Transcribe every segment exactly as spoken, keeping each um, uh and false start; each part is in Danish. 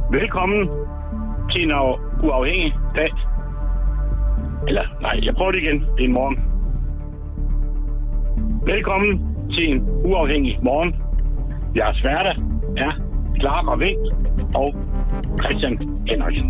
Velkommen til en uafhængig dag. Eller, nej, jeg prøver det igen. Det er en morgen. Velkommen til en uafhængig morgen. Jeres værter er Clara Vind og Christian Henriksen.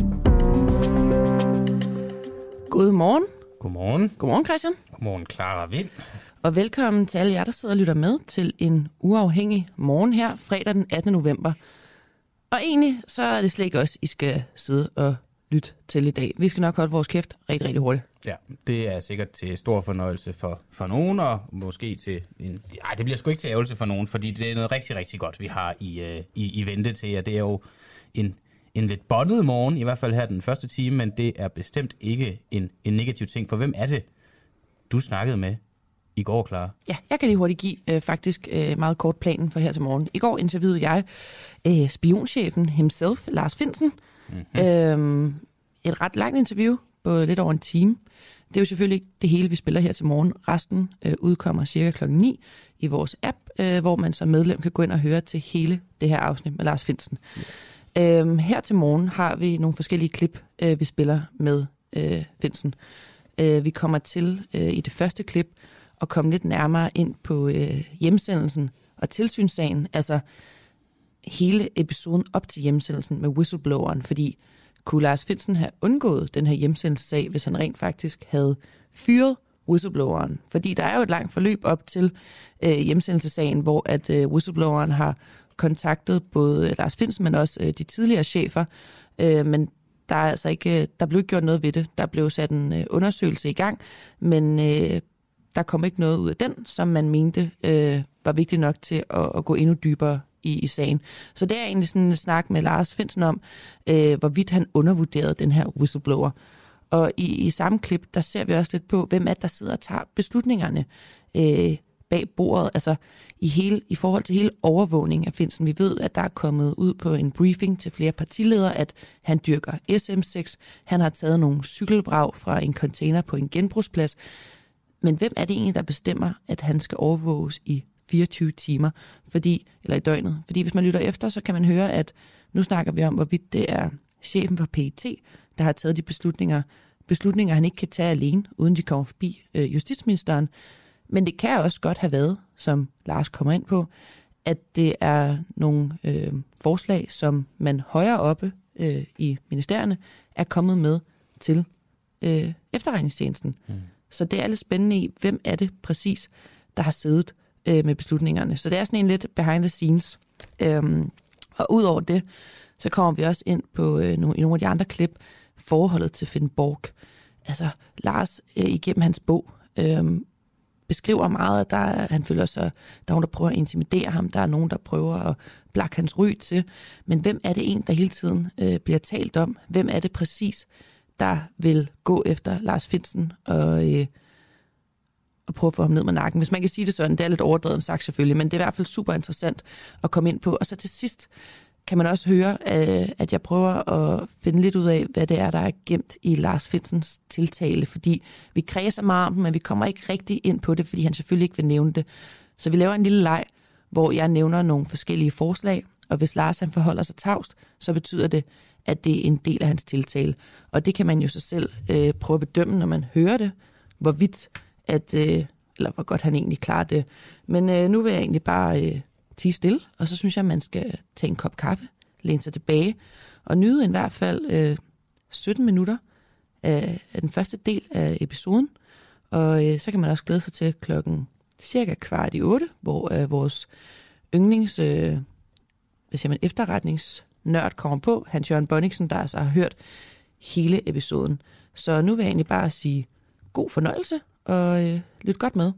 Godmorgen. Godmorgen. Godmorgen, Christian. Godmorgen, Clara Vind. Og velkommen til alle jer, der sidder og lytter med til en uafhængig morgen her, fredag den attende november. Og egentlig, så er det slet ikke os, I skal sidde og lytte til i dag. Vi skal nok holde vores kæft rigtig, rigtig hurtigt. Ja, det er sikkert til stor fornøjelse for, for nogen, og måske til en... Ej, det bliver sgu ikke til ærgelse for nogen, fordi det er noget rigtig, rigtig godt, vi har i, uh, i, i vente til jer. Det er jo en, en lidt bondet morgen, i hvert fald her den første time, men det er bestemt ikke en, en negativ ting. For hvem er det, du snakkede med i går, Clara? Ja, jeg kan lige hurtigt give øh, faktisk øh, meget kort planen for her til morgen. I går interviewede jeg øh, spionchefen himself, Lars Findsen. Mm-hmm. Øhm, et ret langt interview på lidt over en time. Det er jo selvfølgelig ikke det hele, vi spiller her til morgen. Resten øh, udkommer cirka klokken ni i vores app, øh, hvor man som medlem kan gå ind og høre til hele det her afsnit med Lars Findsen. Yeah. Øhm, her til morgen har vi nogle forskellige klip, øh, vi spiller med øh, Findsen. Øh, vi kommer til øh, i det første klip at komme lidt nærmere ind på øh, hjemsendelsen og tilsynssagen, altså hele episoden op til hjemsendelsen med whistlebloweren, fordi kunne Lars Findsen have undgået den her hjemsendelsessag, hvis han rent faktisk havde fyret whistlebloweren? Fordi der er jo et langt forløb op til øh, hjemsendelsessagen, hvor at øh, whistlebloweren har kontaktet både Lars Findsen, men også øh, de tidligere chefer, øh, men der er altså ikke, der blev ikke gjort noget ved det. Der blev sat en øh, undersøgelse i gang, men øh, der kom ikke noget ud af den, som man mente øh, var vigtigt nok til at, at gå endnu dybere i, i sagen. Så det er egentlig sådan en snak med Lars Findsen om, øh, hvorvidt han undervurderede den her whistleblower. Og i, i samme klip, der ser vi også lidt på, hvem er det, der sidder og tager beslutningerne øh, bag bordet. Altså i, hele, i forhold til hele overvågningen af Findsen. Vi ved, at der er kommet ud på en briefing til flere partiledere, at han dyrker S M seks. Han har taget nogle cykelvrag fra en container på en genbrugsplads. Men hvem er det egentlig, der bestemmer, at han skal overvåges i fireogtyve timer, fordi, eller i døgnet? Fordi hvis man lytter efter, så kan man høre, at nu snakker vi om, hvorvidt det er chefen for P E T, der har taget de beslutninger, beslutninger han ikke kan tage alene, uden de kommer forbi øh, justitsministeren. Men det kan også godt have været, som Lars kommer ind på, at det er nogle øh, forslag, som man højere oppe øh, i ministerierne er kommet med til øh, efterretningstjenesten. Mm. Så det er lidt spændende i, hvem er det præcis, der har siddet øh, med beslutningerne. Så det er sådan en lidt behind the scenes. Øhm, og ud over det, så kommer vi også ind på øh, nogle, i nogle af de andre klip, forholdet til Finn Borch. Altså Lars øh, igennem hans bog øh, beskriver meget, at der, han føler sig, der er nogen, der prøver at intimidere ham, der er nogen, der prøver at blakke hans ry til. Men hvem er det en, der hele tiden øh, bliver talt om? Hvem er det præcis, der vil gå efter Lars Findsen og, øh, og prøve at få ham ned med nakken. Hvis man kan sige det sådan, det er lidt overdrevet sagt selvfølgelig, men det er i hvert fald super interessant at komme ind på. Og så til sidst kan man også høre, øh, at jeg prøver at finde lidt ud af, hvad det er, der er gemt i Lars Findsens tiltale, fordi vi kredser meget om den, men vi kommer ikke rigtig ind på det, fordi han selvfølgelig ikke vil nævne det. Så vi laver en lille leg, hvor jeg nævner nogle forskellige forslag, og hvis Lars han forholder sig tavst, så betyder det, at det er en del af hans tiltale. Og det kan man jo så selv øh, prøve at bedømme, når man hører det, hvorvidt, at, øh, eller hvor godt han egentlig klarer det. Men øh, nu vil jeg egentlig bare øh, tie stille, og så synes jeg, at man skal tage en kop kaffe, læne sig tilbage, og nyde i hvert fald øh, sytten minutter af, af den første del af episoden. Og øh, så kan man også glæde sig til klokken cirka kvart i otte, hvor øh, vores yndlings, øh, hvad siger man, efterretnings nørd kommer på, Hans Jørgen Bonniksen, der altså har hørt hele episoden. Så nu vil jeg egentlig bare sige god fornøjelse, og øh, lyt godt med.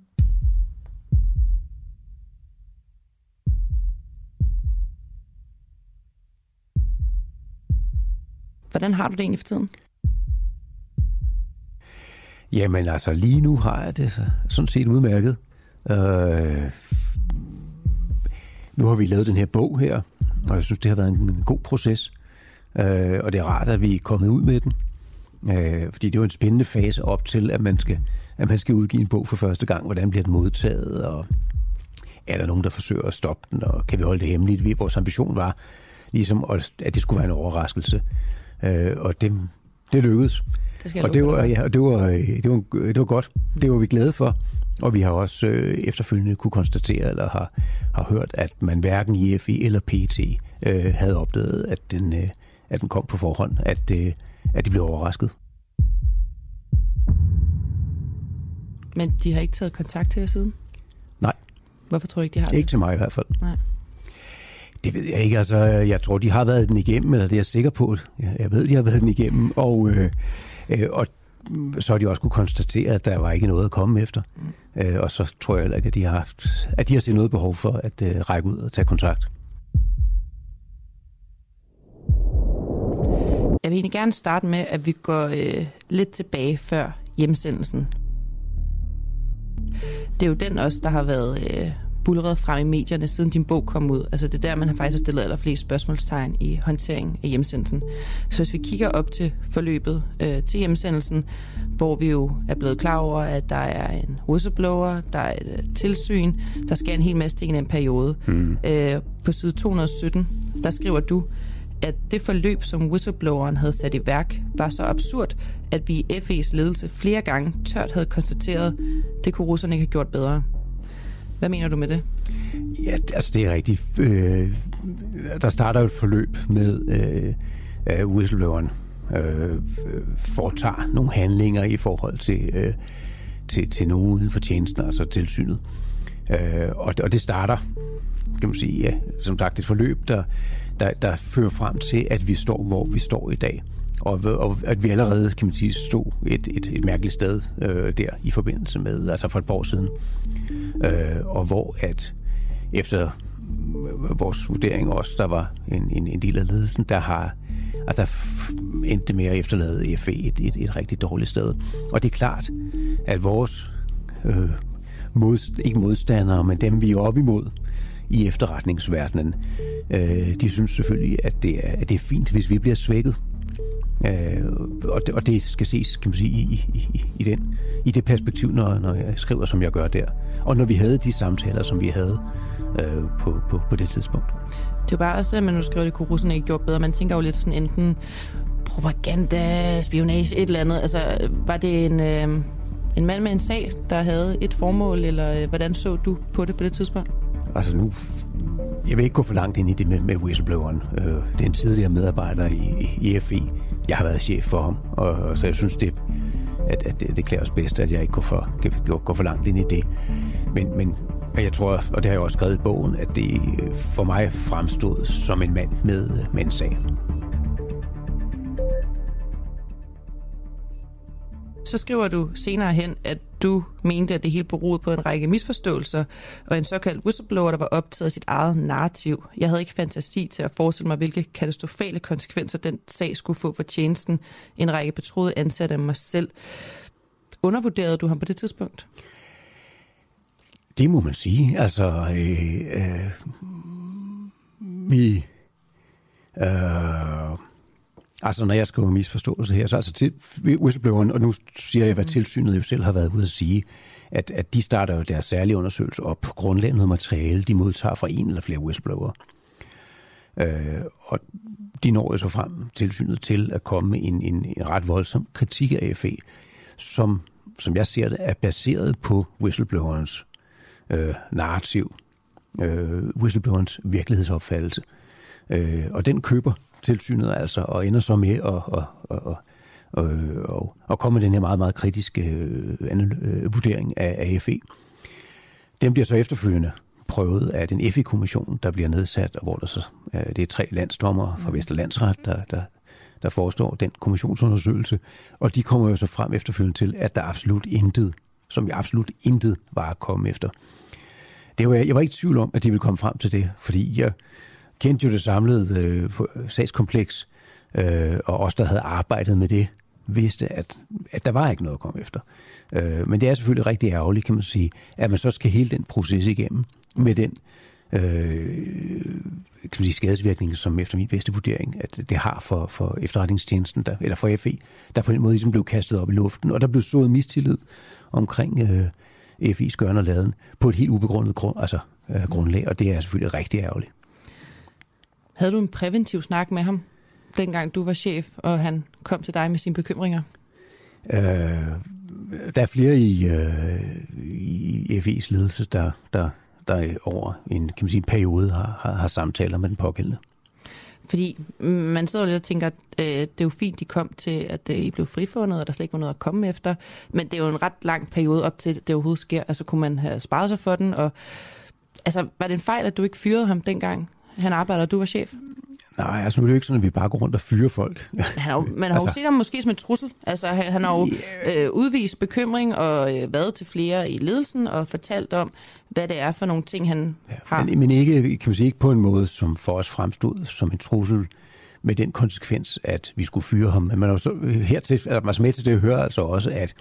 Hvordan har du det egentlig for tiden? Jamen altså, lige nu har jeg det sådan set udmærket. Øh, nu har vi lavet den her bog her, og jeg synes, det har været en, en god proces. Øh, og det er rart, at vi er kommet ud med den. Øh, fordi det er jo en spændende fase op til, at man skal, at man skal udgive en bog for første gang. Hvordan bliver den modtaget, og er der nogen, der forsøger at stoppe den, og kan vi holde det hemmeligt? Vores ambition var ligesom at det skulle være en overraskelse. Øh, og det, det lykkedes. Det og det var, ja, og det var, det, var, det var godt. Det var vi glade for. Og vi har også øh, efterfølgende kunne konstatere, eller har, har hørt, at man hverken i F E eller P E T øh, havde opdaget, at den, øh, at den kom på forhånd, at, øh, at de blev overrasket. Men de har ikke taget kontakt til jer siden? Nej. Hvorfor tror du ikke, de har det? Ikke til mig i hvert fald. Nej. Det ved jeg ikke. Altså, jeg tror, de har været den igennem, eller det er jeg sikker på. Jeg ved, de har været den igennem, og, øh, øh, og så har de også kunne konstatere, at der var ikke noget at komme efter. Mm. Øh, og så tror jeg ikke, at de har haft, at de har set noget behov for at øh, række ud og tage kontakt. Jeg vil egentlig gerne starte med, at vi går øh, lidt tilbage før hjemsendelsen. Det er jo den også, der har været øh, bullereret frem i medierne, siden din bog kom ud. Altså det er der, man har faktisk stillet allerflest spørgsmålstegn i håndteringen af hjemsendelsen. Så hvis vi kigger op til forløbet øh, til hjemsendelsen, hvor vi jo er blevet klar over, at der er en whistleblower, der er et uh, tilsyn, der sker en hel masse ting i den periode. Mm. Øh, på side to hundrede og sytten, der skriver du, at det forløb, som whistlebloweren havde sat i værk, var så absurd, at vi i F E's ledelse flere gange tørt havde konstateret, det kunne russerne ikke have gjort bedre. Hvad mener du med det? Ja, altså det er rigtigt. Øh, der starter jo et forløb med øh, whistlebloweren øh, foretager nogle handlinger i forhold til, øh, til, til nogen uden for tjenesten, altså tilsynet. Øh, og, og det starter, kan man sige, ja, som sagt et forløb, der, der, der fører frem til, at vi står, hvor vi står i dag. Og, og at vi allerede, kan man sige, stod et, et, et mærkeligt sted øh, der i forbindelse med, altså for et par år siden. Øh, og hvor at efter vores vurdering også, der var en, en, en del af ledelsen, der har, at der endte med at efterlade F E et, et, et rigtig dårligt sted. Og det er klart, at vores øh, mod, ikke modstandere, men dem vi er op imod i efterretningsverdenen, øh, de synes selvfølgelig, at det, er, at det er fint, hvis vi bliver svækket. Øh, og, det, og det skal ses, kan man sige, i, i, i, den, i det perspektiv, når, når jeg skriver, som jeg gør der. Og når vi havde de samtaler, som vi havde øh, på, på, på det tidspunkt. Det er jo bare også, at man nu skriver, det kunne russerne ikke gjort bedre. Man tænker jo lidt sådan enten propaganda, spionage, et eller andet. Altså, var det en, øh, en mand med en sag, der havde et formål, eller øh, hvordan så du på det på det tidspunkt? Altså nu, jeg vil ikke gå for langt ind i det med, med whistlebloweren. Øh, det er en tidligere medarbejder i, i F E. Jeg har været chef for ham, og så jeg synes, det, at, at det, det klæder os bedst, at jeg ikke går for, går for langt ind i det. Men, men jeg tror, og det har jeg også skrevet i bogen, at det for mig fremstod som en mand med, med en sag. Så skriver du senere hen, at du mente, at det hele beroede på en række misforståelser, og en såkaldt whistleblower, der var optaget af sit eget narrativ. Jeg havde ikke fantasi til at forestille mig, hvilke katastrofale konsekvenser den sag skulle få for tjenesten. En række betroede ansatte af mig selv. Undervurderede du ham på det tidspunkt? Det må man sige. Altså, øh, øh, vi... Øh, Altså, når jeg skriver misforståelse her, så altså til whistlebloweren, og nu siger jeg, hvad tilsynet jo selv har været ude at sige, at, at de starter jo deres særlige undersøgelse op på grundlag af noget materiale, de modtager fra en eller flere whistleblower. Øh, og de når jo så frem tilsynet til at komme med en, en, en ret voldsom kritik af F E, som, som jeg ser det, er baseret på whistleblowerens øh, narrativ, øh, whistleblowerens virkelighedsopfattelse. Øh, og den køber tilsynet altså, og ender så med at, at, at, at, at, at komme med den her meget, meget kritiske øh, vurdering af, af F E. Den bliver så efterfølgende prøvet af den F E-kommission, der bliver nedsat, og hvor der så, det er tre landsdommer fra Vestre Landsret, der, der, der forestår den kommissionsundersøgelse, og de kommer jo så frem efterfølgende til, at der absolut intet, som jeg absolut intet var at komme efter. Det var, jeg var ikke i tvivl om, at de ville komme frem til det, fordi jeg kendte jo det samlede øh, sagskompleks, øh, og os, der havde arbejdet med det, vidste, at, at der var ikke noget at komme efter. Øh, men det er selvfølgelig rigtig ærgerligt, kan man sige, at man så skal hele den proces igennem med den øh, kan man sige, skadesvirkning, som efter min bedste vurdering, at det har for, for efterretningstjenesten, der, eller for F E, der på den måde ligesom blev kastet op i luften, og der blev sået mistillid omkring øh, F I's gøren og laden på et helt ubegrundet grund, altså, øh, grundlag, og det er selvfølgelig rigtig ærgerligt. Havde du en præventiv snak med ham, dengang du var chef, og han kom til dig med sine bekymringer? Øh, der er flere i, øh, i F E's ledelse, der, der, der over en, kan man sige, en periode har, har, har samtaler med den pågældende. Fordi man sidder lidt og tænker, at øh, det er jo fint, de kom til, at øh, I blev frifundet, og der slet ikke var noget at komme efter. Men det er jo en ret lang periode op til, at det overhovedet sker. Altså kunne man have sparet sig for den? Og, altså var det en fejl, at du ikke fyrede ham dengang han arbejdede, og du var chef? Nej, altså nu er det jo ikke sådan, at vi bare går rundt og fyrer folk. Han har jo, man har altså, jo set ham måske som en trussel. Altså han, han har jo øh, udvist bekymring og øh, været til flere i ledelsen og fortalt om, hvad det er for nogle ting, han ja, har. Men, men ikke, kan man sige, ikke på en måde, som for os fremstod som en trussel, med den konsekvens, at vi skulle fyre ham. Men man er jo så hertil, altså med til det hører altså også, at,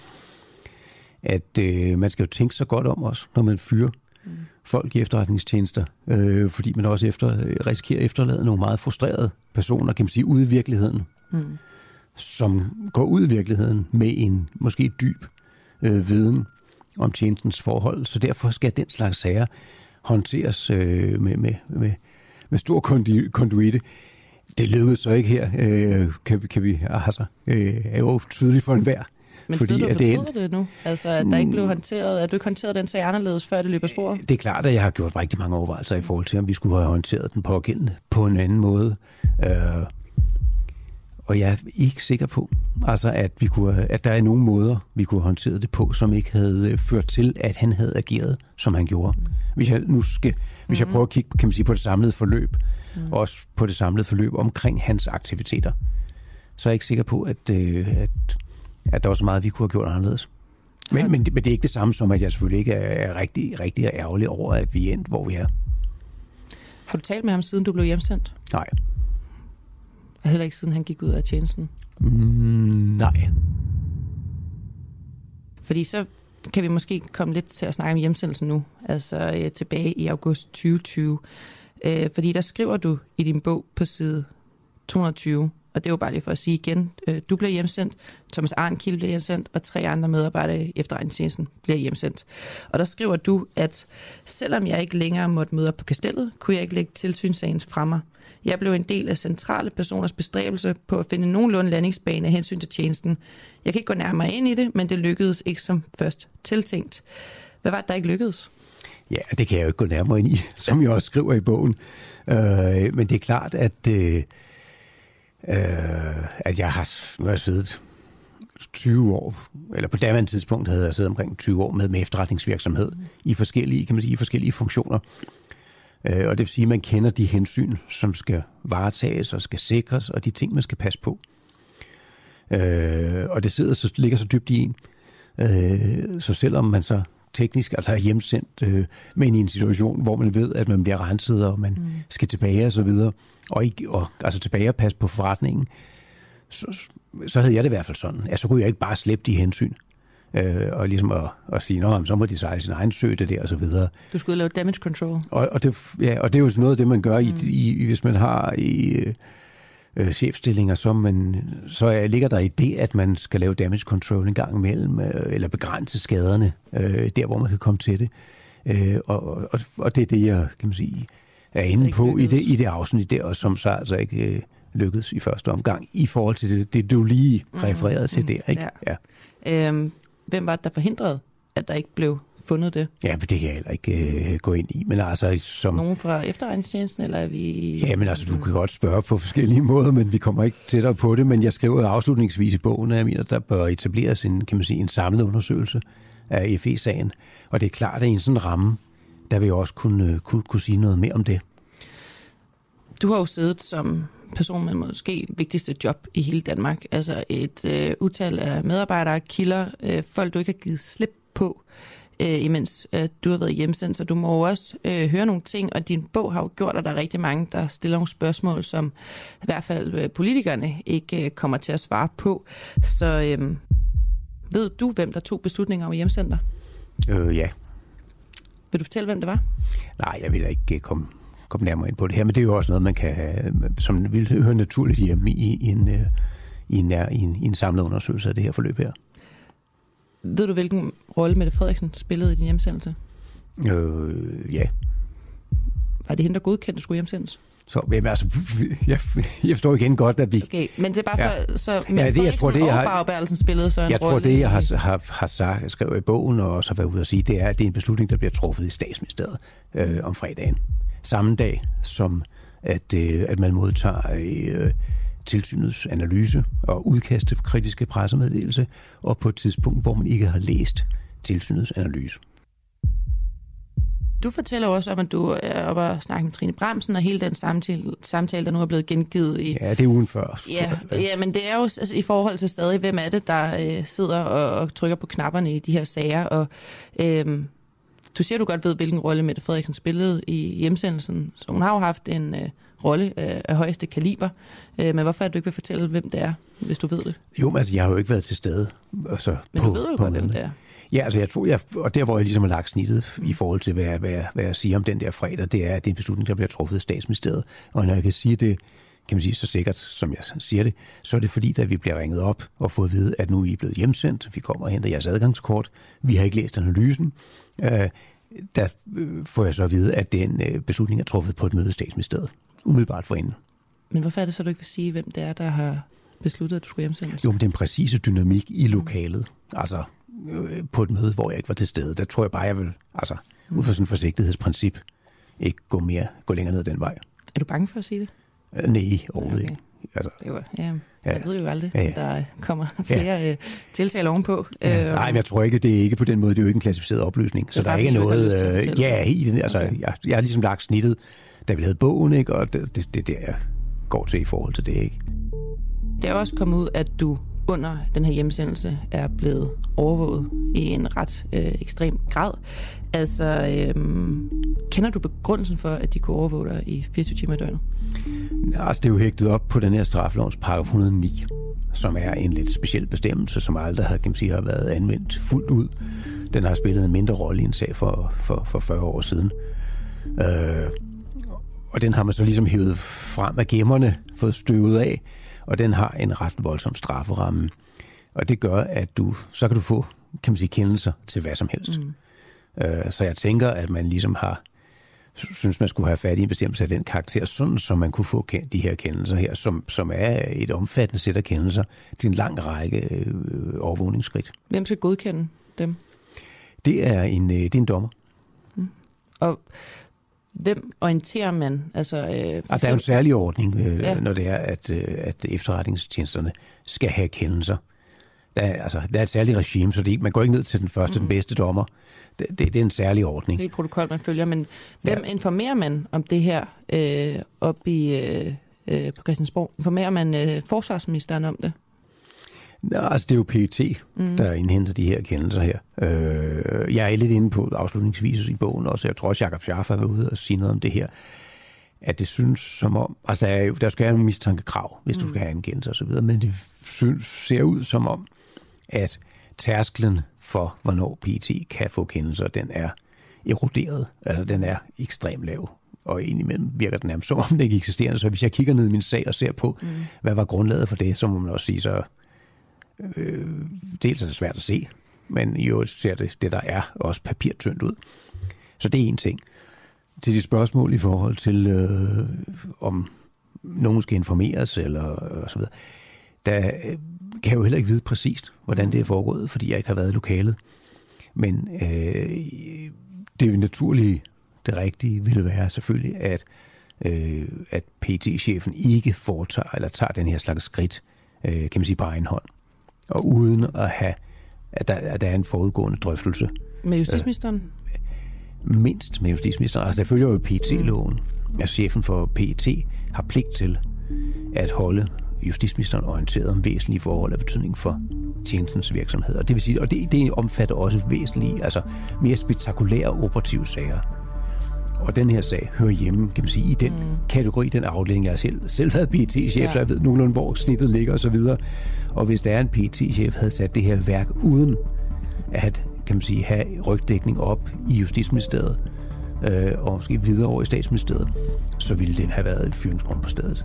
at øh, man skal jo tænke sig godt om os, når man fyrer mm. folk i efterretningstjenester, øh, fordi man også efter, risikerer at efterlade nogle meget frustrerede personer, kan man sige, ude i virkeligheden, mm. som går ud i virkeligheden med en måske dyb øh, viden om tjenestens forhold. Så derfor skal den slags sager håndteres øh, med, med, med, med stor konduite. Det lykkedes så ikke her, øh, kan vi, kan vi altså, øh, er jo tydeligt for enhver. Men fordi, sidder du fortryder det, det nu? Altså, at der ikke blev håndteret, at du ikke håndterede den sag anderledes, før det løber sporet? Det er klart, at jeg har gjort rigtig mange overvejelser i forhold til, om vi skulle have håndteret den pågældende på en anden måde. Øh, og jeg er ikke sikker på, altså, at, vi kunne, at der er nogle måder, vi kunne have håndteret det på, som ikke havde ført til, at han havde ageret, som han gjorde. Hvis jeg nu skal, hvis jeg prøver at kigge, kan man sige, på det samlede forløb, mm. også på det samlede forløb omkring hans aktiviteter, så er jeg ikke sikker på, at, at, at der var så meget, vi kunne have gjort anderledes. Men, men, men det er ikke det samme som, at jeg selvfølgelig ikke er rigtig, rigtig ærgerlig over, at vi er endt, hvor vi er. Har du talt med ham, siden du blev hjemsendt? Nej. Og heller ikke siden han gik ud af tjenesten? Mm, nej. Fordi så kan vi måske komme lidt til at snakke om hjemsendelsen nu, altså øh, tilbage i august tyve tyve. Øh, fordi der skriver du i din bog på side to hundrede og tyve, og det er jo bare lige for at sige igen, øh, du bliver hjemsendt, Thomas Arnkild bliver hjemsendt, og tre andre medarbejdere i efterretningstjenesten bliver hjemsendt. Og der skriver du, at selvom jeg ikke længere måtte møde op på kastellet, kunne jeg ikke lægge tilsynssagen fra mig. Jeg blev en del af centrale personers bestræbelse på at finde nogenlunde landingsbane af hensyn til tjenesten. Jeg kan ikke gå nærmere ind i det, men det lykkedes ikke som først tiltænkt. Hvad var det, der ikke lykkedes? Ja, det kan jeg jo ikke gå nærmere ind i, som jeg også skriver i bogen. Øh, men det er klart, at, øh, at jeg har, nu har jeg siddet tyve år, eller på daværende tidspunkt havde jeg siddet omkring tyve år med, med efterretningsvirksomhed mm. i forskellige, kan man sige, i forskellige funktioner. Øh, og det vil sige, at man kender de hensyn, som skal varetages og skal sikres, og de ting, man skal passe på. Øh, og det sidder så, ligger så dybt i en. Øh, så selvom man så teknisk altså er hjemsendt, øh, men i en situation, hvor man ved, at man bliver renset, og man mm. skal tilbage og så videre, og, ikke, og altså tilbage og passe på forretningen, så, så havde jeg det i hvert fald sådan. Altså, så kunne jeg ikke bare slippe de hensyn. Øh, og ligesom at, at sige, nå, så må de sejle sin egen sø, det der, og så videre. Du skulle lave damage control. Og, og, det, ja, og det er jo noget af det, man gør, mm. i, i, hvis man har i øh, chefstillinger, så, man, så ligger der i det, at man skal lave damage control en gang imellem, øh, eller begrænse skaderne, øh, der hvor man kan komme til det. Øh, og, og, og det er det, jeg kan man sige, er inde på i det, i det afsnit der, og som så altså ikke øh, lykkedes i første omgang, i forhold til det, det du lige refererede mm. til der. Ikke? Ja. Ja. Øhm, hvem var det, der forhindrede, at der ikke blev fundet det? Ja, men det kan jeg heller ikke øh, gå ind i. Men altså, som... Nogen fra efterretningstjenesten, eller er vi... Ja, men altså, du kan godt spørge på forskellige måder, men vi kommer ikke tættere på det. Men jeg skriver afslutningsvis i bogen, at jeg mener, der bør etableres en, kan man sige, en samlet undersøgelse af F E-sagen. Og det er klart, at i en sådan ramme, der vil jeg også kunne, kunne, kunne sige noget mere om det. Du har jo siddet som person med måske vigtigste job i hele Danmark. Altså et øh, utal af medarbejdere, kilder, øh, folk du ikke har givet slip på, øh, imens øh, du har været hjemsendt. Så du må også øh, høre nogle ting, og din bog har jo gjort, at der er rigtig mange, der stiller nogle spørgsmål, som i hvert fald øh, politikerne ikke øh, kommer til at svare på. Så øh, ved du, hvem der tog beslutninger om hjemsender? Øh, ja. Vil du fortælle, hvem det var? Nej, jeg vil ikke komme... komme nærmere ind på det her, men det er jo også noget, man kan, som vil høre naturligt hjemme i, i, en, i, en, i, en, i en samlet undersøgelse af det her forløb her. Ved du, hvilken rolle Mette Frederiksen spillede i din hjemsendelse? Øh, ja. Var det hende, der godkendte, at skulle hjemsendes? Så jamen, altså, jeg, jeg forstår igen godt, at vi... Okay, men det er bare for... Ja. Så men ja, det, jeg tror, det, jeg har... Bauer spillede så en Jeg rolle tror, det, jeg i... har, har, har sagt, skrevet i bogen, og også har været ude at sige, det er, at det er en beslutning, der bliver truffet i Statsministeriet øh, om fredagen. Samme dag, som at, øh, at man modtager øh, tilsynets analyse og udkast til kritiske pressemeddelelse, og på et tidspunkt, hvor man ikke har læst tilsynets analyse. Du fortæller også om, at du er oppe og snakke med Trine Bramsen, og hele den samtale, samtale, der nu er blevet gengivet i... Ja, det er ugen før. Ja, ja, men det er jo altså, i forhold til stadig, hvem er det, der øh, sidder og, og trykker på knapperne i de her sager, og øh, du siger, du godt ved, hvilken rolle Mette Frederiksen spillede i hjemsendelsen, så hun har jo haft en øh, rolle øh, af højeste kaliber, øh, men hvorfor er du ikke vil fortælle, hvem det er, hvis du ved det? Jo, men altså, jeg har jo ikke været til stede. Altså, men på, du ved jo godt, hvem det er. Ja, altså jeg tror, jeg, og der hvor jeg ligesom har lagt snittet i forhold til, hvad jeg, hvad, jeg, hvad jeg siger om den der fredag, det er, at det er en beslutning, der bliver truffet i Statsministeriet. Og når jeg kan sige det, kan man sige så sikkert, som jeg siger det, så er det fordi, at vi bliver ringet op og fået at vide, at nu er I blevet hjemsendt. Vi kommer og henter jeres adgangskort. Vi har ikke læst analysen. Øh, der får jeg så at vide, at den øh, beslutning er truffet på et møde i Statsministeriet. Umiddelbart forinden. Men hvorfor er det så, du ikke vil sige, hvem det er, der har besluttet, at du skulle hjemsendes? Jo, men den præcise dynamik i lokalet. Altså på et møde, hvor jeg ikke var til stede. Der tror jeg bare, jeg vil, altså, ud fra sådan et forsigtighedsprincip, ikke gå mere, gå længere ned den vej. Er du bange for at sige det? Uh, nej, overhovedet okay. ikke. Altså, det var, ja, jeg ja. ved jo aldrig, ja, ja. at der kommer flere ja. tiltale ovenpå. Ja. Øh, Nej, men jeg tror ikke, det er ikke på den måde, det er jo ikke en klassificeret oplysning. Så, så der er ikke noget... Øh, ja, i den, altså, okay. jeg, jeg har ligesom lagt snittet, da vi havde bogen, ikke? Og det, det, det der jeg går til i forhold til det, ikke? Det er også kommet ud, at du under den her hjemsendelse er blevet overvåget i en ret øh, ekstrem grad. Altså, øh, kender du begrundelsen for, at de kunne overvåge dig i fireogtyve timer i døgnet? Altså, det er jo hægtet op på den her straffelovens paragraf et hundrede og ni, som er en lidt speciel bestemmelse, som aldrig har, kan man sige, har været anvendt fuldt ud. Den har spillet en mindre rolle i en sag for, for, for fyrre år siden. Øh, og den har man så ligesom hævet frem af gemmerne, fået støvet af, og den har en ret voldsom strafferamme. Og det gør, at du, så kan du få, kan man sige, kendelser til hvad som helst. Mm. Uh, så jeg tænker, at man ligesom har, synes man skulle have fat i en bestemmelse af den karakter, sådan som man kunne få kendt de her kendelser her, som, som er et omfattende sæt af kendelser til en lang række øh, overvågningsskridt. Hvem skal godkende dem? Det er en, øh, det er en dommer. Mm. Og hvem orienterer man? Altså, øh, og der er jo en særlig ordning, øh, ja. når det er, at, øh, at efterretningstjenesterne skal have kendelser. Der er, altså, der er et særligt regime, så det, man går ikke ned til den første, mm. den bedste dommer. Det, det, det er en særlig ordning. Det er et protokol, man følger, men hvem ja. informerer man om det her øh, op i, øh, øh, på Christiansborg? Informerer man øh, forsvarsministeren om det? Nå, altså det er jo P E T, mm. der indhenter de her kendelser her. Øh, jeg er lidt inde på afslutningsvis i bogen også. Jeg tror også, Jakob Scharf har været ude og sige noget om det her. At det synes som om, altså der, er jo, der skal have en mistankekrav, hvis mm. du skal have en kendelse og så videre, men det synes, ser ud som om, at tærsklen for, hvornår P E T kan få kendelser, den er eroderet. Altså den er ekstremt lav. Og indimellem virker den nærmest som om, den ikke eksisterer. Så hvis jeg kigger ned i min sag og ser på, mm. hvad var grundlaget for det, så må man også sige, så øh, dels er det svært at se, men jo ser det, det der er, også papirtyndt ud. Så det er en ting. Til de spørgsmål i forhold til, øh, om nogen skal informeres, eller og så videre, der kan jeg jo heller ikke vide præcist, hvordan det er foregået, fordi jeg ikke har været i lokalet. Men øh, det naturlige, det rigtige, ville være selvfølgelig, at, øh, at P E T-chefen ikke foretager, eller tager den her slags skridt, øh, kan man sige, på egen hånd. Og uden at have, at der, at der er en forudgående drøftelse. Med justitsministeren? Øh, mindst med justitsministeren. Altså der følger jo P E T-loven, at chefen for P E T har pligt til at holde justitsministeren orienteret om væsentlige forhold af betydning for tjenestens virksomhed. Og det vil sige, og det, det omfatter også væsentlige, altså mere spektakulære operative sager. Og den her sag hører hjemme, kan man sige, i den mm. kategori, den afdeling, jeg har selv, selv været P E T-chef, ja. Så jeg ved nogenlunde, hvor snittet ligger og så videre. Og hvis der er en P E T-chef, havde sat det her værk uden at, kan man sige, have rygdækning op i Justitsministeriet, øh, og måske videre over i Statsministeriet, så ville det have været et fyringsgrund på stedet.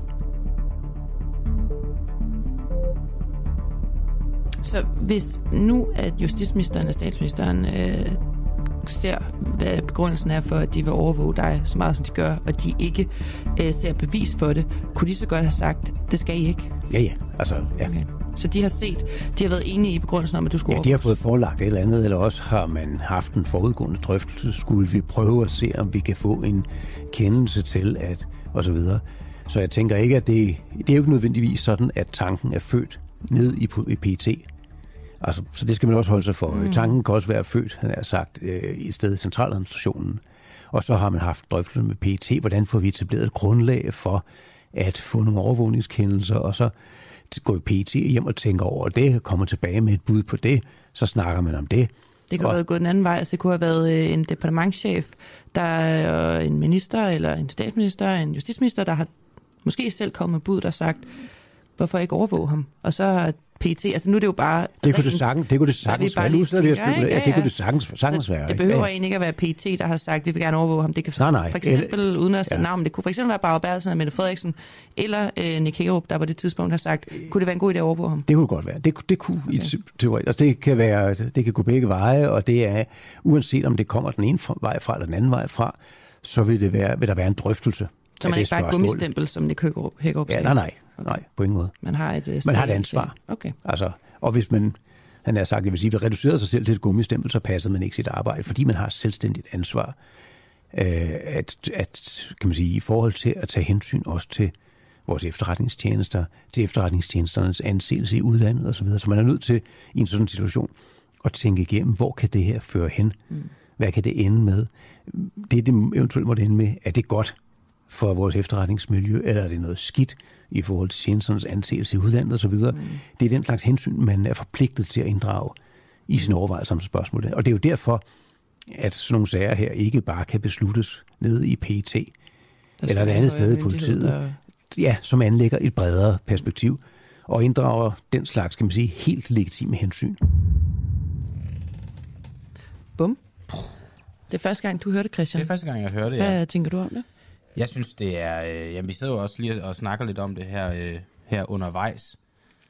Så hvis nu, at justitsministeren og statsministeren øh, ser, hvad begrundelsen er for, at de vil overvåge dig så meget, som de gør, og de ikke øh, ser bevis for det, kunne de så godt have sagt, det skal I ikke? Ja, ja. Altså, ja. Okay. Så de har set, de har været enige i begrundelsen om, at du skulle Ja, overvåges? de har fået forelagt et eller andet, eller også har man haft en forudgående drøftelse. Skulle vi prøve at se, om vi kan få en kendelse til, at og så videre. Så jeg tænker ikke, at det, det er jo ikke nødvendigvis sådan, at tanken er født ned i, i P E T. Altså, så det skal man også holde sig for. Mm. Tanken kan også være født, han har sagt, øh, i stedet centraladministrationen. Og så har man haft drøftelser med P E T, hvordan får vi etableret et grundlag for at få nogle overvågningskendelser, og så går P E T hjem og tænker over det, kommer tilbage med et bud på det, så snakker man om det. Det kunne og, have været gået den anden vej. Altså, det kunne have været en departementschef, der er en minister, eller en statsminister, en justitsminister, der har måske selv kommet med bud, der har sagt, hvorfor ikke overvåge ham? Og så har P E T, altså nu er det jo bare det kunne det sagtens, det kunne det sagtens være. Nu sidder vi og spekulerer. Ja, ja, ja. Det kunne det sagtens, sagtens være. Det behøver ja. egentlig ikke at være P E T, der har sagt, at vi vil gerne overvåge ham. Det kan nej, nej. for eksempel, eller, uden at sætte ja. navn, det kunne for eksempel være Barbara Bertelsen og Mette Frederiksen, eller øh, Nick Hækkerup, der på det tidspunkt har sagt, kunne det være en god idé at overvåge ham? Det kunne godt være. Det, det kunne okay. i teori. Altså det kan være, det kan gå begge veje, og det er, uanset om det kommer den ene vej fra eller den anden vej fra, så vil, det være, vil der være en drøftelse. Så man ikke bare et gummistempel, som Nick Hækkerup siger? Ja, nej, nej. Okay. Nej, på ingen måde. Man har et, uh, man har et ansvar. Okay. Altså, og hvis man, han har sagt, det vil sige, at reducerede sig selv til et gummistempel, så passede man ikke sit arbejde, fordi man har et selvstændigt ansvar, øh, at, at, kan man sige, i forhold til at tage hensyn også til vores efterretningstjenester, til efterretningstjenesternes anseelse i udlandet osv. Så, så man er nødt til i en sådan situation at tænke igennem, hvor kan det her føre hen? Mm. Hvad kan det ende med? Det, det eventuelt måtte ende med, er det godt for vores efterretningsmiljø, eller er det noget skidt i forhold til tjenesternes anseelse i udlandet osv.? Mm. Det er den slags hensyn, man er forpligtet til at inddrage i sin overvejelse om spørgsmålet. Og det er jo derfor, at sådan nogle sager her ikke bare kan besluttes nede i P E T, eller et andet sted i politiet, der... ja, som anlægger et bredere perspektiv, og inddrager den slags, kan man sige, helt legitime hensyn. Bum. Det er første gang, du hørte det, Christian. Det er første gang, jeg hørte det, ja. Hvad tænker du om det? Jeg synes, det er... Øh, jamen, vi sidder jo også lige og snakker lidt om det her, øh, her undervejs.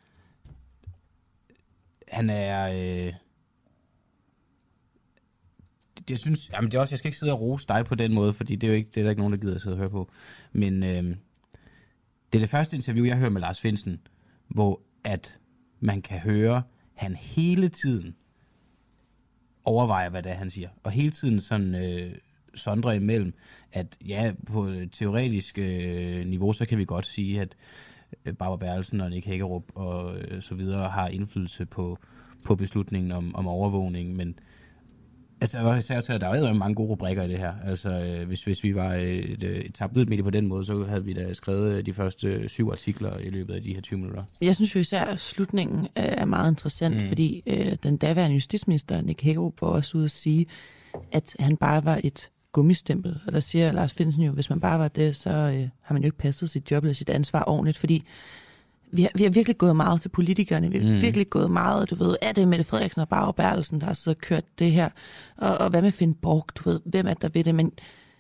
Han er... Øh, jeg synes... Jamen, det er også... Jeg skal ikke sidde og rose dig på den måde, fordi det er jo ikke, det er der ikke nogen, der gider at sidde og høre på. Men øh, det er det første interview, jeg hører med Lars Findsen, hvor at man kan høre, han hele tiden overvejer, hvad det er, han siger. Og hele tiden sådan... Øh, sondre imellem, at ja, på teoretisk øh, niveau, så kan vi godt sige, at Barbara Bertelsen og Nick Hækkerup og øh, så videre har indflydelse på, på beslutningen om, om overvågning, men altså, jeg sagde til, at der er jo mange gode rubrikker i det her. Altså, øh, hvis, hvis vi var et, et tabloidmedie på den måde, så havde vi da skrevet de første syv artikler i løbet af de her tyve minutter. Jeg synes jo især, at slutningen er meget interessant, mm. fordi øh, den daværende justitsminister, Nick Hækkerup, var også ude at sige, at han bare var et gummistempel. Og der siger Lars Findsen jo, hvis man bare var det, så øh, har man jo ikke passet sit job eller sit ansvar ordentligt, fordi vi har, vi har virkelig gået meget til politikerne. Vi har mm. virkelig gået meget, du ved, er det Mette Frederiksen og Barbara Bertelsen, der har så kørt det her? Og, og hvad med Finn Borg, du ved, hvem er der ved det? Men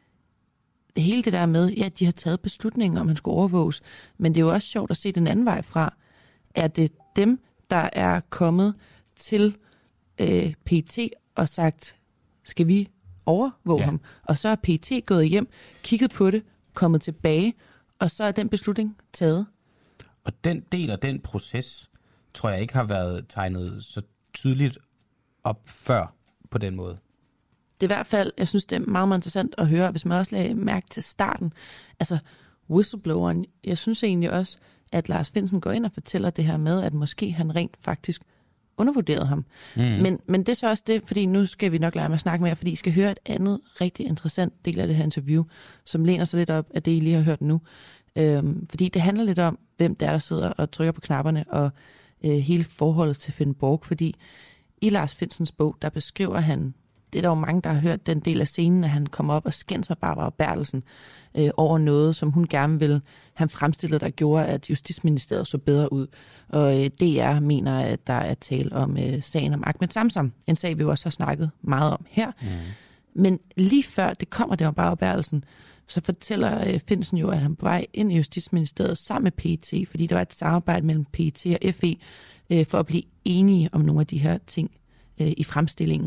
hele det der med, ja, de har taget beslutningen om, han skulle overvåges, men det er jo også sjovt at se den anden vej fra. Er det dem, der er kommet til øh, P E T og sagt, skal vi overvåge ja. ham? Og så er P E T gået hjem, kigget på det, kommet tilbage, og så er den beslutning taget. Og den del af den proces, tror jeg ikke har været tegnet så tydeligt op før på den måde. Det er i hvert fald, jeg synes, det er meget, meget interessant at høre, hvis man også lagde mærke til starten. Altså, whistlebloweren, jeg synes egentlig også, at Lars Findsen går ind og fortæller det her med, at måske han rent faktisk undervurderede ham. Mm. Men, men det er så også det, fordi nu skal vi nok lade mig at snakke mere, fordi I skal høre et andet rigtig interessant del af det her interview, som læner sig lidt op af det, I lige har hørt nu. Øhm, fordi det handler lidt om, hvem der er, der sidder og trykker på knapperne, og øh, hele forholdet til Finn Borg, fordi i Lars Findsens bog, der beskriver han, det er der jo mange, der har hørt den del af scenen, at han kommer op og skændes med Barbara Bertelsen øh, over noget, som hun gerne vil have fremstillet, der gjorde, at Justitsministeriet så bedre ud. Og øh, D R mener, at der er tale om øh, sagen om Ahmed Samsam, en sag, vi jo også har snakket meget om her. Mm. Men lige før det kommer det om Barbara Bertelsen, så fortæller øh, Findsen jo, at han på vej ind i Justitsministeriet sammen med P E T, fordi der var et samarbejde mellem P E T og F E, øh, for at blive enige om nogle af de her ting øh, i fremstillingen.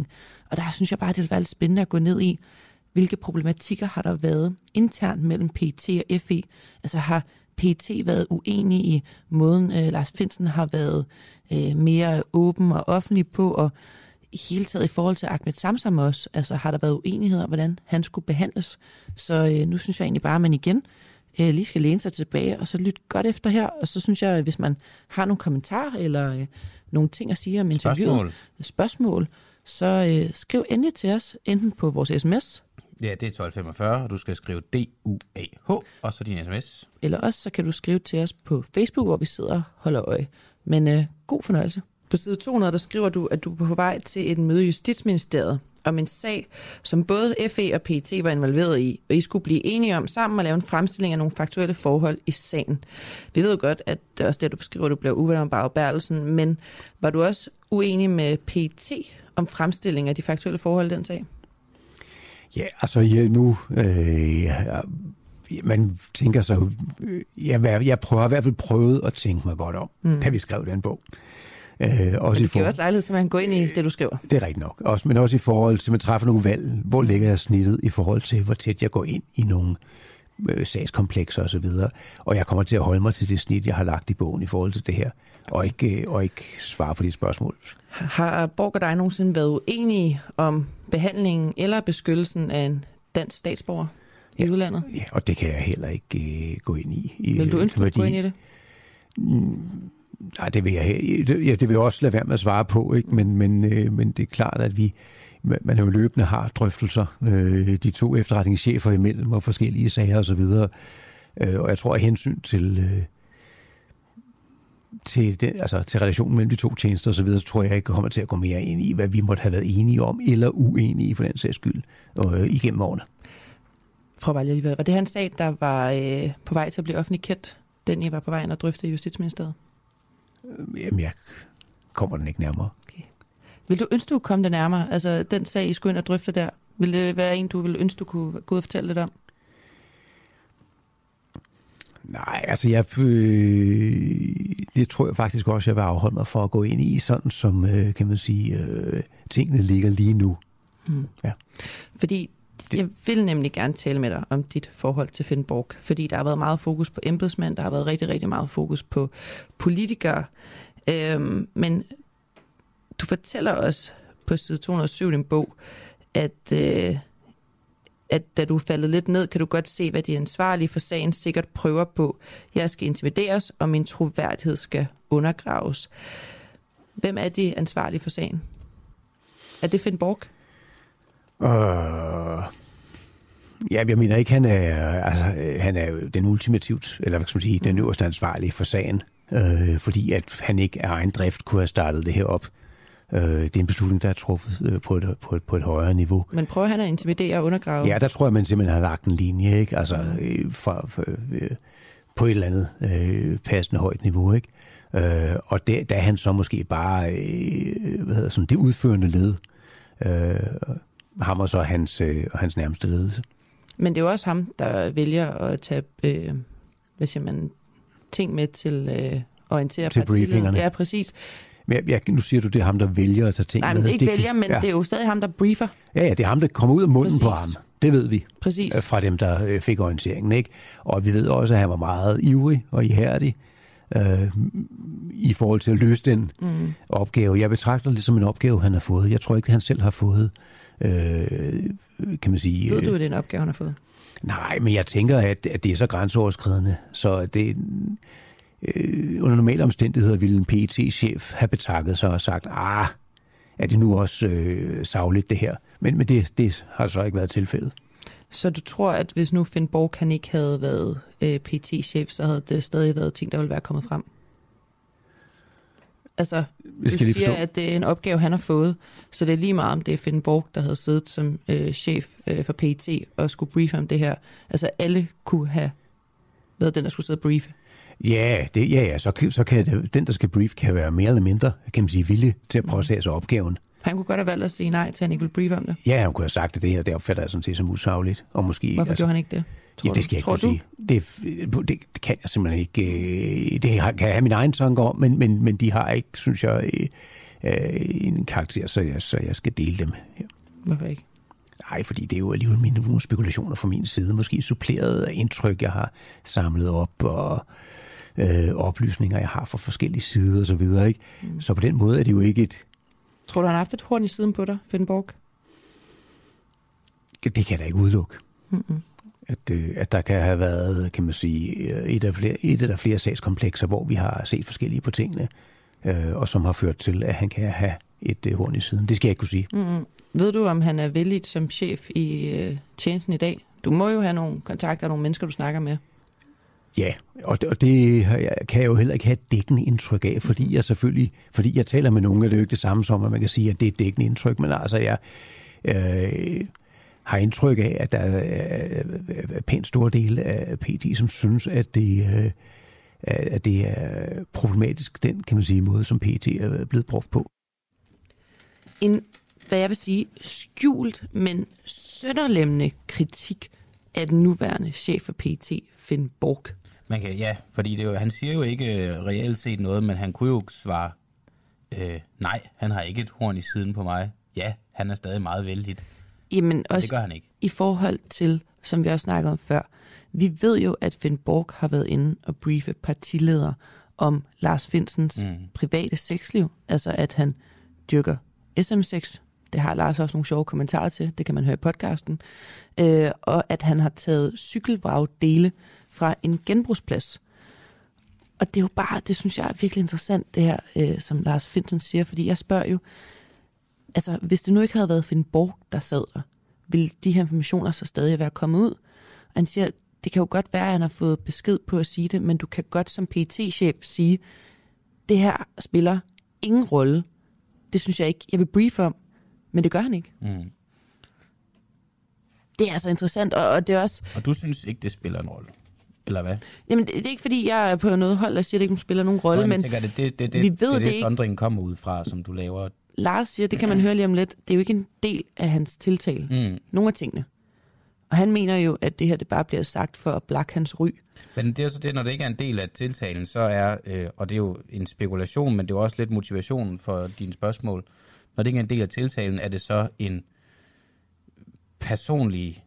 Og der synes jeg bare, det vil være lidt spændende at gå ned i, hvilke problematikker har der været internt mellem P E T og F E? Altså har P E T været uenig i måden, øh, Lars Findsen har været øh, mere åben og offentlig på, og i hele taget i forhold til Ahmed Samsam også, altså har der været uenighed om, hvordan han skulle behandles. Så øh, nu synes jeg egentlig bare, at man igen øh, lige skal læne sig tilbage, og så lytte godt efter her. Og så synes jeg, hvis man har nogle kommentarer, eller øh, nogle ting at sige om interviewet, spørgsmål, spørgsmål så øh, skriv endelig til os, enten på vores sms. Ja, det er tolv femogfyrre, og du skal skrive D U A H, og så din sms. Eller også, så kan du skrive til os på Facebook, hvor vi sidder og holder øje. Men øh, god fornøjelse. På side to hundrede, der skriver du, at du er på vej til et møde i Justitsministeriet om en sag, som både F E og P E T var involveret i, og I skulle blive enige om sammen at lave en fremstilling af nogle faktuelle forhold i sagen. Vi ved jo godt, at det er også det, du beskriver, at du blev uvenner om Barbara Bertelsen, men var du også uenig med P E T om fremstilling af de faktuelle forhold i den sag? Ja, altså ja, nu... Øh, ja, man tænker så... Jeg, jeg prøver i hvert fald prøvet at tænke mig godt om, mm. da vi skrev den bog. Øh, også men du giver også lejlighed til, at man går ind i det, du skriver. Det er rigtigt nok. Også, men også i forhold til, at man træffer nogle valg. Hvor ligger jeg snittet i forhold til, hvor tæt jeg går ind i nogle øh, sagskomplekser osv. Og, og jeg kommer til at holde mig til det snit, jeg har lagt i bogen i forhold til det her. Og ikke, og ikke svare på de spørgsmål. Har Borg og dig nogensinde været uenige om behandlingen eller beskyttelsen af en dansk statsborger i ja, udlandet? Ja, og det kan jeg heller ikke uh, gå ind i. i vil du ønske at gå ind i det? Mm, nej, det vil jeg, ja, det vil jeg også lade være med at svare på, ikke? Men, men, øh, men det er klart, at vi man jo løbende har drøftelser, øh, de to efterretningschefer imellem og forskellige sager osv. Øh, og jeg tror, at hensyn til... Øh, Til, den, altså, til relationen mellem de to tjenester og så videre, så tror jeg ikke kommer til at gå mere ind i, hvad vi måtte have været enige om, eller uenige for den sags skyld, øh, igennem årene. Prøv bare lige, var det her en sag, der var øh, på vej til at blive offentligt kendt, den I var på vej ind og drøfte i Justitsministeriet? Øh, jamen, jeg kommer den ikke nærmere. Okay. Vil du ønske, du kunne komme det nærmere? Altså, den sag, I skulle ind og drøfte der, vil det være en, du ville ønske, du kunne gå ud og fortælle lidt om? Nej, altså jeg, øh, det tror jeg faktisk også, jeg vil afholde mig for at gå ind i, sådan som, øh, kan man sige, øh, tingene ligger lige nu. Mm. Ja. Fordi jeg vil nemlig gerne tale med dig om dit forhold til Finn Borg, fordi der har været meget fokus på embedsmænd, der har været rigtig, rigtig meget fokus på politikere, øhm, men du fortæller os på side to hundrede og syv i din bog, at... Øh, at da du er faldet lidt ned, kan du godt se, hvad de ansvarlige for sagen sikkert prøver på. Jeg skal intimideres, og min troværdighed skal undergraves. Hvem er de ansvarlige for sagen? Er det Finn Borg? Uh, ja, jeg mener ikke, han er, altså, han er jo den ultimativt, eller hvad skal man sige, den øverste ansvarlige for sagen, øh, fordi at han ikke af egen drift kunne have startet det her op. Det er en beslutning, der er truffet på et, på et, på et højere niveau. Men prøver han at intimidere og undergrave? Ja, der tror jeg, man simpelthen har lagt en linje, ikke? Altså mm. for, for, på et eller andet øh, passende højt niveau, ikke? Øh, og det, der er han så måske bare øh, hvad hedder, sådan, det udførende led. Øh, ham og så hans, øh, hans nærmeste ledelse. Men det er jo også ham, der vælger at tage øh, hvad siger man, ting med til øh, orientere til briefingerne. Ja, præcis. Men jeg, nu siger du, det er ham, der vælger at tage ting Nej, med. Nej, ikke det, vælger, men ja. Det er jo stadig ham, der briefer. Ja, ja, det er ham, der kommer ud af munden Præcis. På ham. Det ved vi. Præcis. Fra dem, der fik orienteringen, ikke? Og vi ved også, at han var meget ivrig og ihærdig øh, i forhold til at løse den mm. opgave. Jeg betragter det som en opgave, han har fået. Jeg tror ikke, han selv har fået, øh, kan man sige... Ved du, at det er en opgave, han har fået? Nej, men jeg tænker, at, at det er så grænseoverskridende, så det... Øh, under normale omstændigheder ville en P E T-chef have betakket sig og sagt, ah, er det nu også øh, sagligt det her? Men, men det, det har så ikke været tilfældet. Så du tror, at hvis nu Finn Borg han ikke havde været øh, P E T-chef, så havde det stadig været ting, der ville være kommet frem? Altså, du siger, forstå. At det er en opgave, han har fået, så det er lige meget, om det er Finn Borg, der havde siddet som øh, chef øh, for P E T og skulle briefe om det her. Altså, alle kunne have været den, der skulle sidde og briefe. Ja, det, ja, ja, så, så kan det, den, der skal brief, kan være mere eller mindre, kan man sige, villig til at påtage sig opgaven. Han kunne godt have valgt at sige nej til, at han ikke ville briefe om det. Ja, han kunne have sagt det, det her, det opfatter jeg sådan set som usagligt. Og måske, Hvorfor altså, gjorde han ikke det? Tror ja, det skal jeg ikke kunne sige. Det, det, det kan jeg simpelthen ikke. Det kan jeg have min egen tanker om, men, men, men de har ikke, synes jeg, en karakter, så jeg, så jeg skal dele dem her. Hvorfor ikke? Nej, fordi det er jo alligevel mine nogle spekulationer fra min side. Måske suppleret af indtryk, jeg har samlet op, og øh, oplysninger, jeg har fra forskellige sider osv. Ikke? Mm. Så på den måde er det jo ikke et... Tror du, han har haft et horn i siden på dig, Finn Borch? Det kan jeg da ikke udelukke. Mm-mm. At, øh, at der kan have været, kan man sige, et af flere, et eller flere sagskomplekser, hvor vi har set forskellige på tingene, øh, og som har ført til, at han kan have et øh, horn i siden. Det skal jeg ikke kunne sige. Mm-hmm. Ved du, om han er vældig som chef i øh, tjenesten i dag? Du må jo have nogle kontakter, nogle mennesker, du snakker med. Ja, og det, og det kan jeg jo heller ikke have et dækkende indtryk af, fordi jeg selvfølgelig, fordi jeg taler med nogen, er det jo ikke det samme som, at man kan sige, at det er et dækkende indtryk, men altså jeg øh, har indtryk af, at der er pænt store dele af P T, som synes, at det, øh, at det er problematisk, den, kan man sige, måde, som P T er blevet brugt på. En, hvad jeg vil sige, skjult, men sønderlemmende kritik af den nuværende chef for P T, Finn Borch. Man kan, ja, fordi det jo, han siger jo ikke reelt set noget, men han kunne jo svare, øh, nej, han har ikke et horn i siden på mig. Ja, han er stadig meget vældigt. Jamen også det gør han ikke. I forhold til, som vi også snakkede om før, vi ved jo, at Finn Borch har været inde og briefe partiledere om Lars Findsens mm. private sexliv, altså at han dyrker S M sex. Det har Lars også nogle sjove kommentarer til, det kan man høre i podcasten. Øh, og at han har taget cykelvragdele fra en genbrugsplads. Og det er jo bare, det synes jeg er virkelig interessant, det her, øh, som Lars Findsen siger, fordi jeg spørger jo, altså hvis det nu ikke havde været Finn Borch, der sad der, ville de her informationer så stadig være kommet ud? Og han siger, det kan jo godt være, at han har fået besked på at sige det, men du kan godt som P E T-chef sige, det her spiller ingen rolle. Det synes jeg ikke, jeg vil briefe om, men det gør han ikke. Mm. Det er altså interessant, og, og det er også... Og du synes ikke, det spiller en rolle? Eller hvad? Jamen, det, det er ikke, fordi jeg er på noget hold, der siger, at det ikke spiller nogen rolle, Nå, men tænker, det, det, det, det, vi ved det, det, det det sondringen kommer ud fra, som du laver. Lars siger, det kan man høre lige om lidt, det er jo ikke en del af hans tiltale. Mm. Nogle af tingene. Og han mener jo, at det her det bare bliver sagt for at blakke hans ry. Men det er så det, når det ikke er en del af tiltalen, så er, øh, og det er jo en spekulation, men det er jo også lidt motivationen for dine spørgsmål. Når det ikke er en del af tiltalen, er det så en personlig...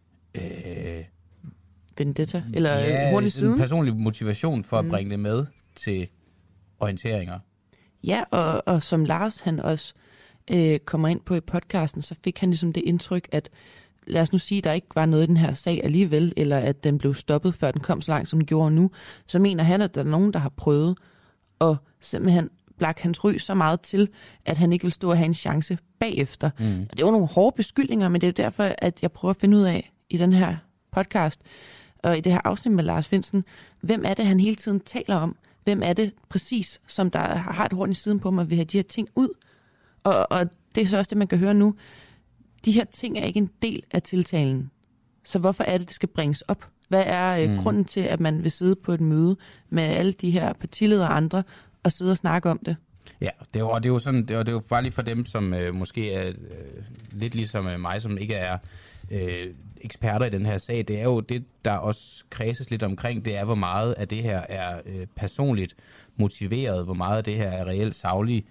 Øh, vendetta? Eller ja, horn i siden? En personlig motivation for mm. at bringe det med til orienteringer. Ja, og, og som Lars han også øh, kommer ind på i podcasten, så fik han ligesom det indtryk, at lad os nu sige, at der ikke var noget i den her sag alligevel, eller at den blev stoppet, før den kom så langt, som den gjorde nu, så mener han, at der er nogen, der har prøvet at simpelthen blakke hans ry så meget til, at han ikke vil stå og have en chance bagefter. Mm. Og det er jo nogle hårde beskyldninger, men det er jo derfor, at jeg prøver at finde ud af i den her podcast, og i det her afsnit med Lars Findsen, hvem er det, han hele tiden taler om? Hvem er det præcis, som der har et horn i siden på mig, vil have de her ting ud? Og, og det er så også det, man kan høre nu. De her ting er ikke en del af tiltalen. Så hvorfor er det, det skal bringes op? Hvad er mm. grunden til, at man vil sidde på et møde med alle de her partiledere og andre, og sidde og snakke om det? Ja, det er jo, det er jo sådan, det er, det er jo bare lige for dem, som øh, måske er øh, lidt ligesom øh, mig, som ikke er øh, eksperter i den her sag. Det er jo det, der også kredses lidt omkring, det er, hvor meget af det her er øh, personligt motiveret, hvor meget af det her er reelt saglig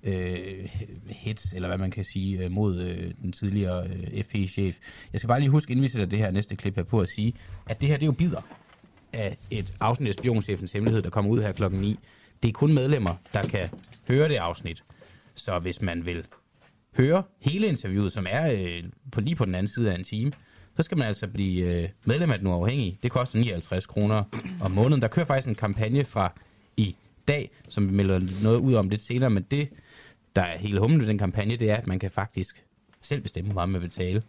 øh, hits, eller hvad man kan sige, øh, mod øh, den tidligere øh, F E-chef. Jeg skal bare lige huske, inden vi sætter det her næste klip her på, at sige, at det her, det er jo bidder af et afsnit af Spionchefens Hemmelighed, der kommer ud her klokken ni. Det er kun medlemmer, der kan høre det afsnit. Så hvis man vil høre hele interviewet, som er øh, på, lige på den anden side af en time, så skal man altså blive øh, medlem af Den Uafhængige. Det koster nioghalvtreds kroner om måneden. Der kører faktisk en kampagne fra i dag, som vi melder noget ud om lidt senere, men det, der er hele humlen ved den kampagne, det er, at man kan faktisk selv bestemme, hvor meget man vil betale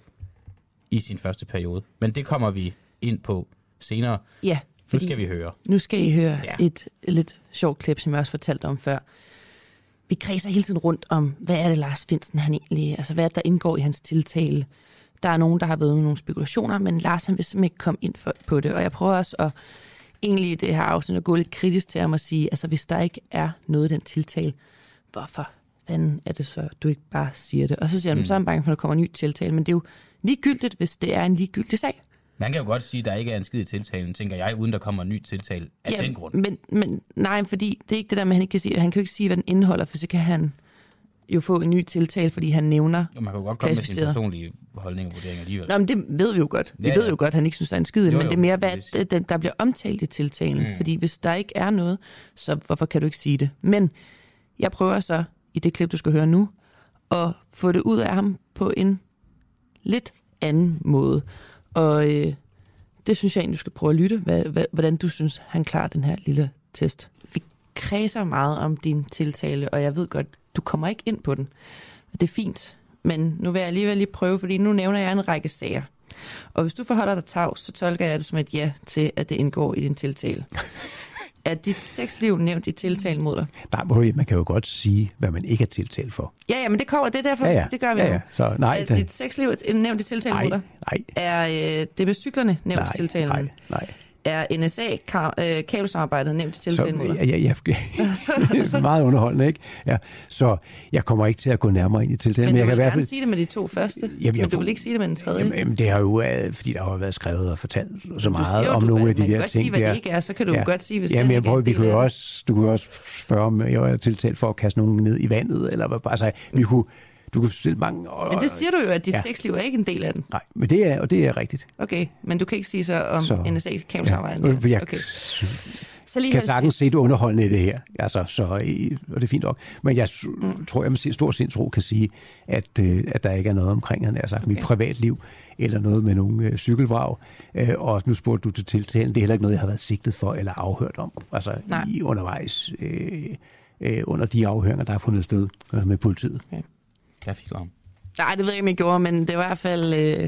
i sin første periode. Men det kommer vi ind på senere. Ja. Nu skal vi høre. Nu skal I høre ja. et, et lidt sjovt klip, som jeg også fortalte om før. Vi kredser hele tiden rundt om, hvad er det Lars Findsen, han egentlig, altså hvad er det, der indgår i hans tiltale. Der er nogen, der har været med nogle spekulationer, men Lars han vil simpelthen ikke komme ind for, på det. Og jeg prøver også at egentlig i det her afsnit at gå lidt kritisk til ham og sige, altså hvis der ikke er noget i den tiltale, hvorfor fanden er det så, du ikke bare siger det? Og så siger han, mm. så er han bange for, at der kommer en ny tiltale, men det er jo ligegyldigt, hvis det er en ligegyldig sag. Man kan jo godt sige, at der ikke er en skid i tiltalen, tænker jeg, uden der kommer en ny tiltale af ja, den grund. Men, men nej, fordi det er ikke det der med, at han ikke kan sige, han kan jo ikke sige, hvad den indeholder, for så kan han jo få en ny tiltale, fordi han nævner jo, man kan jo godt komme med sin personlige holdning og vurdering alligevel. Nå, men det ved vi jo godt. Vi ja, ved jo godt, at han ikke synes, der er en skid, men det er mere, hvad det, der bliver omtalt i tiltalen. Mm. Fordi hvis der ikke er noget, så hvorfor kan du ikke sige det? Men jeg prøver så, i det klip, du skal høre nu, at få det ud af ham på en lidt anden måde. Og øh, det synes jeg egentlig, du skal prøve at lytte, hvad, hvad, hvordan du synes, han klarer den her lille test. Vi kredser meget om din tiltale, og jeg ved godt, du kommer ikke ind på den. Det er fint, men nu vil jeg alligevel lige prøve, fordi nu nævner jeg en række sager. Og hvis du forholder dig tavs, så tolker jeg det som et ja til, at det indgår i din tiltale. Er dit sexliv nævnt i tiltalen mod dig? Nej, man kan jo godt sige, hvad man ikke er tiltalt for. Ja, ja, men det kommer, det er derfor, ja, ja. det gør vi ja, nu. Ja. Så, nej, er dit sexliv nævnt i tiltalen nej, mod dig? Nej, Er øh, det med cyklerne nævnt nej, i tiltalen? Nej, nej. Er N S A-kabelsamarbejdet nævnt i tiltalen mod dig? Ja, ja, ja. Meget underholdende, ikke? Ja, så jeg kommer ikke til at gå nærmere ind i tiltalen. Men, men jeg kan i hvert fald sige det med de to første, jamen, men du vil ikke sige det med den tredje? Jamen, jamen det har jo, fordi der har været skrevet og fortalt så meget jo, om du, nogle af de der ting. Man kan godt sige, hvad det ikke er, så kan du ja. godt sige, hvis jamen, det ikke er. Vi kunne jo også, du kunne også spørge, om jeg var tiltalt for at kaste nogen ned i vandet, eller hvad bare sige. Vi kunne, du kunne stille mange... Og, men det siger du jo, at dit ja. sexliv er ikke en del af den. Nej, men det er, og det er rigtigt. Okay, men du kan ikke sige så om så, N S A-kabelsamarbejdet? Ja, jeg okay. Så lige kan sagtens se det underholdende i det her, altså, så, og det er fint nok. Men jeg mm. tror, jeg med stor sindsro kan sige, at, øh, at der ikke er noget omkring, han har sagt, okay. mit privatliv, eller noget med nogle øh, cykelvrag. Øh, og nu spurgte du til tiltalen, det er heller ikke noget, jeg har været sigtet for eller afhørt om. Altså i undervejs, øh, øh, under de afhøringer, der er fundet sted øh, med politiet. Okay. Jeg fik om. Nej, det ved jeg ikke, om jeg gjorde, men det er i hvert fald... Øh,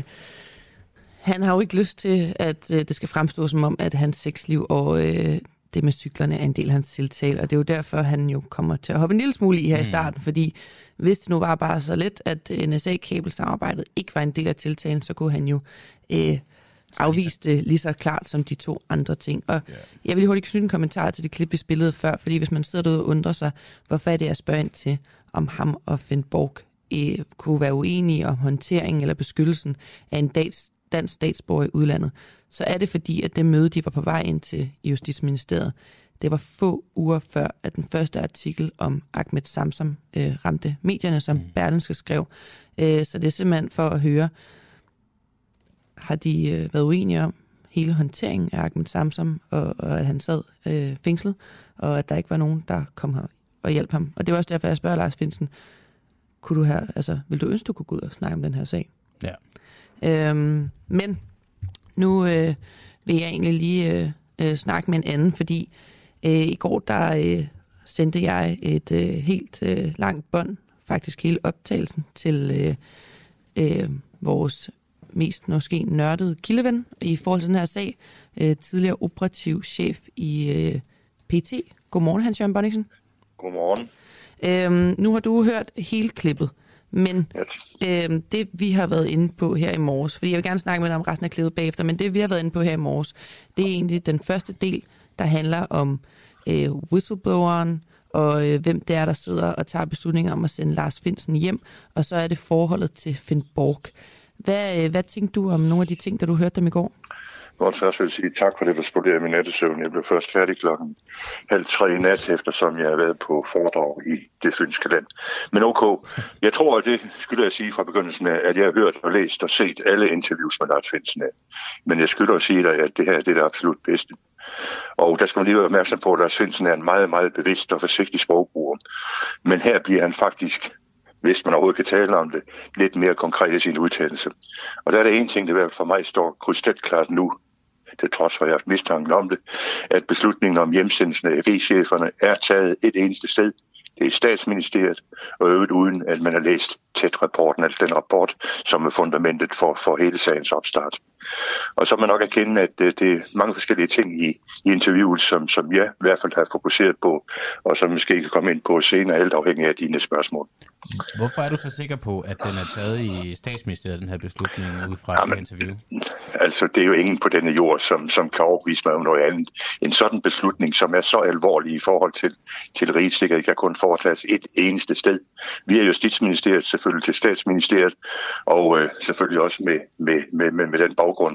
han har jo ikke lyst til, at øh, det skal fremstå som om, at hans sexliv og øh, det med cyklerne er en del af hans tiltale, og det er jo derfor, han jo kommer til at hoppe en lille smule i her mm. i starten, fordi hvis det nu var bare så let, at N S A-kabelsamarbejdet ikke var en del af tiltalen, så kunne han jo øh, afvise det lige så klart som de to andre ting. Og yeah. jeg vil lige hurtigt knytte en kommentar til det klip, vi spillede før, fordi hvis man sidder derude og undrer sig, hvorfor er det, jeg spørger ind til, om ham og Finn Borch øh, kunne være uenige om håndteringen eller beskyttelsen af en dansk dansk statsborger i udlandet, så er det fordi, at det møde, de var på vej ind til i Justitsministeriet, det var få uger før, at den første artikel om Ahmed Samsam øh, ramte medierne, som Berlingske skrev. Øh, så det er simpelthen for at høre, har de øh, været uenige om hele håndteringen af Ahmed Samsam, og, og at han sad øh, fængslet, og at der ikke var nogen, der kom her og hjalp ham. Og det var også derfor, jeg spørger Lars Findsen, kunne du her, altså, vil du ønske, du kunne gå ud og snakke om den her sag? Ja. Øhm, men nu øh, vil jeg egentlig lige øh, øh, snakke med en anden, fordi øh, i går der øh, sendte jeg et øh, helt øh, langt bånd, faktisk hele optagelsen, til øh, øh, vores mest måske nørdede kildeven i forhold til den her sag, øh, tidligere operativ chef i øh, P T. Godmorgen, Hans Jørgen Bonniksen. Godmorgen. Øhm, nu har du hørt hele klippet. Men øh, det, vi har været inde på her i morges, fordi jeg vil gerne snakke med dig om resten af klippet bagefter, men det, vi har været inde på her i morges, det er egentlig den første del, der handler om øh, whistlebloweren, og øh, hvem det er, der sidder og tager beslutninger om at sende Lars Findsen hjem, og så er det forholdet til Finn Borch. Hvad, øh, hvad tænkte du om nogle af de ting, da du hørte dem i går? Godt først vil jeg sige tak for det, der spolerer min nattesøvn. Jeg blev først færdig klokken halv tre i nat, eftersom jeg har været på foredrag i det fynske land. Men ok, jeg tror, at det skylder jeg sige fra begyndelsen af, at jeg har hørt og læst og set alle interviews med Lars Findsen af. Men jeg skylder at sige dig, at det her det er det absolut bedste. Og der skal man lige være opmærksom på, at Lars Findsen er en meget, meget bevidst og forsigtig sprogbruger. Men her bliver han faktisk, hvis man overhovedet kan tale om det, lidt mere konkret i sin udtalelse. Og der er der en ting, der i hvert fald for mig står krystalklart nu, til trods for, at jeg har haft mistanken om det, at beslutningen om hjemsendelsen af F E-cheferne er taget et eneste sted. Det er Statsministeriet, og øvrigt uden, at man har læst tæt rapporten, altså den rapport, som er fundamentet for, for hele sagens opstart. Og så må man nok erkende, at det, det er mange forskellige ting i, i interviewet, som, som jeg i hvert fald har fokuseret på, og som måske kan komme ind på senere, alt afhængig af dine spørgsmål. Hvorfor er du så sikker på, at den er taget i Statsministeriet, den her beslutning, ud fra Jamen, det interview? Altså, det er jo ingen på denne jord, som, som kan overbevise mig om noget andet. En sådan beslutning, som er så alvorlig i forhold til, til rigets sikkerhed, kan kun foretages et eneste sted. Vi er Justitsministeriet, selvfølgelig til Statsministeriet, og øh, selvfølgelig også med, med, med, med, med den baggrund, som,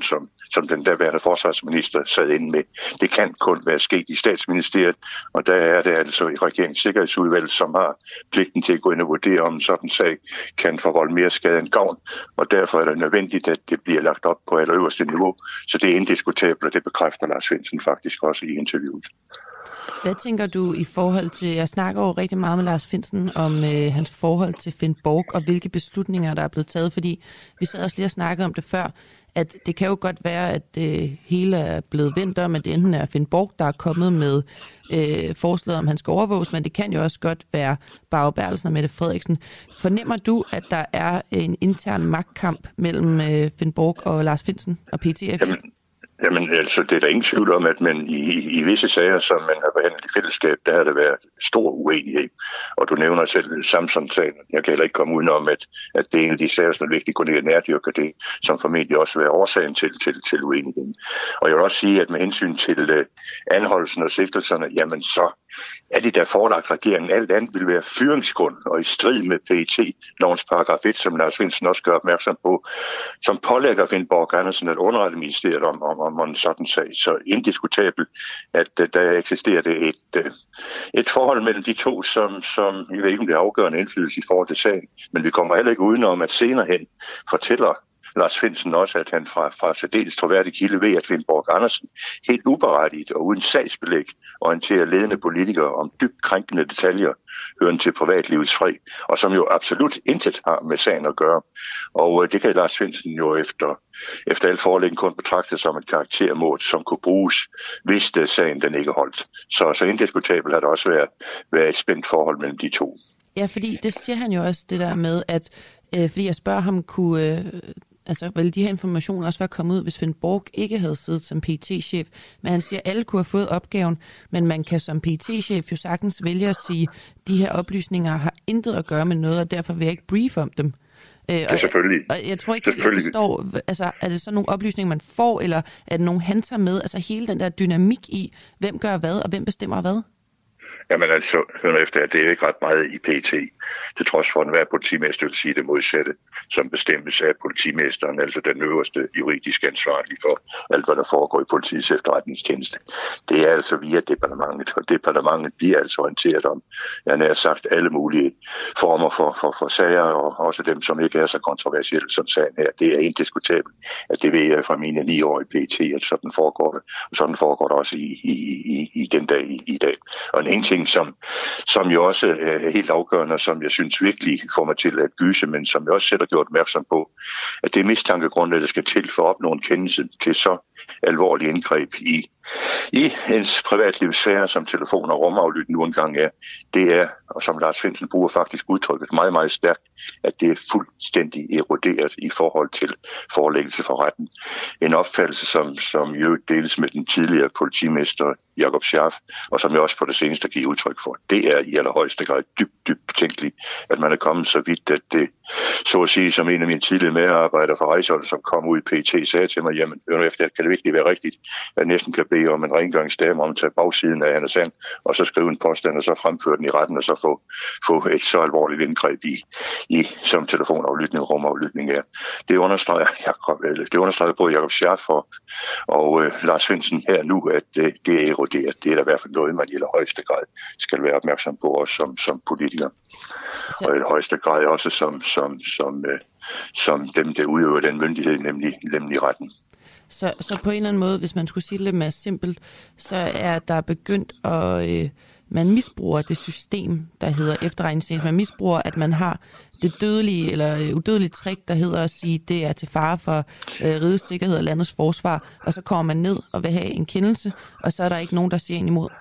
som den daværende forsvarsminister sad inde med. Det kan kun være sket i statsministeriet, og der er det altså i regeringens sikkerhedsudvalg, som har pligten til at gå ind og vurdere, om en sådan sag kan forvolde mere skade end gavn, og derfor er det nødvendigt, at det bliver lagt op på allerøverste niveau. Så det er indiskutabelt, og det bekræfter Lars Findsen faktisk også i interviewet. Hvad tænker du i forhold til, jeg snakker jo rigtig meget med Lars Findsen om øh, hans forhold til Finn Borch og hvilke beslutninger, der er blevet taget, fordi vi sad også lige og snakkede om det før, at det kan jo godt være, at det hele er blevet vendt om, at det enten er Finn Borch, der er kommet med øh, forslaget om, han skal overvåges, men det kan jo også godt være Barbara Bertelsen og Mette Frederiksen. Fornemmer du, at der er en intern magtkamp mellem øh, Finn Borch og Lars Findsen og P T F? Jamen. Jamen altså, det er der ingen tvivl om, at man i, i visse sager, som man har behandlet i fællesskab, der har der været stor uenighed. Og du nævner selv Samson-sagen. Jeg kan heller ikke komme udenom, at, at det er en af de sager, som er vigtigt at gå ned og nærdyrke det, som formentlig også vil være årsagen til, til, til uenigheden. Og jeg vil også sige, at med hensyn til uh, anholdelsen og sigtelserne, jamen så er det der forelagt regeringen. Alt andet vil være fyringsgrund og i strid med P E T-lovens paragraf et, som Lars Findsen også gør opmærksom på, som pålægger Finn Borch Andersen at underrette ministeriet om, om, om en sådan sag. Så indiskutabelt, at uh, der eksisterer det et, uh, et forhold mellem de to, som, som jeg ved ikke, om det er afgørende indflydelse i forhold til sagen, men vi kommer heller ikke udenom, at senere hen fortæller Lars Findsen også, at han fra, fra særdeles troværdig kilde ved, at Finn Borch Andersen helt uberettiget og uden sagsbelæg orienterer ledende politikere om dybt krænkende detaljer, hørende til privatlivets fred, og som jo absolut intet har med sagen at gøre. Og øh, det kan Lars Findsen jo efter, efter alt forelæggen kun betragte som et karaktermål, som kunne bruges, hvis det, sagen den ikke holdt. Så, så indiskutabelt har det også været, været et spændt forhold mellem de to. Ja, fordi det siger han jo også, det der med, at øh, fordi jeg spørger ham, kunne... Øh, Altså, vil de her informationer også være kommet ud, hvis Finn Borch ikke havde siddet som P E T-chef? Men han siger, at alle kunne have fået opgaven, men man kan som P E T-chef jo sagtens vælge at sige, at de her oplysninger har intet at gøre med noget, og derfor vil jeg ikke briefe om dem. Det er selvfølgelig. Og jeg tror ikke, jeg forstår, altså, er det så nogle oplysninger, man får, eller er det nogle, han tager med? Altså hele den der dynamik i, hvem gør hvad, og hvem bestemmer hvad? Jamen altså, hør efter, at det er ikke ret meget i P E T, til trods for, at enhver politimester vil sige det modsatte, som bestemmes af politimesteren, altså den øverste juridiske ansvarlige for alt, hvad der foregår i politiets efterretningstjeneste. Det er altså via departementet, og departementet bliver altså orienteret om, jeg har sagt, alle mulige former for, for, for sager, og også dem, som ikke er så kontroversielle som sagen her. Det er indiskutabelt, at det ved jeg fra mine ni år i P E T, at sådan foregår det, og sådan foregår det også i, i, i, i den dag i, i dag. Og en ting, som, som jo også er helt afgørende, og som jeg synes virkelig får mig til at gyse, men som jeg også selv har gjort opmærksom på, at det er mistankegrundlag, der skal til for at opnå en kendelse til så alvorlig indgreb i, i ens privatlivssfære, som telefon- og rumaflytning nu engang er. Det er, og som Lars Findsen bruger faktisk udtrykket meget, meget stærkt, at det er fuldstændig eroderet i forhold til forelæggelse for retten. En opfattelse, som, som jo deles med den tidligere politimester Jakob Scharf, og som jeg også på det seneste giver udtryk for. Det er i allerhøjeste grad dybt, dybt betænkeligt, at man er kommet så vidt, at det, så at sige, som en af mine tidligere medarbejdere fra Rejseholdet, som kom ud i P E T, sagde til mig, jamen, efter, kan det virkelig være rigtigt, at jeg næsten kan bede om en rengøringsdame om at tage bagsiden af Anders Sand, og så skrive en påstand, og så fremføre den i retten, og så få, få et så alvorligt indgreb i, i som telefonaflytning og rumaflytning er. Det understreger, Jacob, det understreger både Jakob Scharf og, og øh, Lars Findsen her nu, at øh, det er eroderet. Det er da i hvert fald noget, man i højeste grad skal være opmærksom på os som, som politikere. Så... Og i højeste grad også som, som, som, øh, som dem, der udøver den myndighed, nemlig, nemlig retten. Så, så på en eller anden måde, hvis man skulle sige det lidt mere simpelt, så er der begyndt at... Øh, man misbruger det system, der hedder efterretningstjeneste. Man misbruger, at man har det dødelige eller udødelige trick, der hedder at sige, det er til fare for øh, rigets sikkerhed og landets forsvar, og så kommer man ned og vil have en kendelse, og så er der ikke nogen, der siger en imod.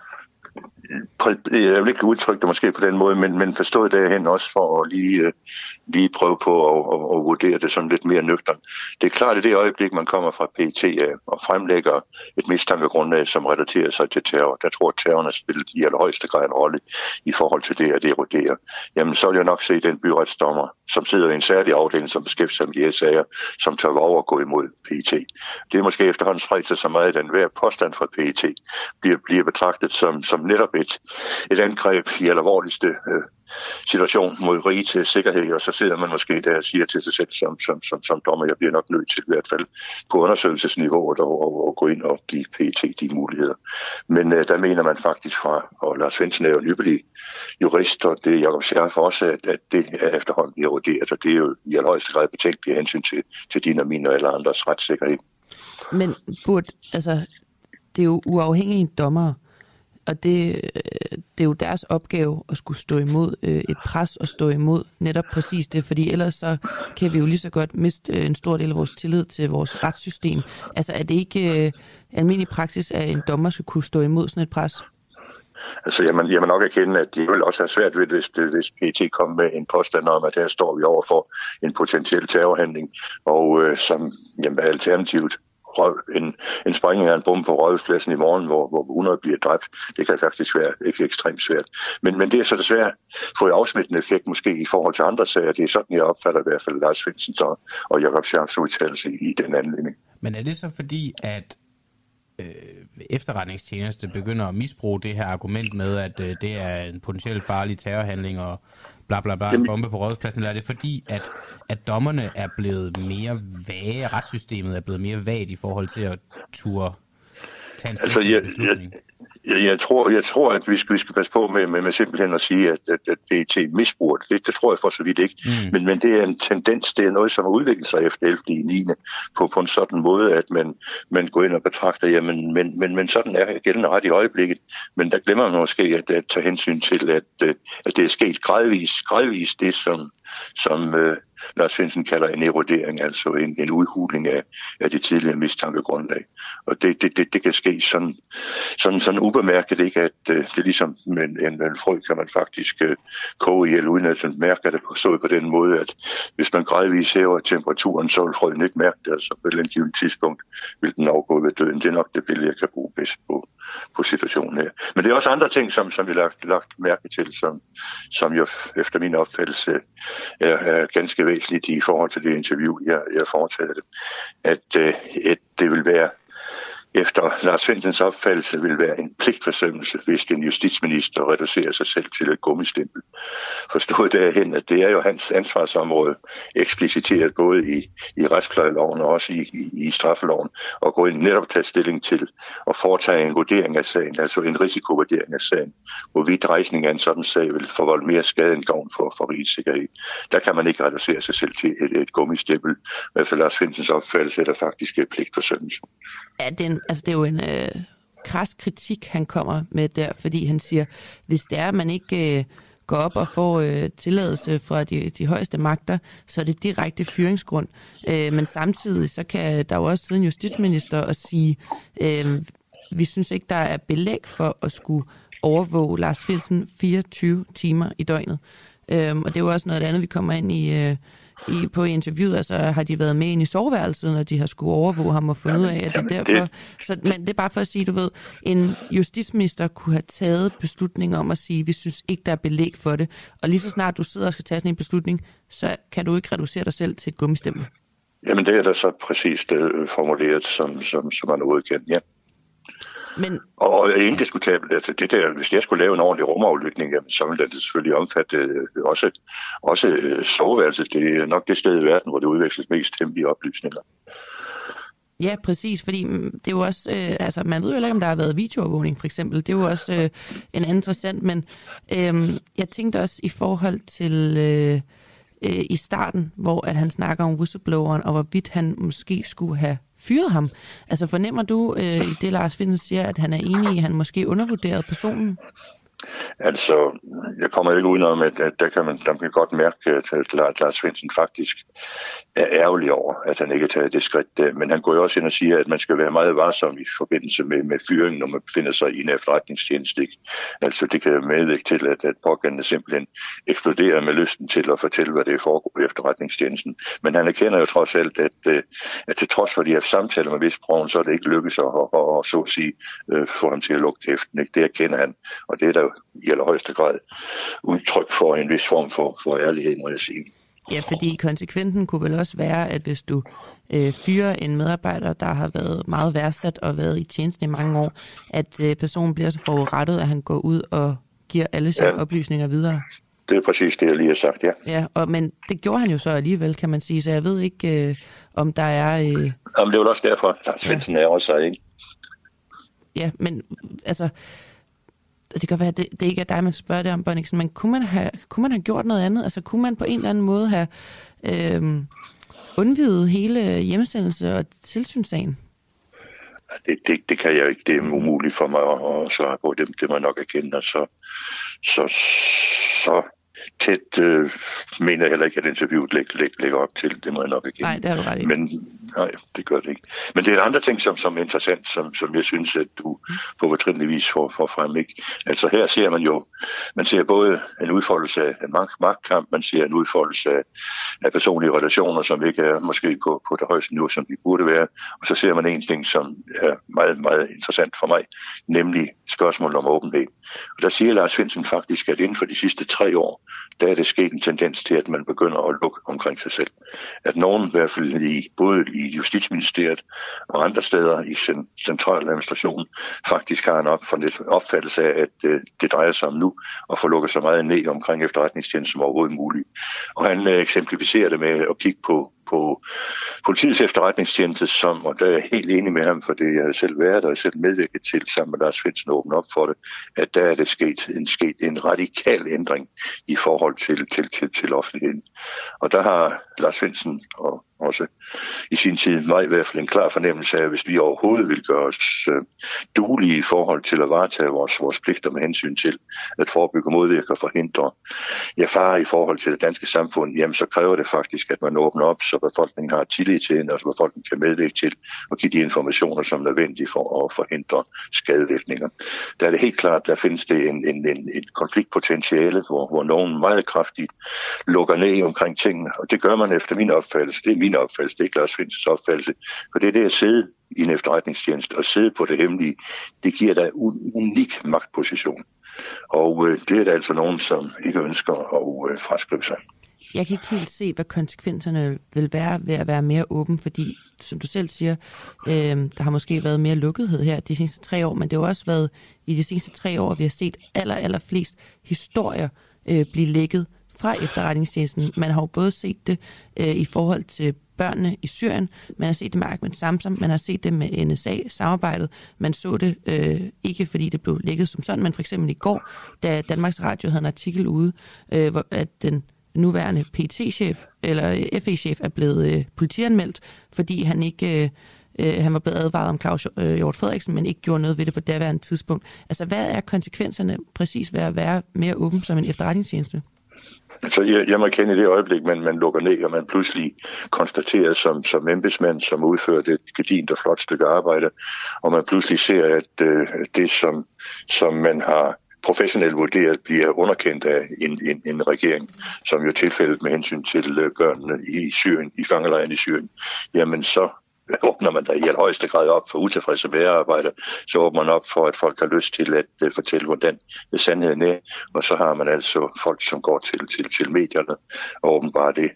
Jeg vil ikke udtrykke det måske på den måde, men, men forstået derhen også for at lige, lige prøve på at, at, at vurdere det sådan lidt mere nøgternt. Det er klart, at det øjeblik, man kommer fra P E T af og fremlægger et mistankegrundlag, som relaterer sig til terror, der tror, at terroren har spillet i allerhøjeste grad en rolle i forhold til det, at det eroderer. Jamen, så vil jeg nok se den byretsdommer, som sidder i en særlig afdeling, som beskæftiger sig med de her sager, som tør over at gå imod P E T. Det er måske efterhånden spredt sig så meget, at enhver påstand fra P E T bliver, bliver betragtet som, som netop et et angreb i alvorligste øh, situation mod rigets sikkerhed, og så sidder man måske der og siger til sig selv som, som, som, som dommer, jeg bliver nok nødt til i hvert fald på undersøgelsesniveauet og, og, og gå ind og give P E T de muligheder. Men øh, der mener man faktisk fra, og Lars Findsen er jo en ypperlig jurist, og det er Jacob Scharf også, at, at det er efterhånden bliver vurderet, og det er jo i allerhøjeste grad betænkeligt hensyn til, til din og min og alle andres retssikkerhed. Men burde, altså, det er jo uafhængige dommere, og det, det er jo deres opgave at skulle stå imod øh, et pres og stå imod netop præcis det, fordi ellers så kan vi jo lige så godt miste øh, en stor del af vores tillid til vores retssystem. Altså er det ikke øh, almindelig praksis, at en dommer skal kunne stå imod sådan et pres? Altså, jeg må, jeg må nok erkende, at det vil også have svært ved, hvis, det, hvis P E T kom med en påstand om, at her står vi over for en potentiel terrorhandling, og øh, som jamen, alternativet en, en sprængning af en bombe på Rådhuspladsen i morgen, hvor, hvor hundrede bliver dræbt. Det kan faktisk være ikke ekstremt svært. Men, men det er så desværre fået afsmittende effekt måske i forhold til andre sager. Det er sådan, jeg opfatter i hvert fald Lars Findsens og, og Jacob Scharfs udtalelse i, i den anledning. Men er det så fordi, at øh, efterretningstjeneste begynder at misbruge det her argument med, at øh, det er en potentielt farlig terrorhandling og bla bla bla, en bombe på Rådhuspladsen, eller er det fordi, at, at dommerne er blevet mere vage, retssystemet er blevet mere vagt i forhold til at turde tage en altså, jeg, beslutning? Jeg, jeg, tror, jeg tror, at vi skal, vi skal passe på med, med, med simpelthen at sige, at, at, at P E T misbruger det. Det tror jeg for så vidt ikke. Mm. Men, men det er en tendens, det er noget, som har udviklet sig efter ellevte niende på, på en sådan måde, at man, man går ind og betragter, jamen, men, men, men sådan er gældende ret i øjeblikket. Men der glemmer man måske at, at tage hensyn til, at, at det er sket gradvis, gradvis det, som, som uh, Lars Findsen kalder en erodering, altså en, en udhuling af, af det tidligere mistankegrundlag. Og det, det, det, det kan ske sådan, sådan, sådan ubemærket, ikke, at uh, det er ligesom en, en, en frø, kan man faktisk uh, koge ihjel, uden at man mærker det på, på den måde, at hvis man gradvis hæver temperaturen, så vil frøen ikke mærke det, altså på et eller andet givet tidspunkt vil den afgå ved døden. Det er nok det billede, jeg kan bruge bedst på, på situationen her. Men det er også andre ting, som, som vi har lagt, lagt mærke til, som, som jo efter min opfattelse er, er ganske væsentligt i forhold til det interview, jeg, jeg foretalte det. At, at det vil være, efter Lars Findsens opfattelse, vil være en pligtforsømmelse, hvis en justitsminister reducerer sig selv til et gummistempel. Forstået derhen, at det er jo hans ansvarsområde, ekspliciteret både i, i retsplejeloven og også i, i, i straffeloven, og gå ind netop tage stilling til at foretage en vurdering af sagen, altså en risikovurdering af sagen, hvorvidt rejsning af en sådan sag vil forvolde mere skade end gavn for, for rigets sikkerhed. Der kan man ikke reducere sig selv til et, et gummistempel. I hvert fald Lars Findsens opfattelse er der faktisk et pligtforsømmelse. Ja, det er, en, altså det er jo en øh, kras kritik, han kommer med der, fordi han siger, hvis det er, at man ikke øh, går op og får øh, tilladelse fra de, de højeste magter, så er det direkte fyringsgrund. Øh, men samtidig så kan der jo også sidde en justitsminister og sige, øh, vi synes ikke, der er belæg for at skulle overvåge Lars Findsen fireogtyve timer i døgnet. Øh, og det er jo også noget andet, vi kommer ind i... Øh, I, på interviewet, altså har de været med ind i soveværelset, når de har skulle overvåge ham og fundet ud af, at det er derfor. Så, men det er bare for at sige, du ved, en justitsminister kunne have taget beslutning om at sige, vi synes ikke, der er belæg for det. Og lige så snart du sidder og skal tage sådan en beslutning, så kan du ikke reducere dig selv til et gummistempel. Jamen det er da så præcist uh, formuleret, som, som, som man udkendt, ja. Men... Og indiskutabelt, altså det der, hvis jeg skulle lave en ordentlig rumaflytning, jamen, så ville det selvfølgelig omfatte øh, også, også øh, soveværelset. Det er nok det sted i verden, hvor det udveksles mest hemmelige oplysninger. Ja, præcis, fordi det er jo også, øh, altså man ved jo ikke, om der har været videoovervågning for eksempel. Det er jo også øh, en anden interessant, men øh, jeg tænkte også i forhold til... Øh, øh, i starten, hvor at han snakker om whistlebloweren, og hvorvidt han måske skulle have fyret ham. Altså fornemmer du øh, i det, Lars Findsen siger, at han er enig i, at han måske undervurderede personen? Altså, jeg kommer ikke udenom, at, at der, kan man, der kan godt mærke, at, at Lars Findsen faktisk er ærgerlig over, at han ikke har taget det skridt der. Men han går jo også ind og siger, at man skal være meget varsom i forbindelse med, med fyring, når man befinder sig i en efterretningstjeneste. Altså, det kan medvirke til, at, at pågældende simpelthen eksploderer med lysten til at fortælle, hvad det er foregår i efterretningstjenesten. Men han erkender jo trods alt, at, at til trods for de her samtaler med Vestbroen, så er det ikke lykkes at, at, at, at så at sige, få ham til at lukke kæften. Ikke? Det erkender han, og det er der i allerhøjeste grad udtryk for en vis form for, for ærlighed, må jeg sige. Ja, fordi konsekvensen kunne vel også være, at hvis du øh, fyrer en medarbejder, der har været meget værdsat og været i tjenesten i mange år, at øh, personen bliver så forurettet, at han går ud og giver alle sine Ja. oplysninger videre. Det er præcis det, jeg lige har sagt, ja. Ja, og, men det gjorde han jo så alligevel, kan man sige, så jeg ved ikke, øh, om der er... Øh... Jamen, det er jo også derfor, Lars Findsen ja. er også sig, ikke? Ja, men altså... Det kan være, at det, det ikke er dig, man spørger det om, Bonniksen, men kunne man, have, kunne man have gjort noget andet? Altså, kunne man på en eller anden måde have øh, undvidet hele hjemsendelse og tilsynssagen? Det, det, det kan jeg ikke. Det er umuligt for mig at, at svare på. Det, det må jeg nok erkende. Og så, så, så tæt øh, mener jeg heller ikke, at interviewet lægger læg, læg op til. Det må jeg nok erkende. Nej, det har du ret i. Men nej, det gør det ikke. Men det er andre ting, som, som er interessant, som, som jeg synes, at du på fortrinlig vis får, får frem. Ikke? Altså her ser man jo, man ser både en udfoldelse af en magt, magtkamp, man ser en udfoldelse af, af personlige relationer, som ikke er måske på, på det højeste niveau, som de burde være. Og så ser man en ting, som er meget, meget interessant for mig, nemlig spørgsmålet om åbenhed. Og der siger Lars Findsen faktisk, at inden for de sidste tre år, der er det sket en tendens til, at man begynder at lukke omkring sig selv. At nogen, i hvert fald i, både i Justitsministeriet og andre steder i centraladministrationen, faktisk har en opfattelse af, at øh, det drejer sig om nu at få lukket så meget ned omkring efterretningstjenesten som overhovedet muligt. Og han øh, eksemplificerer det med at kigge på på politiets efterretningstjeneste, som, og der er jeg helt enig med ham, for det jeg har selv været og selv medvirket til, sammen med Lars Findsen åbne op for det, at der er det sket en, sket en radikal ændring i forhold til, til, til, til offentligheden. Og der har Lars Findsen og også i sin tid mig i hvert fald en klar fornemmelse af, at hvis vi overhovedet vil gøre os øh, duelige i forhold til at varetage vores, vores pligter med hensyn til at forebygge, modvirke og forhindre ja, fare i forhold til det danske samfund, jamen så kræver det faktisk, at man åbner op, så befolkningen har tillid til hende, og så befolkningen kan medvirke til at give de informationer, som er nødvendige for at forhindre skadevirkninger. Der er det helt klart, der findes det en, en, en, en konfliktpotentiale, hvor, hvor nogen meget kraftigt lukker ned omkring tingene, og det gør man efter min opfattelse. Det er min opfattelse, det er ikke Lars Findsens opfattelse, for det er det at sidde i en efterretningstjeneste og sidde på det hemmelige, det giver dig en unik magtposition. Og øh, det er der altså nogen, som ikke ønsker at øh, fraskrive sig. Jeg kan ikke helt se, hvad konsekvenserne vil være ved at være mere åben, fordi, som du selv siger, øh, der har måske været mere lukkethed her de seneste tre år, men det har også været i de seneste tre år, vi har set aller, aller flest historier øh, blive lækket fra efterretningstjenesten. Man har jo både set det øh, i forhold til børnene i Syrien, man har set det med Ahmed Samsam, man har set det med N S A-samarbejdet, man så det øh, ikke fordi det blev lækket som sådan, men for eksempel i går, da Danmarks Radio havde en artikel ude, øh, hvor at den nuværende P E T-chef, eller F E-chef, er blevet øh, politianmeldt, fordi han ikke øh, øh, han var blevet advaret om Claus øh, Hjort Frederiksen, men ikke gjorde noget ved det på daværende tidspunkt. Altså, hvad er konsekvenserne præcis ved at være mere åben som en efterretningstjeneste? Altså, jeg, jeg må kende i det øjeblik, man, man lukker ned, og man pludselig konstaterer som, som embedsmand, som udfører det gedint og flot stykke arbejde, og man pludselig ser, at øh, det, som, som man har professionelt vurderet, bliver underkendt af en, en, en regering, som jo tilfældet med hensyn til øh, børnene i Syrien, i fangelejren i Syrien, jamen så åbner man der i højeste grad op for utilfredse medarbejdere, så åbner man op for, at folk har lyst til at uh, fortælle, hvordan sandheden er, og så har man altså folk, som går til, til, til medierne og åbenbart det.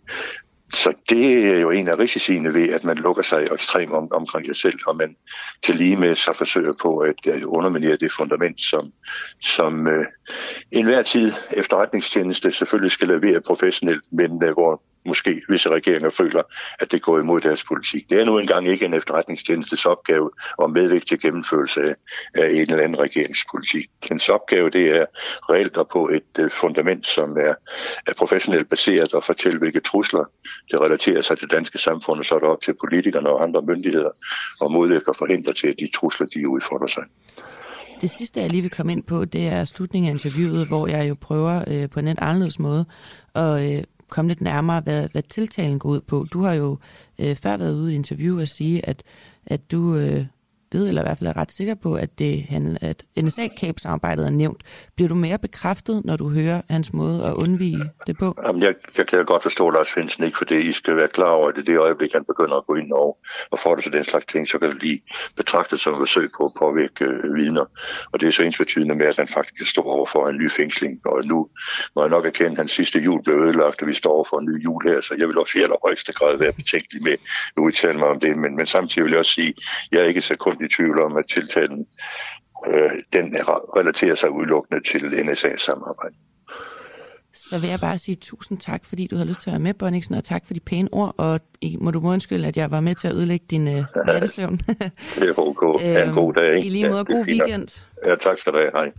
Så det er jo en af risiciene ved, at man lukker sig ekstremt om, omkring sig selv, og man til lige med så forsøger på at uh, underminere det fundament, som, som uh, enhver tid efterretningstjeneste selvfølgelig skal levere professionelt, men uh, hvor måske visse regeringer føler, at det går imod deres politik. Det er nu engang ikke en efterretningstjenestes opgave at medvirke til gennemførelse af, af en eller anden regeringspolitik. Dens opgave det er reelt og på et uh, fundament, som er, er professionelt baseret og fortælle, hvilke trusler det relaterer sig til det danske samfund, og så er det op til politikerne og andre myndigheder at modvirke og forhindre til, at de trusler, de udfordrer sig. Det sidste, jeg lige vil komme ind på, det er slutningen af interviewet, hvor jeg jo prøver øh, på en lidt anderledes måde at øh, komme lidt nærmere, hvad, hvad tiltalen går ud på. Du har jo øh, før været ude i interview og sige, at, at du øh, ved, eller i hvert fald er ret sikker på, at, det, at N S A-Cape-samarbejdet er nævnt. Bliver du mere bekræftet, når du hører hans måde at undvige det på? Jamen, jeg, jeg kan godt forstå Lars Findsen ikke, for det I skal være klar over, at det det øjeblik, han begynder at gå ind og, og få det til den slags ting, så kan det lige betragtes som et forsøg på at påvirke øh, vidner. Og det er så ensbetydende med, at han faktisk står over for en ny fængsling. Og nu må jeg nok erkende, at hans sidste jul blev ødelagt, og vi står over for en ny jul her, så jeg vil også i allerhøjeste grad være betænkelig med at udtale mig om det. Men, men samtidig vil jeg også sige, at jeg er ikke sekund i tvivl om, at tiltalen øh, den relaterer sig udelukkende til N S A-samarbejde. Så vil jeg bare sige tusind tak, fordi du havde lyst til at være med, Bonniksen, og tak for de pæne ord, og må du undskylde, at jeg var med til at ødelægge din uh, nattesøvn. Det er ok. Ha' en god dag. I lige måde, ja, god weekend. Ja, tak skal du have. Hej.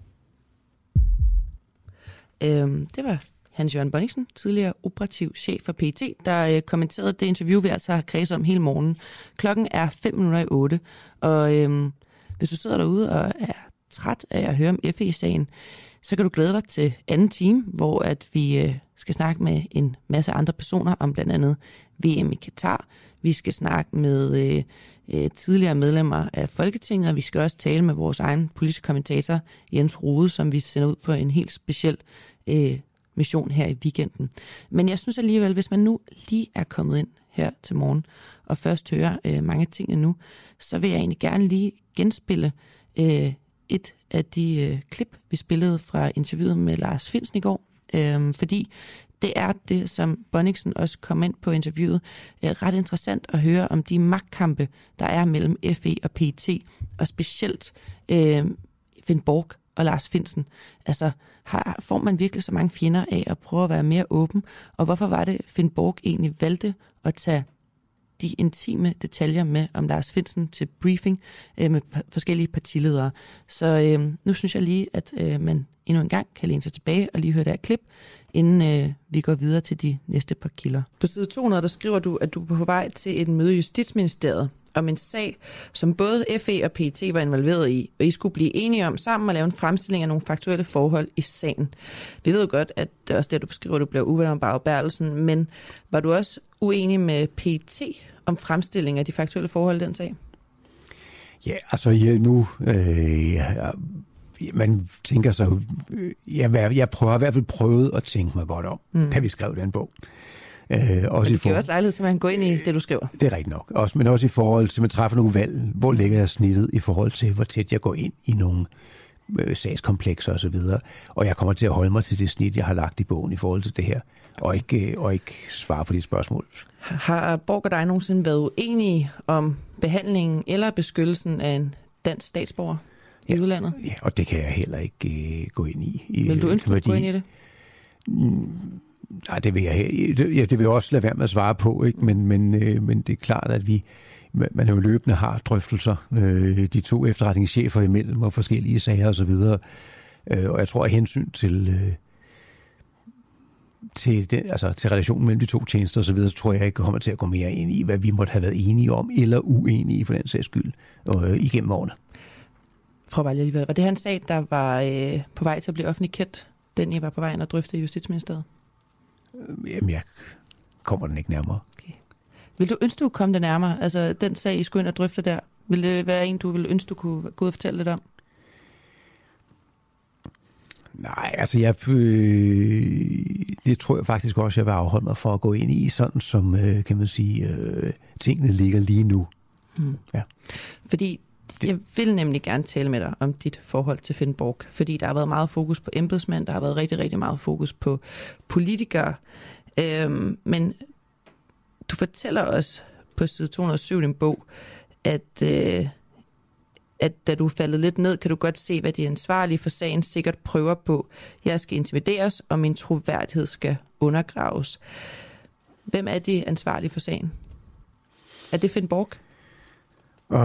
Øhm, det var Hans-Jørgen Bonniksen, tidligere operativ chef for P E T, der øh, kommenterede det interview, vi altså har kredset om hele morgenen. Klokken er fem minutter i otte, og øhm, hvis du sidder derude og er træt af at høre om F E-sagen, så kan du glæde dig til anden time, hvor at vi øh, skal snakke med en masse andre personer om blandt andet V M i Katar. Vi skal snakke med øh, øh, tidligere medlemmer af Folketinget, og vi skal også tale med vores egen politiske kommentator Jens Rode, som vi sender ud på en helt speciel øh, mission her i weekenden. Men jeg synes alligevel, hvis man nu lige er kommet ind her til morgen, og først hører øh, mange af tingene nu, så vil jeg egentlig gerne lige genspille øh, et af de øh, klip, vi spillede fra interviewet med Lars Findsen i går. Øh, fordi det er det, som Bonniksen også kom ind på interviewet, øh, ret interessant at høre om de magtkampe, der er mellem F E og P E T, og specielt øh, Finn Borch og Lars Findsen. Altså, har, får man virkelig så mange fjender af at prøve at være mere åben? Og hvorfor var det, Finn Borch egentlig valgte at tage de intime detaljer med om Lars Findsen til briefing øh, med p- forskellige partiledere? Så øh, nu synes jeg lige, at øh, man endnu en gang kan læne sig tilbage og lige høre det her klip, inden øh, vi går videre til de næste par kilder. På side to hundrede, der skriver du, at du er på vej til et møde i Justitsministeriet om en sag, som både F E og P E T var involveret i, og I skulle blive enige om sammen at lave en fremstilling af nogle faktuelle forhold i sagen. Vi ved jo godt, at det er også det, du beskriver, at du bliver uvenner om Barbara Bertelsen, men var du også uenig med P E T om fremstilling af de faktuelle forhold i den sag? Ja, altså ja, nu... Øh, jeg, man tænker så... Jeg, jeg prøver i hvert fald prøvet at tænke mig godt om, mm. da vi skrev den bog. Øh, også det giver også lejlighed til, at man går ind i det, du skriver. Det er rigtigt nok. Også, men også i forhold til, at man træffer nogle valg. Hvor ligger jeg snittet i forhold til, hvor tæt jeg går ind i nogle øh, sagskomplekser osv. Og, og jeg kommer til at holde mig til det snit, jeg har lagt i bogen i forhold til det her. Og ikke, og ikke svare på de spørgsmål. Har Borch og dig nogensinde været uenige om behandlingen eller beskyttelsen af en dansk statsborger i ja, udlandet? Ja, og det kan jeg heller ikke uh, gå ind i. Vil du ønske at gå ind i det? Mm, nej, det vil jeg, det, ja, det vil jeg også lade være med at svare på, ikke? Men, men, øh, men det er klart, at vi man jo løbende har drøftelser, øh, de to efterretningschefer imellem og forskellige sager osv. Øh, og jeg tror, at hensyn til... Øh, Til, den, altså, til relationen mellem de to tjenester og så videre, så tror jeg ikke kommer til at gå mere ind i, hvad vi måtte have været enige om, eller uenige for den sags skyld, og, øh, igennem årene. Prøv bare lige, var det her en sag, der var øh, på vej til at blive offentligt kendt, den I var på vej ind og drøfte i Justitsministeriet? Øh, jamen, jeg kommer den ikke nærmere. Okay. Vil du ønske, du kunne komme det nærmere? Altså, den sag, I skulle ind og drøfte der, vil det være en, du ville ønske, du kunne gå ud og fortælle lidt om? Nej, altså jeg, øh, det tror jeg faktisk også, jeg vil afholde mig for at gå ind i, sådan som, øh, kan man sige, øh, tingene ligger lige nu. Mm. Ja. Fordi jeg vil nemlig gerne tale med dig om dit forhold til Finn Borch, fordi der har været meget fokus på embedsmænd, der har været rigtig, rigtig meget fokus på politikere. Øhm, men du fortæller også på side to hundrede og syv i din bog, at... Øh, at da du er faldet lidt ned, kan du godt se, hvad de ansvarlige for sagen sikkert prøver på. Jeg skal intimideres, og min troværdighed skal undergraves. Hvem er de ansvarlige for sagen? Er det Finn Borch? Uh,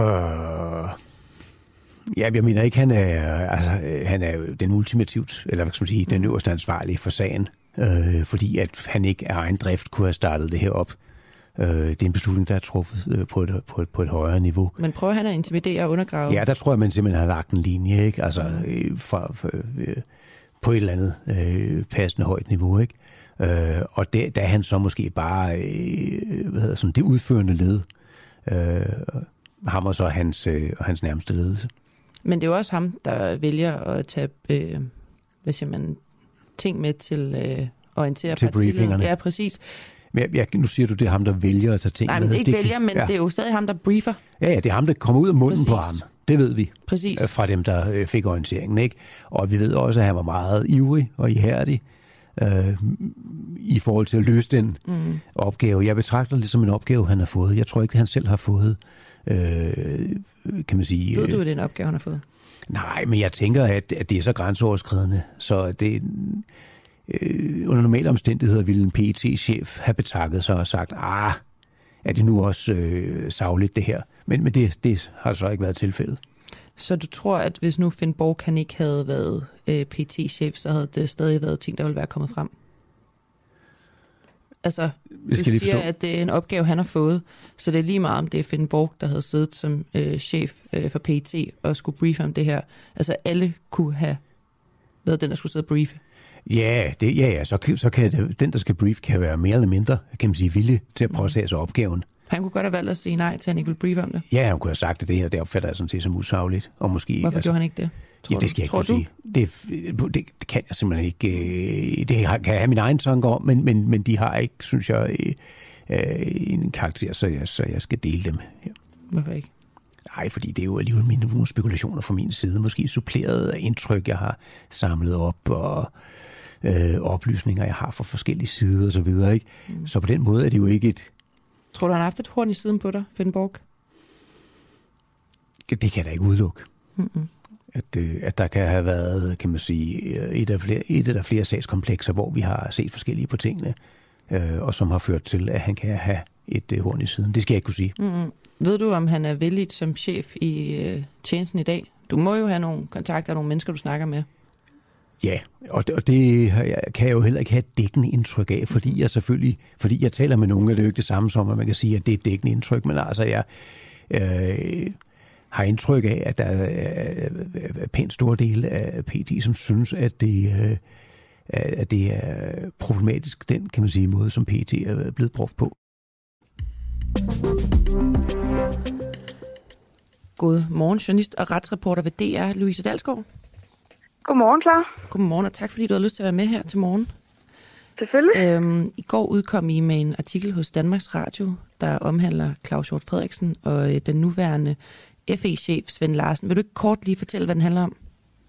ja, jeg mener ikke, han er, altså, han er jo den ultimativt, eller hvad skal man sige, den øverste ansvarlige for sagen, øh, fordi at han ikke af egen drift kunne have startet det her op. Det er en beslutning, der er truffet på et, på et, på et højere niveau. Men prøver han at intimidere og undergrave? Ja, der tror jeg, man simpelthen har lagt en linje, ikke? Altså mm. fra, fra, på et eller andet øh, passende højt niveau, ikke? Øh, og det, der er han så måske bare øh, hvad hedder, som det udførende led, øh, ham og så hans, øh, og hans nærmeste ledelse. Men det er jo også ham, der vælger at tage øh, hvad siger man, ting med til øh, orientere til briefingerne. Ja, præcis. Ja, ja, nu siger du, det er ham, der vælger at tage ting med. Nej, men ikke det vælger, men ja. Det er jo stadig ham, der briefer. Ja, ja, det er ham, der kommer ud af munden Præcis. På ham. Det ved vi. Præcis. Fra dem, der fik orienteringen, ikke? Og vi ved også, at han var meget ivrig og ihærdig øh, i forhold til at løse den mm. opgave. Jeg betragter det som en opgave, han har fået. Jeg tror ikke, han selv har fået, øh, kan man sige... Ved du, at det er en opgave, han har fået? Nej, men jeg tænker, at, at det er så grænseoverskridende, så det, øh, under normale omstændigheder ville en P E T-chef have betakket sig og sagt, ah, er det nu også øh, sagligt det her? Men, men det, det har så ikke været tilfældet. Så du tror, at hvis nu Finn Borch han ikke havde været øh, P E T-chef, så havde det stadig været ting, der ville være kommet frem? Altså, du siger, at det er en opgave, han har fået, så det er lige meget, om det er Finn Borch, der havde siddet som øh, chef øh, for P E T og skulle briefe om det her. Altså, alle kunne have været den, der skulle sidde og briefe. Ja, det, ja, ja. Så, så kan det, den, der skal brief, kan være mere eller mindre, kan man sige, villig til at påtage sig opgaven. Han kunne godt have valgt at sige nej til, at han ikke ville briefe om det. Ja, han kunne have sagt, at det her, det opfatter jeg sådan set som usagligt. Og måske, Hvorfor altså, gjorde han ikke det? Ja, det skal jeg ikke kunne sige. Det, det, det kan jeg simpelthen ikke. Det kan jeg have min egen tanker om, men, men, men de har ikke, synes jeg, en karakter, så jeg, så jeg skal dele dem. Ja. Hvorfor ikke? Nej, fordi det er jo alligevel mine spekulationer fra min side. Måske suppleret af indtryk, jeg har samlet op, og øh, oplysninger, jeg har fra forskellige sider osv. Ikke? Mm. Så på den måde er det jo ikke et... Tror du, han har haft et horn i siden på dig, Finn Borch? Det kan jeg da ikke udelukke. Mm-hmm. At, øh, at der kan have været, kan man sige, et af flere, et af flere sagskomplekser, hvor vi har set forskellige på tingene, øh, og som har ført til, at han kan have et øh, horn i siden. Det skal jeg ikke kunne sige. Mm-hmm. Ved du, om han er villigt som chef i øh, tjenesten i dag? Du må jo have nogle kontakter, nogle mennesker, du snakker med. Ja, og det, og det kan jeg jo heller ikke have et dækkende indtryk af, fordi jeg selvfølgelig, fordi jeg taler med nogen, er det jo ikke det samme som, at man kan sige, at det er et dækkende indtryk, men altså jeg øh, har indtryk af, at der er pænt store dele af P E T, som synes, at det, øh, at det er problematisk, den, kan man sige, måde, som P E T er blevet brugt på. God morgen, journalist og retsreporter ved D R, Louise Dalsgaard. Godmorgen, Clara. Godmorgen, og tak fordi du har lyst til at være med her til morgen. Selvfølgelig. Øhm, I går udkom I med en artikel hos Danmarks Radio, der omhandler Claus Hjort Frederiksen og øh, den nuværende F E-chef Svend Larsen. Vil du ikke kort lige fortælle, hvad den handler om?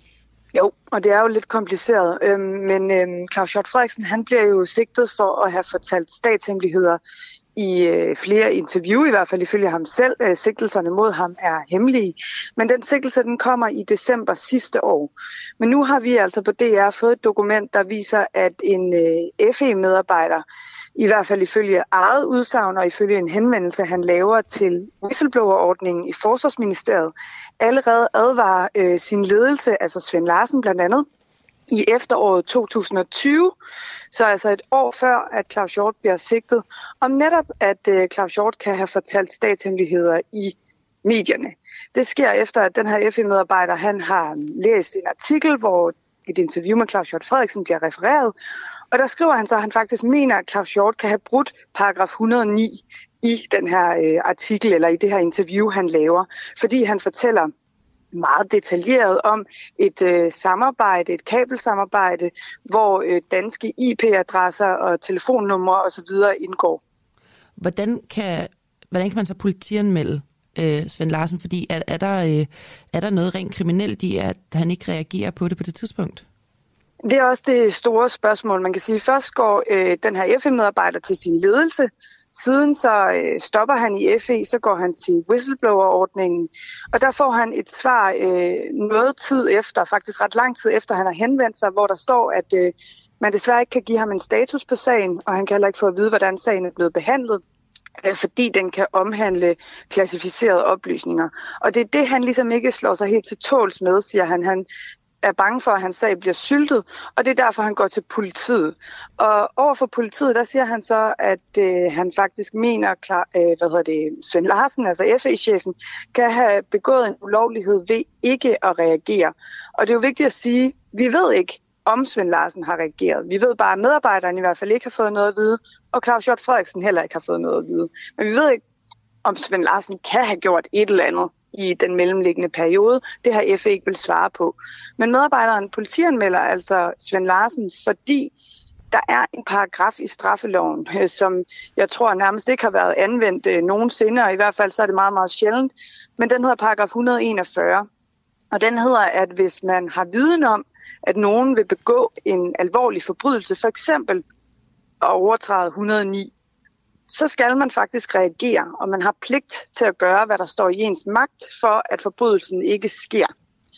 Jo, og det er jo lidt kompliceret, øhm, men øhm, Claus Hjort Frederiksen, han bliver jo sigtet for at have fortalt statshemmeligheder i øh, flere interview, i hvert fald ifølge ham selv. Øh, sigtelserne mod ham er hemmelige, men den sigtelse, den kommer i december sidste år. Men nu har vi altså på D R fået et dokument, der viser, at en øh, F E-medarbejder, i hvert fald ifølge eget udsagn og ifølge en henvendelse, han laver til whistleblower-ordningen i Forsvarsministeriet, allerede advarer øh, sin ledelse, altså Svend Larsen blandt andet, i efteråret to tusind og tyve, så altså et år før, at Claus Hjort bliver sigtet, om netop, at øh, Claus Hjort kan have fortalt statshemmeligheder i medierne. Det sker efter, at den her F E-medarbejder, han har læst en artikel, hvor et interview med Claus Hjort Frederiksen bliver refereret, og der skriver han så, at han faktisk mener, at Claus Hjort kan have brudt paragraf et hundrede og ni i den her øh, artikel, eller i det her interview, han laver, fordi han fortæller meget detaljeret om et øh, samarbejde, et kabelsamarbejde, hvor øh, danske I P-adresser og telefonnumre osv. indgår. Hvordan kan, hvordan kan man så politianmelde øh, Svend Larsen? Fordi er, er, der, øh, er der noget rent kriminelt i, at han ikke reagerer på det på det tidspunkt? Det er også det store spørgsmål. Man kan sige, at først går øh, den her F E-medarbejder til sin ledelse. Siden så øh, stopper han i F E, så går han til whistleblower-ordningen, og der får han et svar øh, noget tid efter, faktisk ret lang tid efter, han har henvendt sig, hvor der står, at øh, man desværre ikke kan give ham en status på sagen, og han kan heller ikke få at vide, hvordan sagen er blevet behandlet, øh, fordi den kan omhandle klassificerede oplysninger. Og det er det, han ligesom ikke slår sig helt til tåls med, siger han. Han er bange for, at hans sag bliver syltet, og det er derfor, han går til politiet. Og overfor politiet, der siger han så, at øh, han faktisk mener, klar, øh, hvad hedder det, Svend Larsen, altså F E-chefen, kan have begået en ulovlighed ved ikke at reagere. Og det er jo vigtigt at sige, vi ved ikke, om Svend Larsen har reageret. Vi ved bare, at medarbejderen i hvert fald ikke har fået noget at vide, og Claus Hjort Frederiksen heller ikke har fået noget at vide. Men vi ved ikke, om Svend Larsen kan have gjort et eller andet i den mellemliggende periode. Det har F E ikke vil svare på. Men medarbejderen politianmelder altså Svend Larsen, fordi der er en paragraf i straffeloven, som jeg tror nærmest ikke har været anvendt øh, nogensinde, og i hvert fald så er det meget, meget sjældent. Men den hedder paragraf et hundrede og enogfyrre, og den hedder, at hvis man har viden om, at nogen vil begå en alvorlig forbrydelse, for eksempel at overtræde et hundrede og ni, så skal man faktisk reagere, og man har pligt til at gøre, hvad der står i ens magt, for at forbrydelsen ikke sker.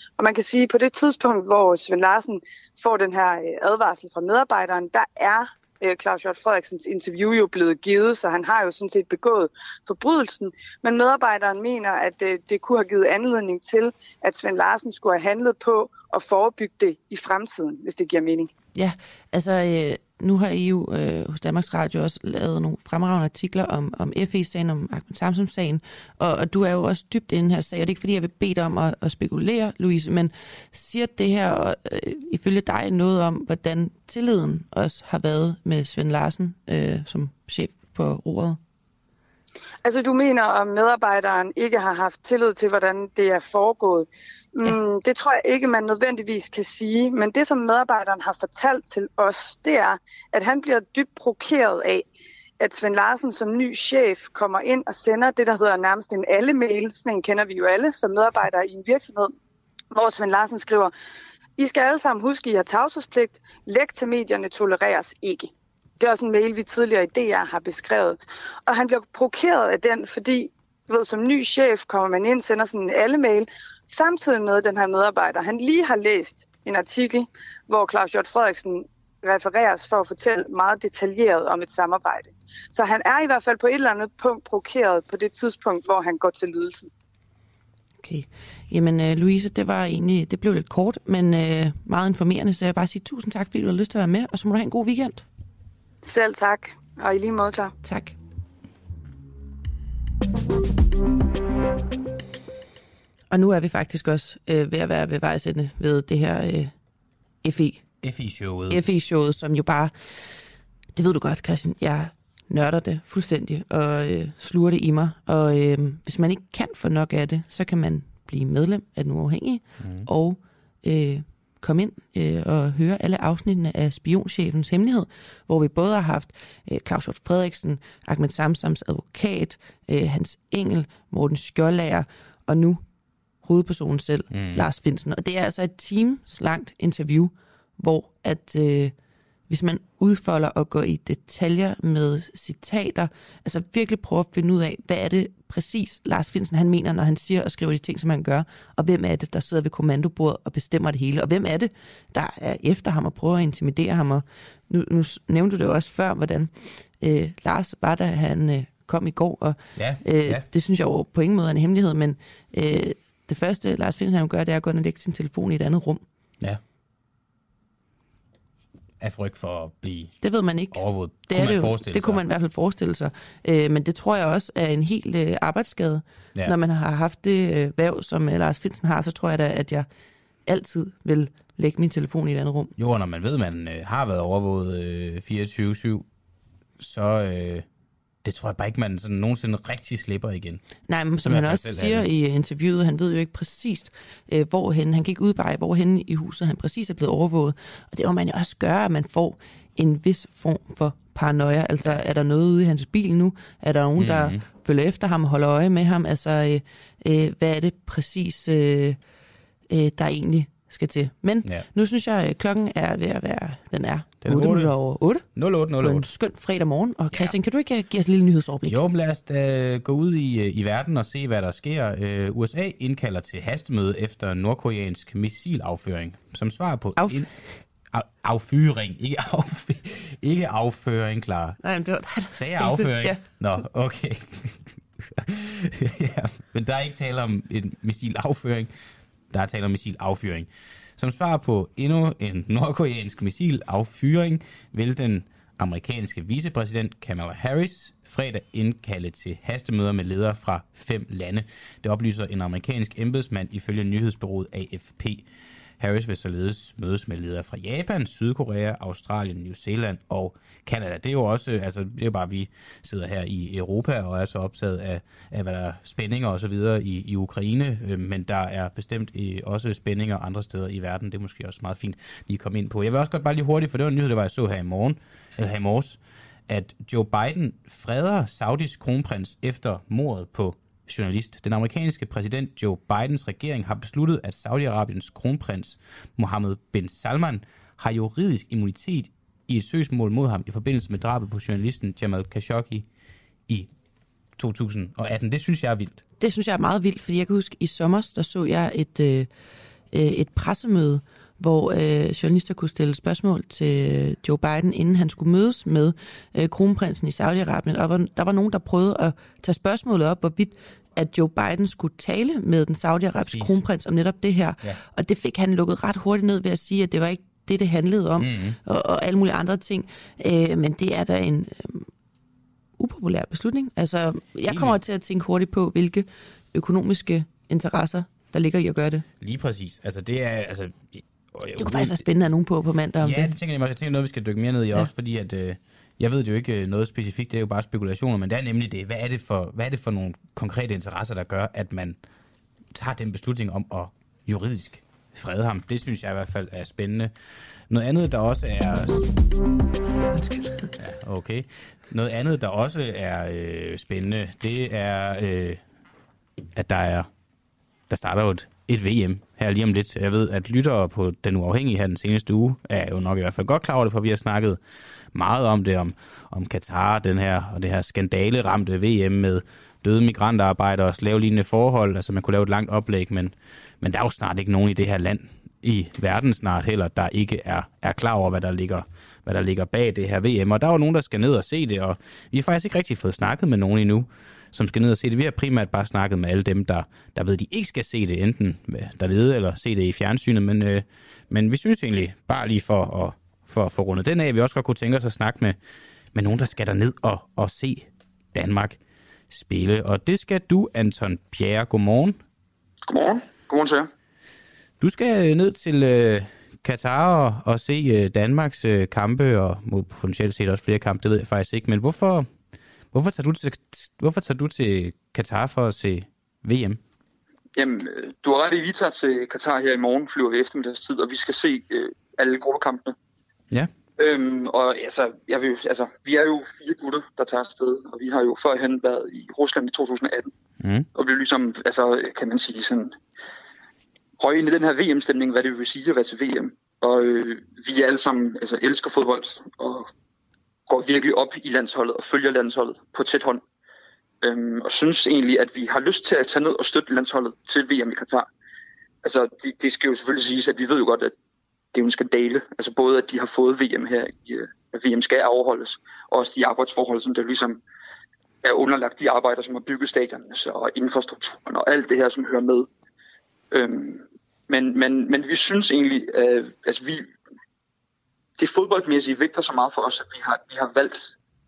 Og man kan sige, at på det tidspunkt, hvor Svend Larsen får den her advarsel fra medarbejderen, der er Claus Hjort Frederiksens interview jo blevet givet, så han har jo sådan set begået forbrydelsen. Men medarbejderen mener, at det, det kunne have givet anledning til, at Svend Larsen skulle have handlet på at forebygge det i fremtiden, hvis det giver mening. Ja, altså øh, nu har I jo øh, hos Danmarks Radio også lavet nogle fremragende artikler om, om F E-sagen, om Ahmed Samsam-sagen, og, og du er jo også dybt inde i den her sag, og det er ikke fordi, jeg vil bede dig om at, at spekulere, Louise, men siger det her øh, ifølge dig noget om, hvordan tilliden også har været med Svend Larsen øh, som chef på roret? Altså du mener, om medarbejderen ikke har haft tillid til, hvordan det er foregået. Ja. Mm, det tror jeg ikke, man nødvendigvis kan sige. Men det, som medarbejderen har fortalt til os, det er, at han bliver dybt provokeret af, at Svend Larsen som ny chef kommer ind og sender det, der hedder nærmest en alle-mail. Sådan en kender vi jo alle som medarbejdere i en virksomhed, hvor Svend Larsen skriver, I skal alle sammen huske, I har tavshedspligt. Læk til medierne tolereres ikke. Det er også en mail, vi tidligere i D R har beskrevet. Og han bliver provokeret af den, fordi ved, som ny chef kommer man ind, sender sådan en alle-mail, samtidig med den her medarbejder. Han lige har læst en artikel, hvor Claus Hjort Frederiksen refereres for at fortælle meget detaljeret om et samarbejde. Så han er i hvert fald på et eller andet punkt provokeret på det tidspunkt, hvor han går til ledelsen. Okay. Jamen, uh, Louise, det var egentlig, det blev lidt kort, men uh, meget informerende, så jeg vil bare sige tusind tak, fordi du har lyst til at være med, og så må du have en god weekend. Selv tak, og i lige måde klar. Tak. Og nu er vi faktisk også øh, ved at være ved vejsende ved det her øh, F E. F E-showet. F E-showet, som jo bare, det ved du godt, Christian, jeg nørder det fuldstændig og øh, sluger det i mig. Og øh, hvis man ikke kan få nok af det, så kan man blive medlem af Den Uafhængige mm. og øh, komme ind øh, og høre alle afsnittene af Spionchefens Hemmelighed, hvor vi både har haft øh, Claus Hjort Frederiksen, Ahmed Samsams advokat, øh, Hans Engel, Morten Skjoldager og nu hovedpersonen selv, mm. Lars Findsen. Og det er altså et times langt interview, hvor at øh, hvis man udfolder og går i detaljer med citater, altså virkelig prøver at finde ud af, hvad er det præcis Lars Findsen han mener, når han siger og skriver de ting, som han gør, og hvem er det, der sidder ved kommandobordet og bestemmer det hele, og hvem er det, der er efter ham og prøver at intimidere ham. Og nu, nu nævnte du det jo også før, hvordan øh, Lars var, da han øh, kom i går, og ja, øh, ja. det synes jeg jo på ingen måde er en hemmelighed, men øh, det første, Lars Findsen han gør, det er at gå ind og lægge sin telefon i et andet rum. Ja. Af frygt for at blive det ved man ikke. overvåget. Det, er det, jo. det kunne man i hvert fald forestille sig. Øh, men det tror jeg også er en helt øh, arbejdsskade. Ja. Når man har haft det øh, væv, som øh, Lars Findsen har, så tror jeg da, at jeg altid vil lægge min telefon i et andet rum. Jo, og når man ved, at man øh, har været overvåget øh, fireogtyve syv, så øh, det tror jeg bare ikke, man sådan nogensinde rigtig slipper igen. Nej, men som han også siger i interviewet, han ved jo ikke præcist, øh, hvorhen, han kan ikke udpege, hvorhen i huset han præcis er blevet overvåget. Og det må man jo også gøre, at man får en vis form for paranoia. Altså, er der noget ude i hans bil nu? Er der nogen, mm-hmm. der følger efter ham og holder øje med ham? Altså, øh, øh, hvad er det præcis, øh, øh, der egentlig skal til? Men ja. Nu synes jeg, at klokken er ved at være, den er otte minutter over otte. nul otte nul otte. På en skøn fredag morgen. Og Christian, ja. Kan du ikke give os et lille nyhedsoverblik? Jo, lad os uh, gå ud i, i verden og se, hvad der sker. Uh, U S A indkalder til hastemøde efter nordkoreansk missilafføring. Som svar på... Af... In... Af, affyring. Ikke, af, ikke afføring, klar. Nej, men det var dig, der sagde afføring. Ja. Nå, okay. Ja, men der er ikke tale om en missilafføring. Der er tale om missilafyring. Som svar på endnu en nordkoreansk missilafyring vil den amerikanske vicepræsident Kamala Harris fredag indkalde til hastemøder med ledere fra fem lande. Det oplyser en amerikansk embedsmand ifølge nyhedsbureauet A F P. Harris vil således mødes med ledere fra Japan, Sydkorea, Australien, New Zealand og Canada. Det er jo også, altså det er jo bare, at vi sidder her i Europa og er så optaget af, af hvad der er spændinger og så videre i, i Ukraine, men der er bestemt også spændinger andre steder i verden. Det er måske også meget fint lige at komme ind på. Jeg vil også godt bare lige hurtigt, for det var en nyhed, der var jeg så her i morgen, eller her i morges, at Joe Biden freder Saudis kronprins efter mordet på journalist. Den amerikanske præsident Joe Bidens regering har besluttet, at Saudi-Arabiens kronprins Mohammed bin Salman har juridisk immunitet i et søgsmål mod ham i forbindelse med drabet på journalisten Jamal Khashoggi i to tusind og atten. Det synes jeg er vildt. Det synes jeg er meget vildt, fordi jeg kan huske, i sommer, der så jeg et, øh, øh, et pressemøde, hvor øh, journalister kunne stille spørgsmål til Joe Biden, inden han skulle mødes med øh, kronprinsen i Saudi-Arabien. Og der var nogen, der prøvede at tage spørgsmålet op, hvorvidt at Joe Biden skulle tale med den saudiarabiske kronprins om netop det her. Ja. Og det fik han lukket ret hurtigt ned ved at sige, at det var ikke det, det handlede om, mm-hmm. og, og alle mulige andre ting. Øh, men det er da en øh, upopulær beslutning. Altså, jeg kommer til at tænke hurtigt på, hvilke økonomiske interesser, der ligger i at gøre det. Lige præcis. Altså, det er... Altså, det kunne faktisk være spændende at nogen på på mandag om ja, det. Ja, det tænker jeg også. Jeg tænker noget, vi skal dykke mere ned i ja. også, fordi at... Øh, jeg ved det jo ikke noget specifikt, det er jo bare spekulationer, men det er nemlig det. Hvad er det for, hvad er det for nogle konkrete interesser, der gør, at man tager den beslutning om at juridisk frede ham? Det synes jeg i hvert fald er spændende. Noget andet, der også er... Ja, okay. Noget andet, der også er øh, spændende, det er, øh, at der er... Der starter jo et, et V M her lige om lidt. Jeg ved, at lyttere på Den Uafhængige her den seneste uge er jo nok i hvert fald godt klar over det, for vi har snakket meget om det, om, om Katar, den her, og det her skandaleramte V M med døde migrantarbejdere og slavelignende forhold. Altså man kunne lave et langt oplæg, men, men der er jo snart ikke nogen i det her land, i verden snart heller, der ikke er, er klar over, hvad der ligger hvad der ligger bag det her V M. Og der er jo nogen, der skal ned og se det, og vi har faktisk ikke rigtig fået snakket med nogen endnu, som skal ned og se det. Vi har primært bare snakket med alle dem, der, der ved, de ikke skal se det, enten dernede eller se det i fjernsynet, men, øh, men vi synes egentlig, bare lige for at for, for rundet den af, vi også godt kunne tænke os at snakke med, med nogen, der skal derned og, og se Danmark spille. Og det skal du, Anton Pierre. Godmorgen. Godmorgen. Godmorgen til jer. Du skal ned til øh, Katar og, og se øh, Danmarks øh, kampe, og potentielt set også flere kampe, det ved jeg faktisk ikke, men hvorfor... Hvorfor tager, du til, hvorfor tager du til Katar for at se V M? Jamen, du har ret i, vi tager til Katar her i morgen, flyver vi eftermiddagstid, og vi skal se øh, alle gruppekampene. Ja. Øhm, og altså, jeg vil, altså, vi er jo fire gutter, der tager afsted, og vi har jo førhen været i Rusland i to tusind atten. Mm. Og blev ligesom, altså, kan man sige sådan, røg ind i den her V M-stemning, hvad det vil sige at være til V M. Og øh, vi alle sammen altså, elsker fodbold, og går virkelig op i landsholdet og følger landsholdet på tæt hånd. Øhm, og synes egentlig, at vi har lyst til at tage ned og støtte landsholdet til V M i Katar. Altså, det, det skal jo selvfølgelig siges, at vi ved jo godt, at det er jo en skandale. Altså både, at de har fået V M her, i, at V M skal overholdes, og også de arbejdsforhold, som der ligesom er underlagt de arbejder, som har bygget stadionerne og infrastrukturen og alt det her, som hører med. Øhm, men, men, men vi synes egentlig, at altså vi... Det fodboldmæssige vægter så meget for os, at vi har, vi har valgt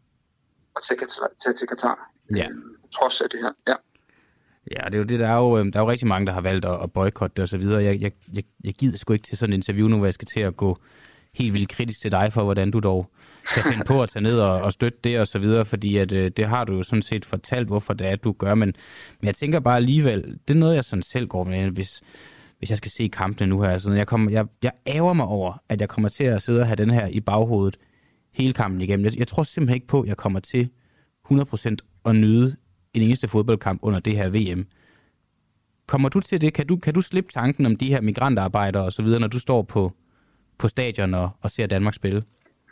at tage, tage til Katar. Ja. Øh, trods af det her. Ja. Ja, det er jo det, der er jo, der er jo rigtig mange, der har valgt at, at boykotte det og så videre. Jeg, jeg, jeg, jeg gider sgu ikke til sådan en interview nu, hvor jeg skal til at gå helt vildt kritisk til dig for, hvordan du dog kan finde på at tage ned og, og støtte det og så videre, fordi at, øh, det har du jo sådan set fortalt, hvorfor det er, du gør. Men, men jeg tænker bare alligevel, det er noget, jeg sådan selv går med, hvis... hvis jeg skal se kampene nu her. Altså, jeg, kommer, jeg, jeg ærger mig over, at jeg kommer til at sidde og have den her i baghovedet hele kampen igennem. Jeg, jeg tror simpelthen ikke på, at jeg kommer til hundrede procent at nyde en eneste fodboldkamp under det her V M. Kommer du til det? Kan du, kan du slippe tanken om de her migrantarbejdere og så videre, når du står på, på stadion og, og ser Danmark spille?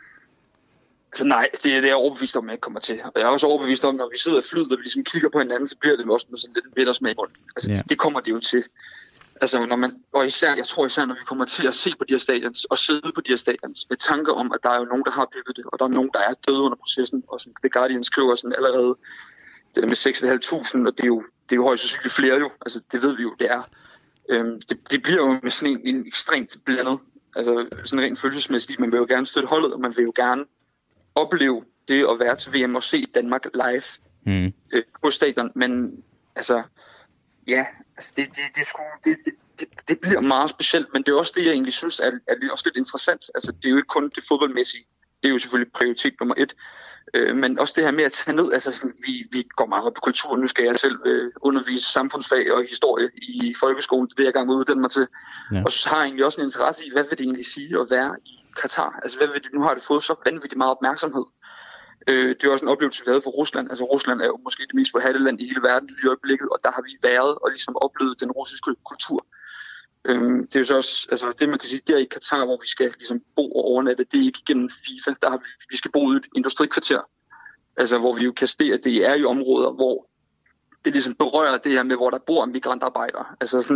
Altså nej, det, det er jeg overbevist om, at jeg ikke kommer til. Og jeg er også overbevist om, når vi sidder i flyet, og vi ligesom kigger på hinanden, så bliver det også med sådan lidt bittersmag i munden. Altså ja. det, det kommer det jo til. Altså, når man, og især, jeg tror især, når vi kommer til at se på de her stadions, og sidde på de her stadions, med tanker om, at der er jo nogen, der har bygget det, og der er nogen, der er døde under processen, og som The Guardian skriver sådan allerede, det der med seks tusind fem hundrede, og det er jo, det er jo højst sandsynligt flere jo, altså det ved vi jo, det er. Øhm, det, det bliver jo med sådan en, en ekstremt blandet, altså sådan rent følelsesmæssigt, man vil jo gerne støtte holdet, og man vil jo gerne opleve det at være til V M og se Danmark live mm. øh, på stadion, men altså... Ja, altså det, det, det, sku, det, det, det, det bliver meget specielt, men det er også det, jeg egentlig synes er, er også lidt interessant. Altså det er jo ikke kun det fodboldmæssige, det er jo selvfølgelig prioritet nummer et, øh, men også det her med at tage ned, altså sådan, vi, vi går meget op på kultur. Nu skal jeg selv øh, undervise samfundsfag og historie i folkeskolen, det er det, jeg er gang med at uddanne mig til. Ja. Og så har jeg egentlig også en interesse i, hvad vil det egentlig sige at være i Katar? Altså hvad vil det, nu har det fået så vanvittigt meget opmærksomhed. Det er også en oplevelse, vi havde for Rusland. Altså Rusland er jo måske det mest forhatte land i hele verden i øjeblikket, og der har vi været og ligesom oplevet den russiske kultur. Det er jo så også, altså det man kan sige, der i Katar, hvor vi skal ligesom bo og overnatte, det er ikke igennem FIFA. Der har vi, vi skal bo i et industrikvarter, altså hvor vi jo kan se, at det er i områder, hvor det ligesom berører det her med, hvor der bor migrantarbejdere. Altså sådan, så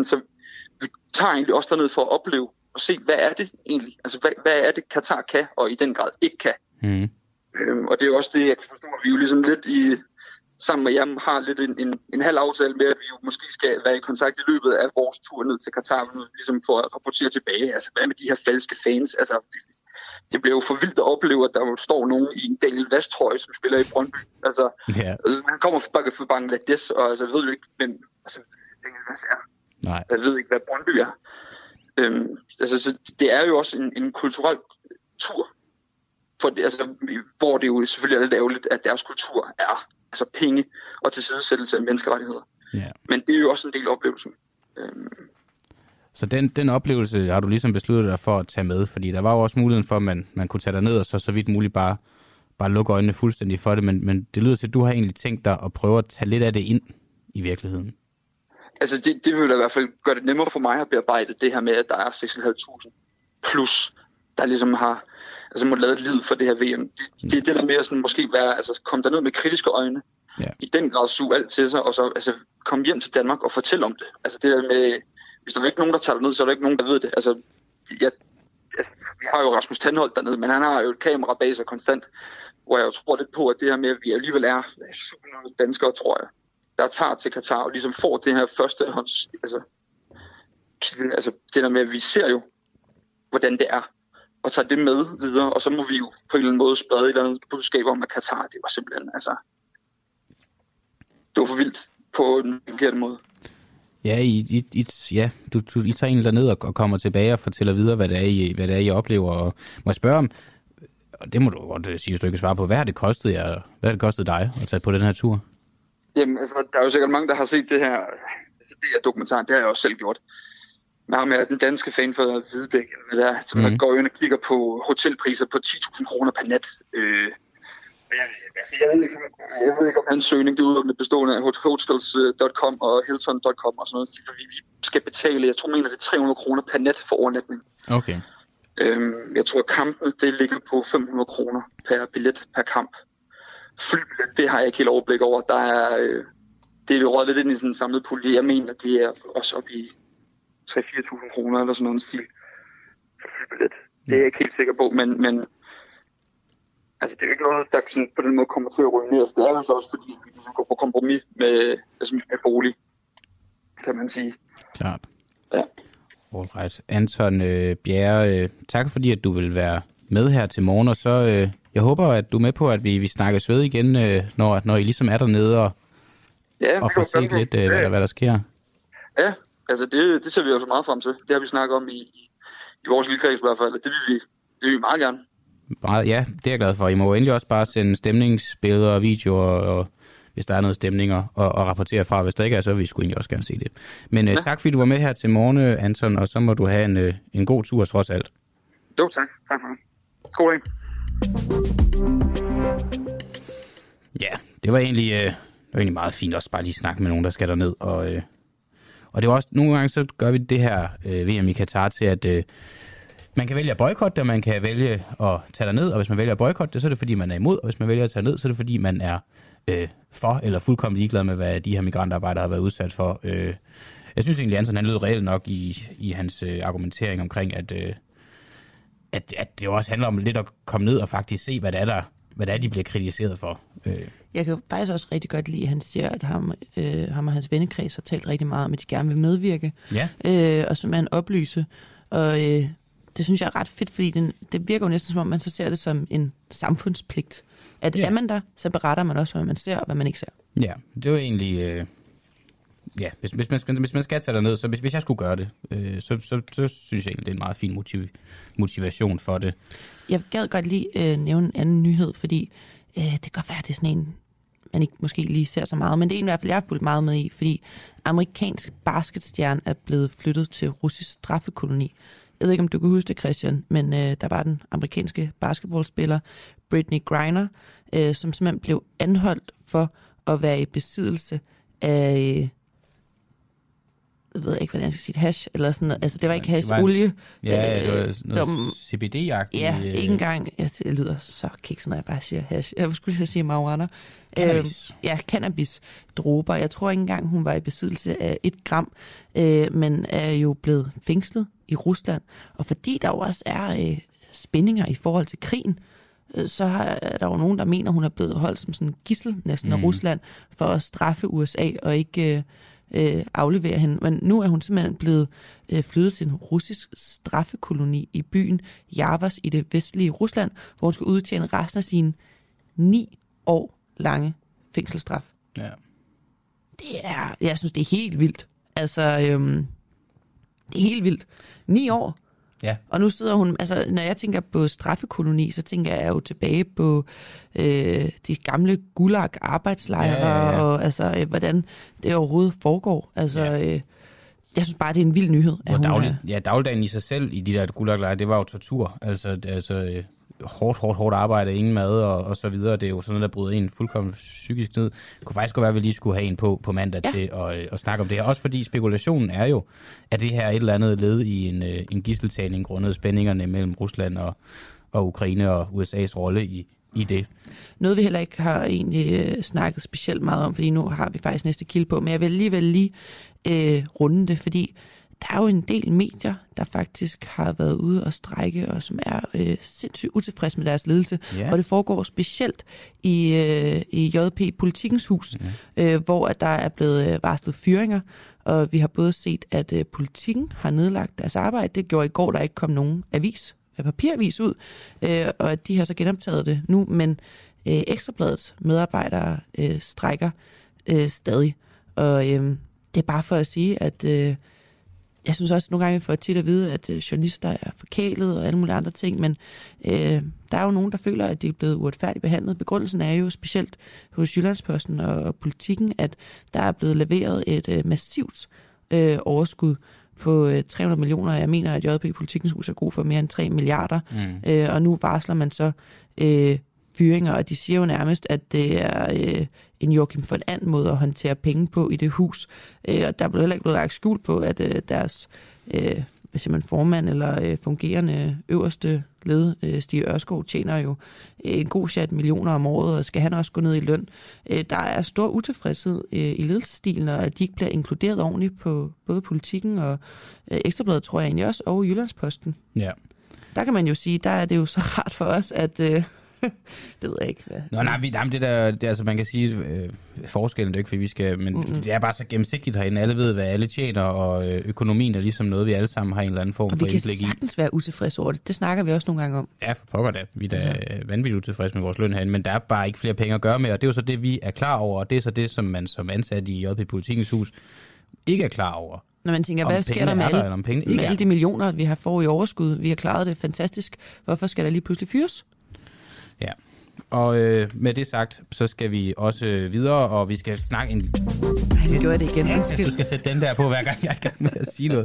vi tager egentlig også derned for at opleve og se, hvad er det egentlig? Altså, hvad, hvad er det, Katar kan, og i den grad ikke kan? Mm. Øhm, og det er jo også det, jeg kan forstå, at vi jo ligesom lidt i, sammen med jer har lidt en, en, en halv aftale med, at vi jo måske skal være i kontakt i løbet af vores tur ned til Katar, ligesom for at rapportere tilbage. Altså, hvad med de her falske fans? Altså, det, det bliver jo for vildt at opleve, at der jo står nogen i en Daniel Vest-trøje, som spiller i Brøndby. Altså, yeah. altså han kommer fra Bangladesh, og altså, jeg ved jo ikke, hvem altså, Daniel Vest er. Nej. Jeg ved ikke, hvad Brøndby er. Øhm, altså, så det er jo også en, en kulturel tur, for det, altså, hvor det jo selvfølgelig er lidt ærgerligt, at deres kultur er altså penge og tilsidesættelse af menneskerettigheder. Yeah. Men det er jo også en del af oplevelsen. Øhm. Så den, den oplevelse har du ligesom besluttet dig for at tage med, fordi der var jo også muligheden for, at man, man kunne tage derned og så så vidt muligt bare, bare lukke øjnene fuldstændig for det, men, men det lyder til, at du har egentlig tænkt dig at prøve at tage lidt af det ind i virkeligheden. Altså det, det vil da i hvert fald gøre det nemmere for mig at bearbejde det her med, at der er seks tusind fem hundrede plus, der ligesom har altså må lave et liv for det her V M. Det, det er det der med at sådan, måske være, altså komme derned med kritiske øjne, ja. I den grad suge alt til sig, og så altså, komme hjem til Danmark og fortælle om det. Altså det der med, hvis der er ikke nogen, der tager det ned, så er der ikke nogen, der ved det. Altså, jeg, altså vi har jo Rasmus Tandholt dernede, men han har jo et kamera bag sig konstant, hvor jeg jo tror lidt på, at det her med, at vi alligevel er syv hundrede danskere, tror jeg, der tager til Katar og ligesom får det her førstehånds, altså, altså det der med, at vi ser jo, hvordan det er, og tager det med videre, og så må vi jo på en eller anden måde sprede et eller andet budskab om, at Katar, det var simpelthen, altså, det var for vildt på en forkert måde. Ja, I, I, I, ja du, du, I tager egentlig derned og, og kommer tilbage og fortæller videre, hvad det er, I, hvad det er, I oplever. Og må jeg spørge om, og det må du godt sige, hvis du ikke kan svare på, hvad har det kostet jer, hvad har det kostet dig at tage på den her tur? Jamen, altså, der er jo sikkert mange, der har set det her, altså det her dokumentar, det har jeg også selv gjort. Med ham er den danske fan for Hvidebæk, eller hvad der, som mm. går ind og kigger på hotelpriser på ti tusind kroner per nat. Øh, jeg, altså, jeg, ved ikke, jeg ved ikke, om hans søgning det er udelukkende bestående af hotels punktum com og hilton punktum com og sådan noget. For vi skal betale, jeg tror, mener, det er tre hundrede kroner per nat for overnatning. Okay. Øhm, jeg tror, at kampen det ligger på fem hundrede kroner per billet per kamp. Flybillet, det har jeg ikke helt overblik over. Der er, øh, det er jo røget lidt ind i sådan en samlet pulje. Jeg mener, det er også op i tre til fire tusind kroner eller sådan noget stil for flybillet. Det er jeg ikke helt sikker på, men, men altså, det er jo ikke noget, der sådan, på den måde kommer til at ruinere. Det er altså også, fordi vi ligesom går på kompromis med, altså med bolig, kan man sige. Klart. Ja. Alright. Anton øh, Bjerre, øh, tak fordi, at du vil være med her til morgen, og så øh, jeg håber, at du er med på, at vi, vi snakkes ved igen, øh, når, når I ligesom er dernede og, ja, og får set lidt, øh, hvad, der, hvad der sker. Ja, altså det, det ser vi jo så meget frem til. Det har vi snakket om i, i, i vores lille kreds i hvert fald, det vil vi, det vil vi meget gerne. Meget, ja, det er jeg glad for. I må jo endelig også bare sende stemningsbilleder og videoer, og, hvis der er noget stemninger, og, og rapportere fra. Hvis der ikke er, så vil vi sgu egentlig også gerne se det. Men ja. uh, tak fordi du var med her til morgen, Anton, og så må du have en, uh, en god tur trods alt. Jo, tak. Tak for det. God dag. Ja, det var egentlig, uh, det var egentlig meget fint også bare lige snakke med nogen, der skal derned. Og, uh, og det var også, nogle gange så gør vi det her uh, V M i Katar til, at uh, man kan vælge at boykotte det, og man kan vælge at tage derned, og hvis man vælger at boykotte det, så er det fordi, man er imod, og hvis man vælger at tage ned, så er det fordi, man er øh, for eller fuldkommen ligeglad med, hvad de her migrantarbejdere har været udsat for. Øh, jeg synes egentlig, Anton han lød reelt nok i, i hans øh, argumentering omkring, at, øh, at, at det også handler om lidt at komme ned og faktisk se, hvad det er, der, hvad det er de bliver kritiseret for. Øh. Jeg kan faktisk også rigtig godt lide, at han siger, at ham, øh, ham og hans vennekreds har talt rigtig meget om, at de gerne vil medvirke, ja. øh, og som er en oplyse, og øh, det synes jeg er ret fedt, fordi den, det virker jo næsten som om, man så ser det som en samfundspligt. At yeah. er man der, så beretter man også, hvad man ser og hvad man ikke ser. Ja, det er jo egentlig... Øh, ja, hvis, hvis, man, hvis man skal tage derned, så hvis, hvis jeg skulle gøre det, øh, så, så, så synes jeg egentlig, det er en meget fin motiv, motivation for det. Jeg gad godt lige øh, nævne en anden nyhed, fordi øh, det kan godt være, at det er sådan en, man ikke måske lige ser så meget, men det er en i hvert fald, jeg har fulgt meget med i, fordi amerikansk basketstjerne er blevet flyttet til russisk straffekoloni. Jeg ved ikke, om du kan huske det, Christian, men øh, der var den amerikanske basketballspiller Brittney Griner, øh, som simpelthen blev anholdt for at være i besiddelse af jeg ved ikke, hvordan jeg skal sige det, hash, eller sådan noget. Altså, det var ikke hash, det var, olie. Ja, det var noget de, C B D-agtigt. Ja, ikke engang. Ja, det lyder så kikset, når jeg bare siger hash. Jeg skulle lige sige marijuana. Cannabis. Øh, ja, cannabis-dråber. Jeg tror ikke engang, hun var i besiddelse af et gram, øh, men er jo blevet fængslet i Rusland. Og fordi der jo også er øh, spændinger i forhold til krigen, øh, så er der jo nogen, der mener, hun er blevet holdt som sådan en gidsel næsten mm. af Rusland, for at straffe U S A og ikke øh, øh, aflevere hende. Men nu er hun simpelthen blevet øh, flyttet til en russisk straffekoloni i byen Javas i det vestlige Rusland, hvor hun skal udtjene resten af sine ni år lange fængselsstraf. Ja. Det er, jeg synes, det er helt vildt. Altså, øhm, det er helt vildt. Ni år. Ja. Og nu sidder hun, altså, når jeg tænker på straffekoloni, så tænker jeg jo tilbage på øh, de gamle gulag-arbejdslejre, ja, ja, ja. Og altså, øh, hvordan det overhovedet foregår. Altså, ja. øh, jeg synes bare, det er en vild nyhed. At hun daglig, er... Ja, dagligdagen i sig selv i de der gulag-lejre, det var jo tortur. Altså, altså øh, hårdt, hårdt, hårdt arbejde, ingen mad og, og så videre. Det er jo sådan noget, der bryder en fuldkommen psykisk ned. Det kunne faktisk godt være, at vi lige skulle have en på på mandag ja. til at, øh, at snakke om det her. Også fordi spekulationen er jo, at det her er et eller andet led i en, øh, en gidseltagning grundet spændingerne mellem Rusland og, og Ukraine og U S A's rolle i, i det. Noget vi heller ikke har egentlig øh, snakket specielt meget om, fordi nu har vi faktisk næste kilde på, men jeg vil alligevel lige øh, runde det, fordi der er jo en del medier, der faktisk har været ude og strejke, og som er øh, sindssygt utilfredse med deres ledelse. Yeah. Og det foregår specielt i, øh, i J P Politikens Hus, yeah. øh, hvor at der er blevet øh, varslet fyringer. Og vi har både set, at øh, Politiken har nedlagt deres arbejde. Det gjorde i går, der ikke kom nogen avis, papiravis ud, øh, og at de har så genoptaget det nu. Men øh, Ekstrabladets medarbejdere øh, strejker øh, stadig. Og øh, det er bare for at sige, at... Øh, Jeg synes også, at nogle gange vi får tit at vide, at øh, journalister er forkælet og alle mulige andre ting, men øh, der er jo nogen, der føler, at de er blevet uretfærdigt behandlet. Begrundelsen er jo specielt hos Jyllandsposten og, og Politikken, at der er blevet leveret et øh, massivt øh, overskud på øh, tre hundrede millioner. Jeg mener, at J P Politikens Hus er god for mere end tre milliarder, mm. øh, og nu varsler man så øh, fyringer, og de siger jo nærmest, at det er øh, en Joachim von And måde at håndtere penge på i det hus. Øh, og der er heller ikke blevet lagt skjul på, at øh, deres øh, hvis man formand eller øh, fungerende øverste led, øh, Stig Ørskov, tjener jo øh, en god chat millioner om året, og skal han også gå ned i løn. Øh, der er stor utilfredshed øh, i ledelsesstilen, og at de ikke bliver inkluderet ordentligt på både Politikken og øh, Ekstrabladet, tror jeg egentlig også, og Jyllandsposten. Ja. Der kan man jo sige, der er det jo så rart for os, at... Øh, det ved jeg ikke. Hvad. Nå, nej, vi, nej, det der, det, altså man kan sige, øh, forskellen, det er ikke, fordi vi skal, men mm-hmm. det er bare så gennemsigtigt herinde. Alle ved, hvad alle tjener, og øh, økonomien er ligesom noget, vi alle sammen har en eller anden form for indblik i. Og vi kan sagtens være utilfredse over det. Det snakker vi også nogle gange om. Ja, for pokker da. Vi er da altså. vanvittigt utilfredse med vores løn herinde, men der er bare ikke flere penge at gøre med, og det er jo så det, vi er klar over, og det er så det, som man som ansat i J P Politikens Hus ikke er klar over. Når man tænker, hvad sker der med, alle, der, med alle de millioner, vi har fået i overskud? Vi har klaret det fantastisk. Hvorfor skal der lige pludselig fyres? Ja, og øh, med det sagt, så skal vi også videre, og vi skal snakke en... Ej, nu gjorde jeg det igen. Ja, du skal sætte den der på, hver gang jeg er i gang med at sige noget.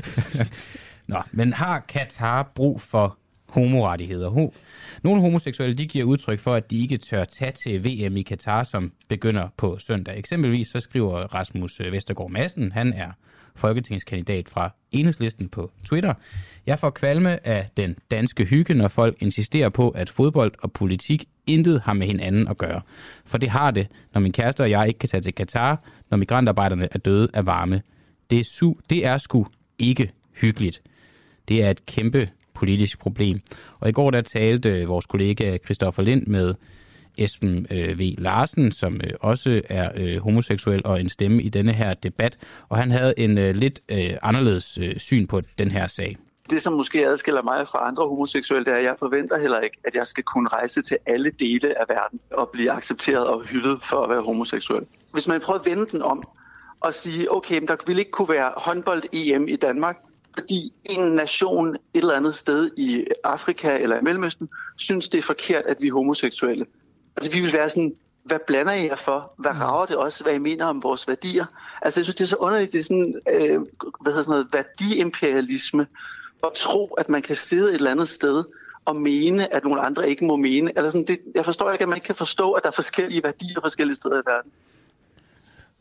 Nå, men har Katar brug for homorettigheder? Ho- Nogle homoseksuelle, de giver udtryk for, at de ikke tør tage til V M i Katar, som begynder på søndag. Eksempelvis så skriver Rasmus Vestergaard Madsen, han er folketingskandidat fra Enhedslisten på Twitter. Jeg får kvalme af den danske hygge, når folk insisterer på, at fodbold og politik intet har med hinanden at gøre. For det har det, når min kæreste og jeg ikke kan tage til Katar, når migrantarbejderne er døde af varme. Det er, su- det er sgu ikke hyggeligt. Det er et kæmpe politisk problem. Og i går der talte vores kollega Christoffer Lind med Esben øh, V. Larsen, som øh, også er øh, homoseksuel og en stemme i denne her debat, og han havde en øh, lidt øh, anderledes øh, syn på den her sag. Det, som måske adskiller mig fra andre homoseksuelle, det er, at jeg forventer heller ikke, at jeg skal kunne rejse til alle dele af verden og blive accepteret og hyldet for at være homoseksuel. Hvis man prøver at vende den om og sige, okay, men der vil ikke kunne være håndbold-E M i Danmark, fordi en nation et eller andet sted i Afrika eller i Mellemøsten synes, det er forkert, at vi er homoseksuelle. Altså, vi vil være sådan, hvad blander I jer for? Hvad rager det også, hvad I mener om vores værdier? Altså, jeg synes, det er så underligt, det er sådan, øh, hvad hedder sådan noget, værdiimperialisme, at tro, at man kan sidde et eller andet sted og mene, at nogle andre ikke må mene. Eller sådan, det, jeg forstår ikke, at man ikke kan forstå, at der er forskellige værdier forskellige steder i verden.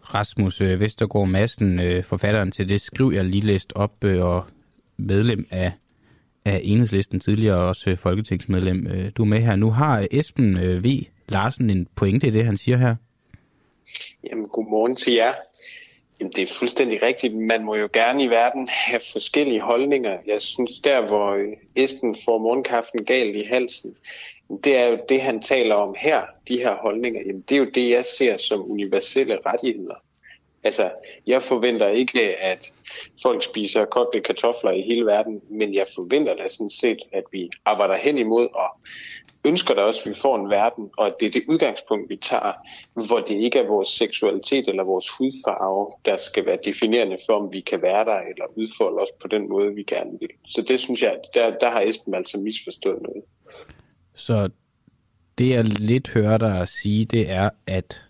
Rasmus Vestergaard Madsen, forfatteren til det skriv, jeg lige læste op, og medlem af, af Enhedslisten, tidligere også folketingsmedlem. Du er med her. Nu har Esben V. Larsen en pointe i det, han siger her. Jamen, godmorgen til jer. Jamen, det er fuldstændig rigtigt. Man må jo gerne i verden have forskellige holdninger. Jeg synes, der hvor Esben får morgenkaffen galt i halsen, det er jo det, han taler om her, de her holdninger. Jamen, det er jo det, jeg ser som universelle rettigheder. Altså, jeg forventer ikke, at folk spiser kogte kartofler i hele verden, men jeg forventer da sådan set, at vi arbejder hen imod og ønsker da også, at vi får en verden, og at det er det udgangspunkt, vi tager, hvor det ikke er vores seksualitet eller vores hudfarve, der skal være definerende for, om vi kan være der eller udfolde os på den måde, vi gerne vil. Så det synes jeg, der, der har Esben altså misforstået noget. Så det, jeg lidt hører dig sige, det er, at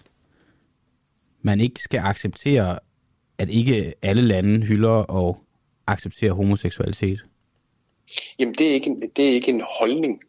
man ikke skal acceptere, at ikke alle lande hylder og accepterer homoseksualitet. Jamen, det er ikke en, det er ikke en holdning.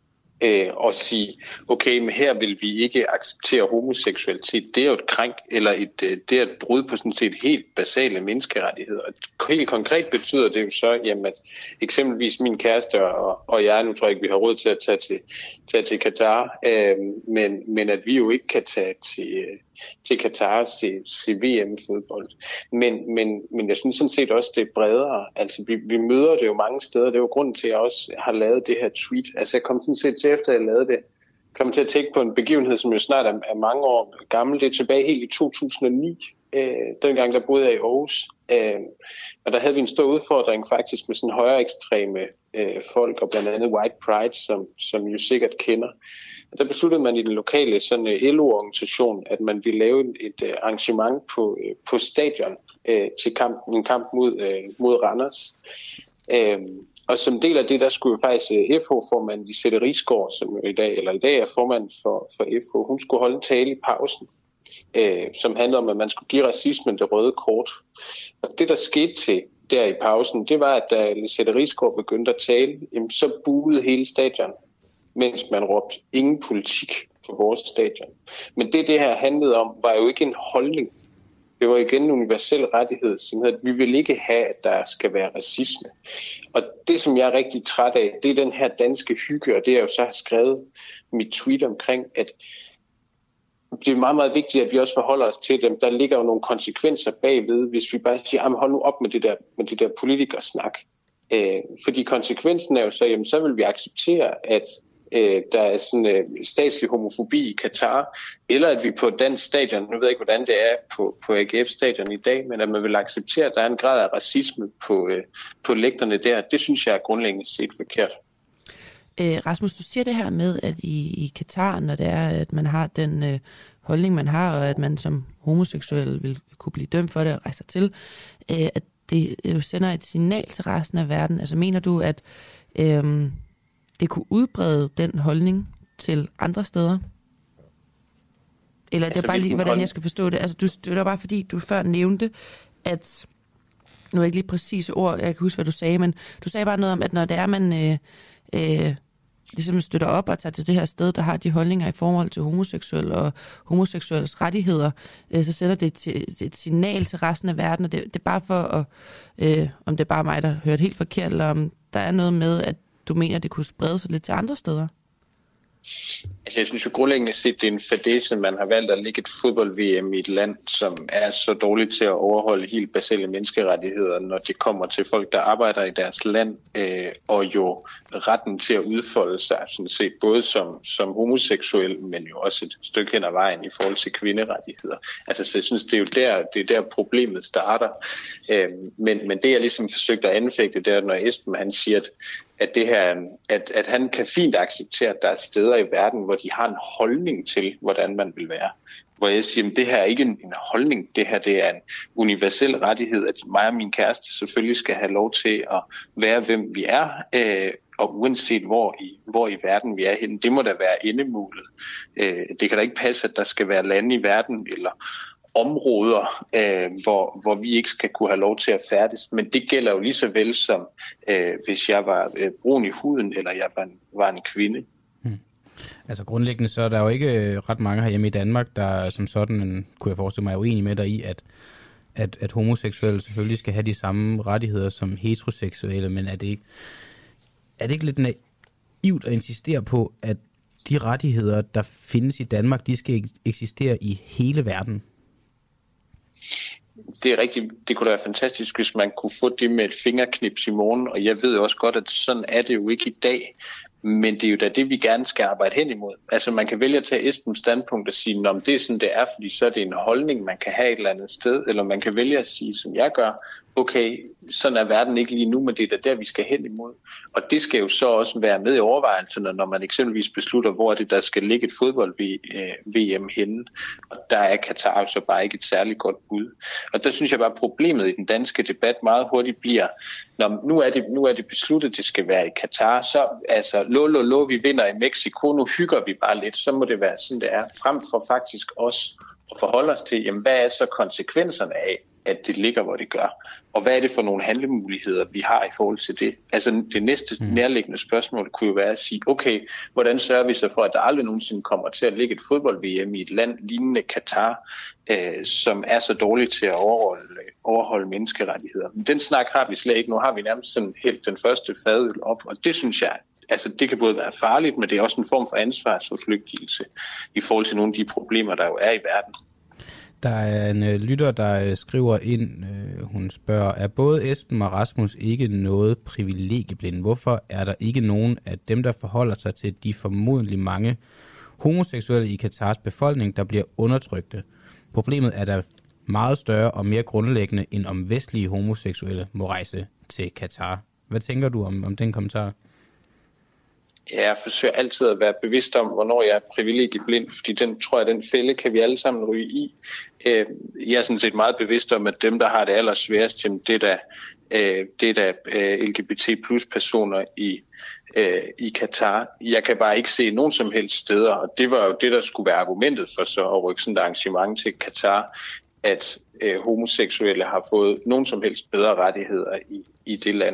Øh, og sige, okay, men her vil vi ikke acceptere homoseksualitet. Det er jo et krænk, eller et, det er et brud på sådan set helt basale menneskerettigheder. Og helt konkret betyder det jo så, jamen, at eksempelvis min kæreste og, og jeg, nu tror jeg ikke, vi har råd til at tage til, tage til Katar, øh, men, men at vi jo ikke kan tage til, til Katar til, til V M-fodbold. Men, men, men jeg synes sådan set også, det er bredere. Altså, vi, vi møder det jo mange steder. Det er jo grunden til, at jeg også har lavet det her tweet. Altså, jeg kom sådan set til, efter jeg lavede det, kom til at tænke på en begivenhed, som jo snart er, er mange år gammel. Det er tilbage helt i to tusind og ni. Øh, dengang, der boede jeg i Aarhus. Øh, og der havde vi en stor udfordring faktisk med sådan højere ekstreme øh, folk, og blandt andet White Pride, som, som jo sikkert kender. Og der besluttede man i den lokale sådan, L O-organisation, at man ville lave et, et arrangement på, øh, på stadion øh, til kamp, en kamp mod, øh, mod Randers. Øh, Og som del af det, der skulle jo faktisk F O-formanden Lisette Risgaard, som i dag, eller i dag er formand for, for F O, hun skulle holde en tale i pausen, øh, som handlede om, at man skulle give racismen det røde kort. Og det, der skete til der i pausen, det var, at da Lisette Risgaard begyndte at tale, jamen, så buede hele stadion, mens man råbte ingen politik for vores stadion. Men det, det her handlede om, var jo ikke en holdning. Det var igen en universel rettighed, som hedder, at vi vil ikke have, at der skal være racisme. Og det, som jeg er rigtig træt af, det er den her danske hygge, og det er jo så har skrevet mit tweet omkring, at det er meget, meget vigtigt, at vi også forholder os til dem. Der ligger jo nogle konsekvenser bagved, hvis vi bare siger, hold nu op med det der, med det der politikersnak. Øh, fordi konsekvensen er jo så, jamen, så vil vi acceptere, at Øh, der er sådan øh, statslig homofobi i Katar, eller at vi på dansk stadion, nu ved jeg ikke, hvordan det er på, på A G F-stadion i dag, men at man vil acceptere, at der er en grad af racisme på, øh, på lægterne der, det synes jeg er grundlæggende set forkert. Æ, Rasmus, du siger det her med, at i, i Katar, når det er, at man har den øh, holdning, man har, og at man som homoseksuel vil kunne blive dømt for det og rejse til, øh, at det jo sender et signal til resten af verden. Altså mener du, at øh, det kunne udbrede den holdning til andre steder? Eller altså, det er bare lige, hvordan hold... jeg skal forstå det. Altså, du, det var bare fordi, du før nævnte, at, nu er ikke lige præcise ord, jeg kan huske, hvad du sagde, men du sagde bare noget om, at når det er, man øh, øh, ligesom støtter op og tager til det her sted, der har de holdninger i forhold til homoseksuelle og homoseksuelles rettigheder, øh, så sender det et, et signal til resten af verden, og det, det er bare for, at, øh, om det er bare mig, der hørte helt forkert, eller om der er noget med, at du mener, det kunne sprede sig lidt til andre steder? Altså, jeg synes jo grundlæggende set, det er en fadese, man har valgt at lægge et fodbold-V M i et land, som er så dårligt til at overholde helt basale menneskerettigheder, når det kommer til folk, der arbejder i deres land, øh, og jo retten til at udfolde sig, sådan set, både som, som homoseksuel, men jo også et stykke hen ad vejen i forhold til kvinderettigheder. Altså, så jeg synes, det er jo der, det er der problemet starter. Øh, men, men det, jeg ligesom forsøgte at anfægte, det er, når Esben han siger, at at det her, at, at han kan fint acceptere, at der er steder i verden, hvor de har en holdning til, hvordan man vil være. Hvor jeg siger, at det her er ikke en, en holdning, det her det er en universel rettighed, at mig og min kæreste selvfølgelig skal have lov til at være, hvem vi er, øh, og uanset hvor i, hvor i verden vi er henne. Det må da være endemålet. Øh, det kan da ikke passe, at der skal være lande i verden, eller områder, øh, hvor, hvor vi ikke skal kunne have lov til at færdes. Men det gælder jo lige så vel som, øh, hvis jeg var øh, brun i huden, eller jeg var en, var en kvinde. Hmm. Altså grundlæggende så er der jo ikke ret mange herhjemme i Danmark, der som sådan, kunne jeg forestille mig, er uenig med dig i, at, at, at homoseksuelle selvfølgelig skal have de samme rettigheder som heteroseksuelle, men er det ikke, er det ikke lidt naivt at insistere på, at de rettigheder, der findes i Danmark, de skal eksistere i hele verden? Det er rigtigt. Det kunne da være fantastisk, hvis man kunne få det med et fingerknips i morgen, og jeg ved også godt, at sådan er det jo ikke i dag. Men det er jo da det, vi gerne skal arbejde hen imod. Altså man kan vælge at tage Esbens standpunkt og sige, om det er sådan, det er, fordi så er det en holdning, man kan have et eller andet sted. Eller man kan vælge at sige, som jeg gør, okay, sådan er verden ikke lige nu, men det er da der, vi skal hen imod. Og det skal jo så også være med i overvejelserne, når man eksempelvis beslutter, hvor det der skal ligge et fodbold-V M henne. Og der er Katar så bare ikke et særligt godt bud. Og der synes jeg bare, at problemet i den danske debat meget hurtigt bliver, når nu er det, nu er det besluttet, at det skal være i Katar, så altså, lo, lo, lo, vi vinder i Mexico, nu hygger vi bare lidt, så må det være sådan, det er, frem for faktisk også at forholde os til, jamen, hvad er så konsekvenserne af, at det ligger, hvor det gør, og hvad er det for nogle handlemuligheder, vi har i forhold til det. Altså det næste nærliggende spørgsmål kunne jo være at sige, okay, hvordan sørger vi så for, at der aldrig nogensinde kommer til at ligge et fodbold-V M i et land lignende Katar, øh, som er så dårligt til at overholde, overholde menneskerettigheder. Men den snak har vi slet ikke. Nu har vi nærmest sådan helt den første fadøl op, og det synes jeg, altså det kan både være farligt, men det er også en form for ansvarsforflygtigelse i forhold til nogle af de problemer, der jo er i verden. Der er en øh, lytter, der øh, skriver ind, øh, hun spørger, er både Esben og Rasmus ikke noget privilegieblinde? Hvorfor er der ikke nogen af dem, der forholder sig til de formodentlig mange homoseksuelle i Katars befolkning, der bliver undertrykte? Problemet er der meget større og mere grundlæggende, end om vestlige homoseksuelle må rejse til Katar. Hvad tænker du om, om den kommentar? Ja, jeg forsøger altid at være bevidst om, hvornår jeg er privilegieblind, fordi den tror jeg, den fælde kan vi alle sammen ryge i. Jeg er sådan set meget bevidst om, at dem, der har det allersværest, det er da, det er da L G B T plus personer i, i Katar. Jeg kan bare ikke se nogen som helst steder, og det var jo det, der skulle være argumentet for så at rykke sådan et arrangement til Katar, at homoseksuelle har fået nogen som helst bedre rettigheder i, i det land.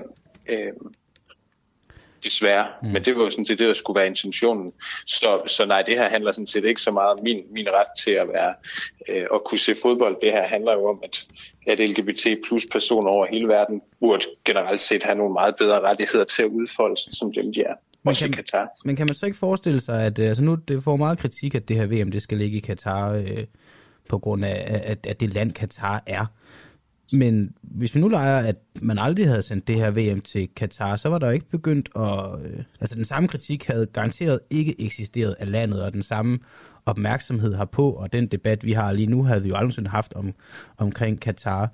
Desværre, mm. men det var jo sådan set det, der skulle være intentionen. Så, så nej, det her handler sådan set ikke så meget om min, min ret til at være øh, at kunne se fodbold. Det her handler jo om, at, at L G B T plus personer over hele verden burde generelt set have nogle meget bedre rettigheder til at udfolde sig, som dem de er. Men kan, Katar. Men kan man så ikke forestille sig, at altså nu det får meget kritik, at det her V M det skal ligge i Katar øh, på grund af, at, at det land Katar er. Men hvis vi nu leger, at man aldrig havde sendt det her V M til Katar, så var der jo ikke begyndt at... Øh, altså den samme kritik havde garanteret ikke eksisteret af landet, og den samme opmærksomhed herpå, og den debat, vi har lige nu, havde vi jo aldrig haft om, omkring Katar.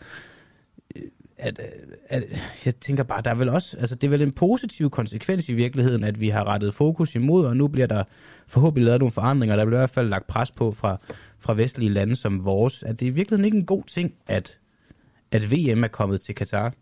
At, at, jeg tænker bare, der er vel også... Altså det er vel en positiv konsekvens i virkeligheden, at vi har rettet fokus imod, og nu bliver der forhåbentlig lavet nogle forandringer. Der bliver i hvert fald lagt pres på fra, fra vestlige lande som vores. At det er i virkeligheden ikke en god ting, at at V M er kommet til Katar?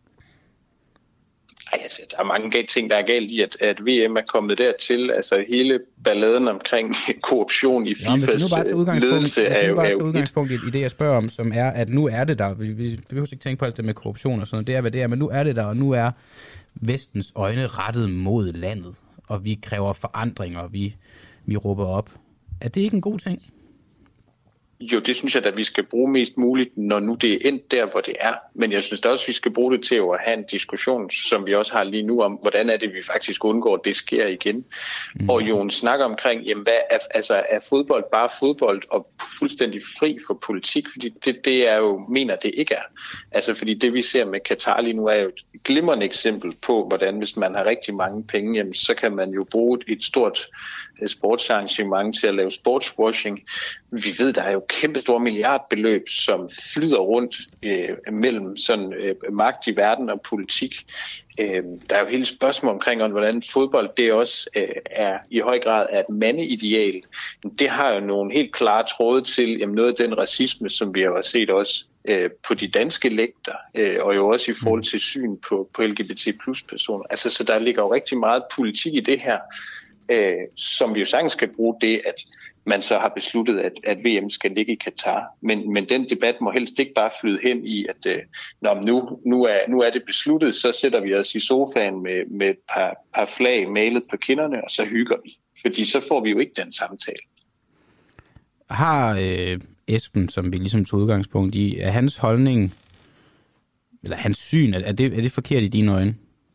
Ej, altså, der er mange ting, der er galt i, at, at V M er kommet dertil. Altså hele balladen omkring korruption i FIFAs ledelse er jo... Nu bare til udgangspunkt i, i det, jeg spørger om, som er, at nu er det der. Vi, vi behøver ikke tænke på alt det med korruption og sådan noget. Det er, hvad det er, men nu er det der, og nu er vestens øjne rettet mod landet, og vi kræver forandringer, og vi, vi råber op. Er det ikke en god ting? Jo, det synes jeg, at vi skal bruge mest muligt, når nu det er endt der, hvor det er. Men jeg synes da også, at vi skal bruge det til at have en diskussion, som vi også har lige nu, om hvordan er det, vi faktisk undgår, at det sker igen. Mm. Og jo en snak omkring, jamen, hvad er, altså, er fodbold bare fodbold og fuldstændig fri for politik? Fordi det, det er jo, mener det ikke er. Altså, fordi det, vi ser med Katar lige nu, er jo et glimrende eksempel på, hvordan hvis man har rigtig mange penge, jamen, så kan man jo bruge et stort sportsarrangement til at lave sportswashing. Vi ved, der er jo kæmpe store milliardbeløb, som flyder rundt øh, mellem sådan øh, magt i verden og politik. Øh, der er jo hele spørgsmål omkring, om, hvordan fodbold det også øh, er i høj grad er et mandeideal. Det har jo nogle helt klare tråde til jamen, noget af den racisme, som vi har set også øh, på de danske lægter, øh, og jo også i forhold til syn på, på L G B T plus personer. Altså, så der ligger jo rigtig meget politik i det her, øh, som vi jo sagtens skal bruge det, at man så har besluttet, at, at V M skal ligge i Katar. Men, men den debat må helst ikke bare flyde hen i, at øh, når nu, nu, er, nu er det besluttet, så sætter vi os i sofaen med, med et par, par flag malet på kinderne, og så hygger vi. Fordi så får vi jo ikke den samtale. Har øh, Esben, som vi ligesom tog udgangspunkt i, er hans holdning, eller hans syn, er det, er det forkert i dine øjne?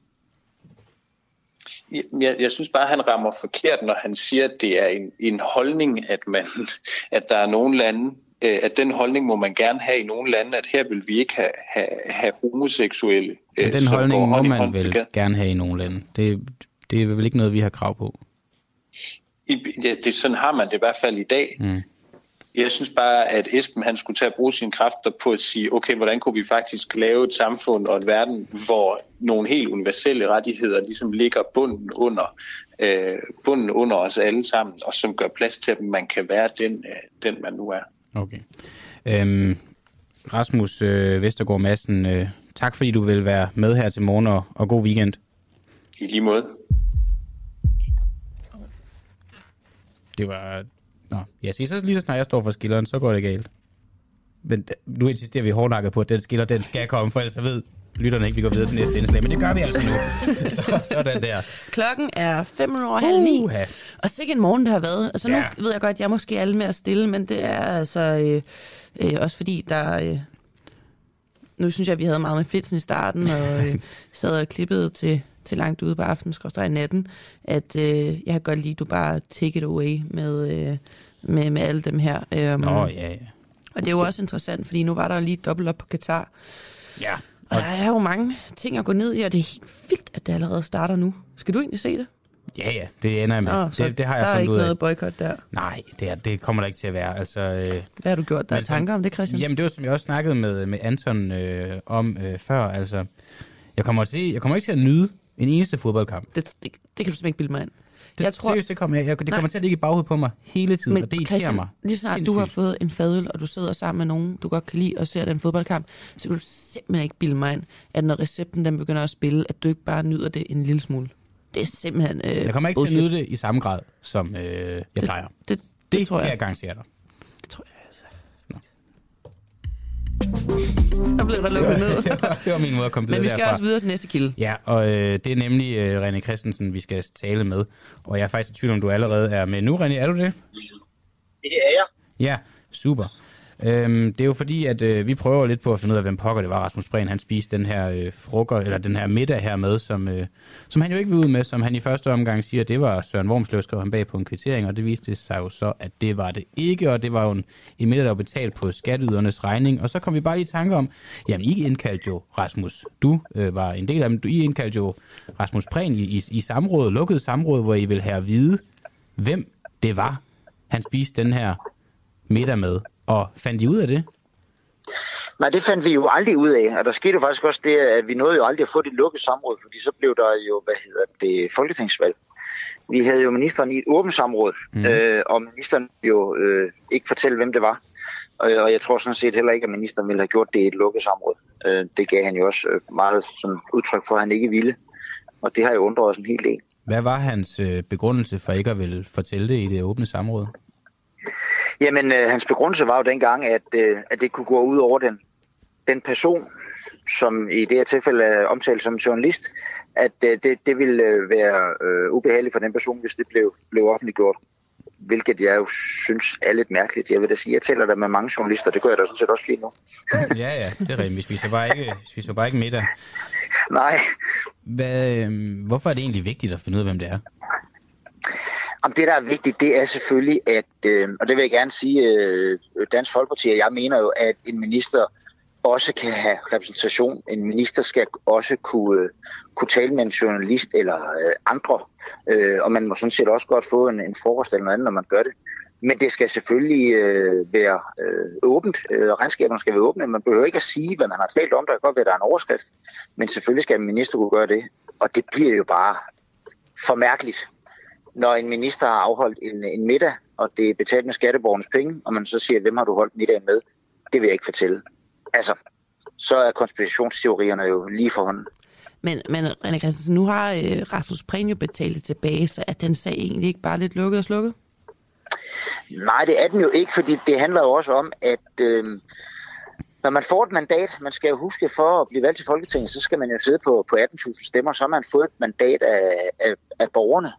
Jeg, jeg synes bare, han rammer forkert, når han siger, at det er en, en holdning, at, man, at der er nogle lande, at den holdning må man gerne have i nogle lande, at her vil vi ikke have, have, have homoseksuelle. Men den holdning må man vel gerne have i nogle lande. Det, det er vel ikke noget, vi har krav på? I, det, det, sådan har man det i hvert fald i dag. Mm. Jeg synes bare, at Esben han skulle tage at bruge sine kræfter på at sige, okay, hvordan kunne vi faktisk lave et samfund og en verden, hvor nogle helt universelle rettigheder ligesom ligger bunden under, øh, bunden under os alle sammen, og som gør plads til, at man kan være den, øh, den man nu er. Okay. Øhm, Rasmus øh, Vestergaard Madsen, øh, tak fordi du vil være med her til morgen, og, og god weekend. I lige måde. Det var... Nå, ja, se, så lige så snart jeg står for skilleren, så går det galt. Men nu insisterer vi hårdnakket på, at den skiller, den skal komme, for ellers så ved lytterne ikke, vi går videre til næste indslag. Men det gør vi altså nu. Så, sådan der. Klokken er fem minutter over halv ni. Uh-huh. Og sikke en morgen, der har været. Altså nu ja. ved jeg godt, at jeg måske er alle med at stille, men det er altså øh, øh, også fordi, der... Øh, nu synes jeg, at vi havde meget med Fitsen i starten, og øh, sad og klippede til... til langt ude på aftenen, skorstræk natten, at øh, jeg kan godt lide, at du bare take it away med, øh, med, med alle dem her. Um, Nå, ja, ja. Og det er jo også interessant, fordi nu var der jo lige dobbelt op på Katar. Ja. Og, og der er jo mange ting at gå ned i, og det er helt vildt, at det allerede starter nu. Skal du egentlig se det? Ja, ja, det ender jeg med. Nå, det, det har jeg der er fundet ikke ud af. noget boykot der? Nej, det, er, det kommer der ikke til at være. Altså, øh, Hvad har du gjort? Der er tanker om det, Christian? Jamen, det var som jeg også snakkede med, med Anton øh, om øh, før. Altså, jeg kommer, til, jeg kommer ikke til at nyde en eneste fodboldkamp. Det, det, det kan du simpelthen ikke bilde mig ind. Det, jeg tror, seriøst, det kommer, jeg, det kommer til at ligge i baghovedet på mig hele tiden, men og det irriterer Christian, mig. Lige snart sindssygt. du har fået en fadøl, og du sidder sammen med nogen, du godt kan lide og ser den fodboldkamp, så kan du simpelthen ikke bilde mig ind, at når recepten den begynder at spille, at du ikke bare nyder det en lille smule. Det er simpelthen øh, Jeg kommer ikke bullshit. til at nyde det i samme grad, som øh, jeg det, plejer. Det, det, det, det tror kan jeg. jeg garantere dig. Det tror jeg altså. Nå. Så blev der lukket ned. det, var, det var min måde at komme videre. Men vi skal derfra. også videre til næste kilde. Ja, og øh, det er nemlig øh, René Christensen, vi skal tale med. Og jeg er faktisk i tvivl om, du allerede er med nu, René. Er du det? Det er jeg. Ja, super. Øhm, det er jo fordi, at øh, vi prøver lidt på at finde ud af, hvem pokker det var, Rasmus Prehn, han spiste den her øh, frokost, eller den her middag her med, som, øh, som han jo ikke vil ud med, som han i første omgang siger, det var Søren Wormslev, skrev han bag på en kvittering, og det viste sig jo så, at det var det ikke, og det var jo en, en middag, der var betalt på skatteydernes regning, og så kom vi bare lige i tanke om, jamen I indkaldte jo Rasmus, du øh, var en del af dem, I indkaldte jo Rasmus Prehn i, i, i samråd, lukket samråd, hvor I ville have at vide, hvem det var, han spiste den her middag med. Og fandt I ud af det? Nej, det fandt vi jo aldrig ud af. Og der skete jo faktisk også det, at vi nåede jo aldrig at få det lukket samråd, fordi så blev der jo, hvad hedder det, folketingsvalg. Vi havde jo ministeren i et åbent samråd, mm. øh, og ministeren jo øh, ikke fortælle, hvem det var. Og, og jeg tror sådan set heller ikke, at ministeren ville have gjort det i et lukket samråd. Øh, det gav han jo også meget sådan udtryk for, at han ikke ville. Og det har jo undret os en hel del. Hvad var hans øh, begrundelse for ikke at ville fortælle det i det åbne samråd? Jamen, øh, hans begrundelse var jo dengang, at, øh, at det kunne gå ud over den, den person, som i det her tilfælde er omtalt som journalist, at øh, det, det ville øh, være øh, ubehageligt for den person, hvis det blev, blev offentliggjort. Hvilket jeg jo synes er lidt mærkeligt. Jeg vil da sige, jeg tæller der med mange journalister, det gør jeg da sådan set også lige nu. ja, ja, det er rigtigt. Vi spiser bare ikke, spiser bare ikke middag. Nej. Hvad, øh, hvorfor er det egentlig vigtigt at finde ud af, hvem det er? Om det, der er vigtigt, det er selvfølgelig, at, øh, og det vil jeg gerne sige, øh, Dansk Folkeparti, og jeg mener jo, at en minister også kan have repræsentation. En minister skal også kunne, øh, kunne tale med en journalist eller øh, andre, øh, og man må sådan set også godt få en, en frokost eller noget andet, når man gør det. Men det skal selvfølgelig øh, være øh, åbent. Øh, regnskaberne skal være åbne. Man behøver ikke at sige, hvad man har talt om. Der kan godt være, at der er en overskrift. Men selvfølgelig skal en minister kunne gøre det. Og det bliver jo bare for mærkeligt, når en minister har afholdt en, en middag, og det er betalt med skatteborgernes penge, og man så siger, hvem har du holdt middagen med? Det vil jeg ikke fortælle. Altså, så er konspirationsteorierne jo lige for hånden. Men, men René Christensen, nu har øh, Rasmus Prehn jo betalt det tilbage, så er den sag egentlig ikke bare lidt lukket og slukket? Nej, det er den jo ikke, fordi det handler jo også om, at øh, når man får et mandat, man skal jo huske, for at blive valgt til Folketinget, så skal man jo sidde på, på atten tusind stemmer, så har man fået et mandat af, af, af borgerne.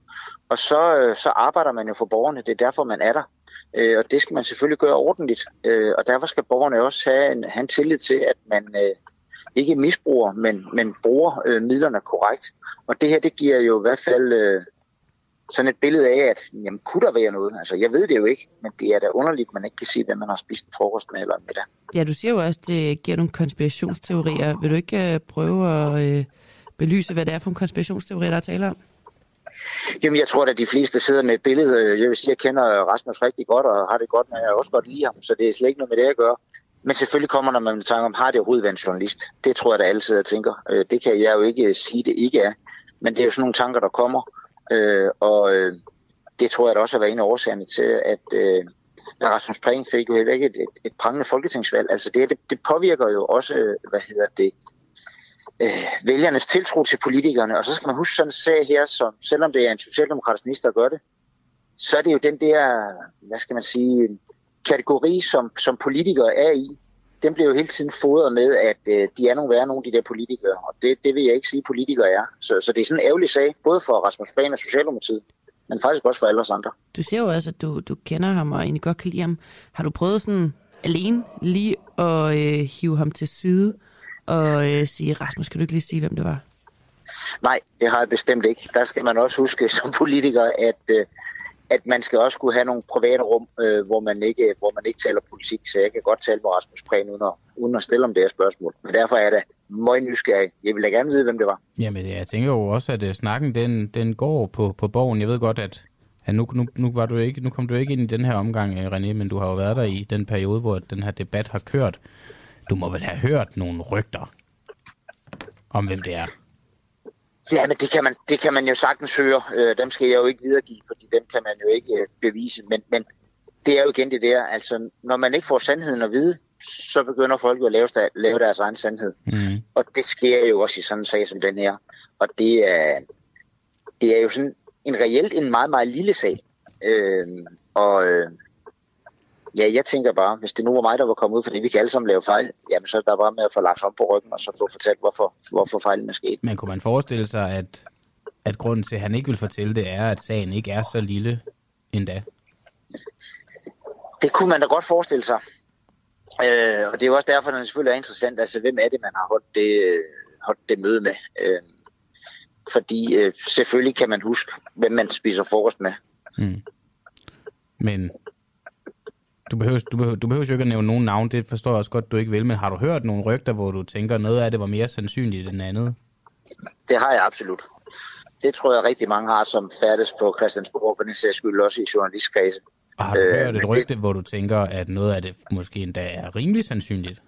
Og så, øh, så arbejder man jo for borgerne. Det er derfor, man er der. Øh, og det skal man selvfølgelig gøre ordentligt. Øh, og derfor skal borgerne også have en, have en tillid til, at man øh, ikke misbruger, men, men bruger øh, midlerne korrekt. Og det her, det giver jo i hvert fald øh, sådan et billede af, at jamen, kunne der være noget? Altså, jeg ved det jo ikke, men det er da underligt, at man ikke kan sige, hvem man har spist en frokost med eller en middag. Ja, du siger jo også, at det giver nogle konspirationsteorier. Vil du ikke øh, prøve at øh, belyse, hvad det er for en konspirationsteorier, der er tale om? Jamen, jeg tror, at de fleste sidder med et billede. Jeg vil sige, at jeg kender Rasmus rigtig godt, og har det godt, men jeg også godt lide ham, så det er slet ikke noget med det at gøre. Men selvfølgelig kommer, når man tænker om, har det overhovedet været en journalist? Det tror jeg, der alle sidder og tænker. Det kan jeg jo ikke sige, det ikke er. Men det er jo sådan nogle tanker, der kommer. Og det tror jeg da også har været en af årsagerne til, at Rasmus Prehn fik jo heller ikke et, et, et prangende folketingsvalg. Altså det, det, det påvirker jo også, hvad hedder det, øh, vælgernes tiltro til politikerne. Og så skal man huske sådan en sag her, som selvom det er en socialdemokratisk minister, der gør det, så er det jo den der, hvad skal man sige, kategori, som, som politikere er i. Den bliver jo hele tiden fodret med, at øh, de er nogle værre nogle af de der politikere. Og det, det vil jeg ikke sige, politikere er. Så, så det er sådan en ærgerlig sag, både for Rasmus Prehn og Socialdemokratiet, men faktisk også for alle os andre. Du siger jo også, at du, du kender ham og egentlig godt kan lide ham. Har du prøvet sådan alene lige at øh, hive ham til side og øh, sige, Rasmus, kan du ikke lige sige, hvem det var? Nej, det har jeg bestemt ikke. Der skal man også huske som politiker, at, øh, at man skal også kunne have nogle private rum, øh, hvor, man ikke, hvor man ikke taler politik. Så jeg kan godt tale med Rasmus Prehn uden at, uden at stille om det her spørgsmål. Men derfor er det meget nysgerrig. Jeg vil da gerne vide, hvem det var. Jamen, jeg tænker jo også, at uh, snakken den, den går på, på borgen. Jeg ved godt, at, at nu, nu, nu, var du ikke, nu kom du ikke ind i den her omgang, René, men du har jo været der i den periode, hvor den her debat har kørt. Du må vel have hørt nogle rygter om, hvem det er? Ja, men det kan man, det kan man jo sagtens høre. Øh, dem skal jeg jo ikke videregive, fordi dem kan man jo ikke øh, bevise. Men, men det er jo igen det der. Altså, når man ikke får sandheden at vide, så begynder folk jo at lave, lave deres egen sandhed. Mm. Og det sker jo også i sådan en sag som den her. Og det er, det er jo sådan en reelt en meget, meget lille sag. Øh, og øh, ja, jeg tænker bare, hvis det nu var mig, der var kommet ud, fordi vi kan alle sammen lave fejl, jamen så er der bare med at få lagt om på ryggen, og så få fortalt, hvorfor, hvorfor fejlen er sket. Men kunne man forestille sig, at, at grunden til, at han ikke vil fortælle det, er, at sagen ikke er så lille endda? Det kunne man da godt forestille sig. Øh, og det er jo også derfor, at det selvfølgelig er interessant, altså hvem er det, man har holdt det, holdt det møde med. Øh, fordi øh, selvfølgelig kan man huske, hvem man spiser frokost med. Mm. Men du behøver, du, behøver, du behøver jo ikke at nævne nogen navn, det forstår jeg også godt, du ikke vil, men har du hørt nogle rygter, hvor du tænker, noget af det var mere sandsynligt end andet? Det har jeg absolut. Det tror jeg rigtig mange har, som færdes på Christiansborg, for den sags skyld også i journalistkredse. Og har du øh, hørt et rygte, det, hvor du tænker, at noget af det måske endda er rimelig sandsynligt?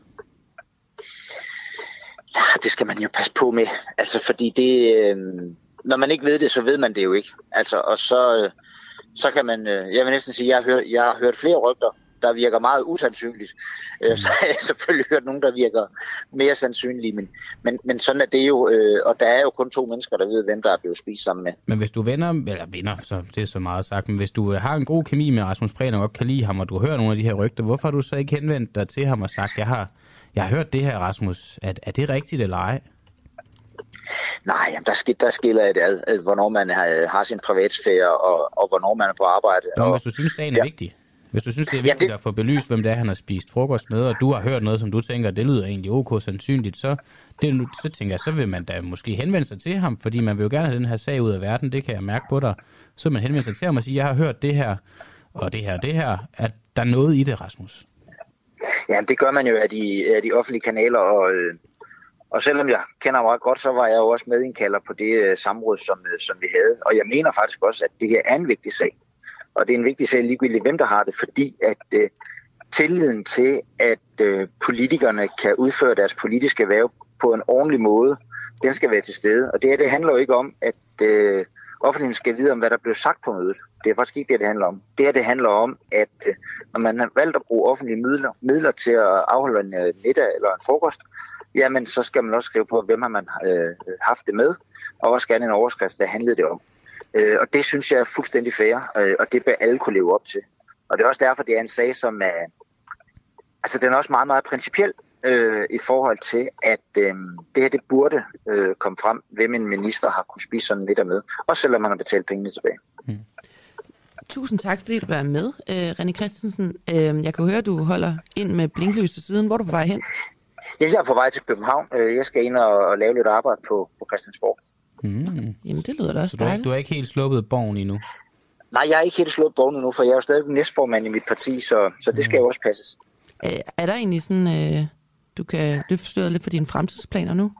Ja, det skal man jo passe på med. Altså, fordi det, øh, når man ikke ved det, så ved man det jo ikke. Altså, og så, øh, så kan man, øh, jeg vil næsten sige, jeg har hørt, jeg har hørt flere rygter, der virker meget usandsynligt. Mm. Så har jeg selvfølgelig hørt nogen, der virker mere sandsynlige. Men, men, men sådan er det jo, øh, og der er jo kun to mennesker, der ved, hvem der er blevet spist sammen med. Men hvis du venner, eller venner, så det er så meget sagt, men hvis du har en god kemi med Rasmus Prehn og godt kan lide ham, og du hører nogle af de her rygter, hvorfor har du så ikke henvendt dig til ham og sagt, jeg har, jeg har hørt det her, Rasmus, er, er det rigtigt eller ej? Nej, jamen, der, sk- der skiller et ad, hvornår man har, har sin privatsfære, og, og hvornår man er på arbejde. Nå, og, hvis du synes, sagen er ja. vigtig. Hvis du synes, det er vigtigt Jamen, det... at få belyst, hvem det er, han har spist frokost med, og du har hørt noget, som du tænker, det lyder egentlig ok sandsynligt, så, det, så tænker jeg, så vil man da måske henvende sig til ham, fordi man vil jo gerne have den her sag ud af verden, det kan jeg mærke på dig. Så vil man henvende sig til ham og sige, jeg har hørt det her, og det her, og det her, at der er noget i det, Rasmus. Ja, det gør man jo af de, af de offentlige kanaler, og, øh, og selvom jeg kender meget godt, så var jeg jo også medindkalder på det øh, samråd, som, øh, som vi havde, og jeg mener faktisk også, at det her er en vigtig sag. Og det er en vigtig sag ligegyldigt, hvem der har det, fordi at øh, tilliden til, at øh, politikerne kan udføre deres politiske erhverv på en ordentlig måde, den skal være til stede. Og det her, det handler jo ikke om, at øh, offentligheden skal vide om, hvad der blev sagt på mødet. Det er faktisk ikke det, det handler om. Det her, det handler om, at øh, når man har valgt at bruge offentlige midler, midler til at afholde en øh, middag eller en frokost, jamen så skal man også skrive på, hvem har man øh, haft det med, og også gerne en overskrift, hvad handlede det om. Øh, og det synes jeg er fuldstændig fair, øh, og det bør alle kunne leve op til. Og det er også derfor, det er en sag, som er, altså den er også meget, meget principiel øh, i forhold til, at øh, det her, det burde øh, komme frem, hvem en minister har kunnet spise sådan lidt med, også selvom man har betalt pengene tilbage. Hmm. Tusind tak, fordi du var med, øh, René Christensen. Øh, jeg kan høre, at du holder ind med blinklys til siden. Hvor er du på vej hen? Jeg er på vej til København. Jeg skal ind og, og lave lidt arbejde på, på Christiansborg. Mm. Jamen, det lyder da også Så dejligt. du er ikke helt sluppet borgen endnu? Nej, jeg er ikke helt slået borgen endnu, for jeg er jo stadig næstformand i mit parti, så, så det skal jo også passes. Øh, er der egentlig sådan, øh, du kan løfte sløret lidt for dine fremtidsplaner nu?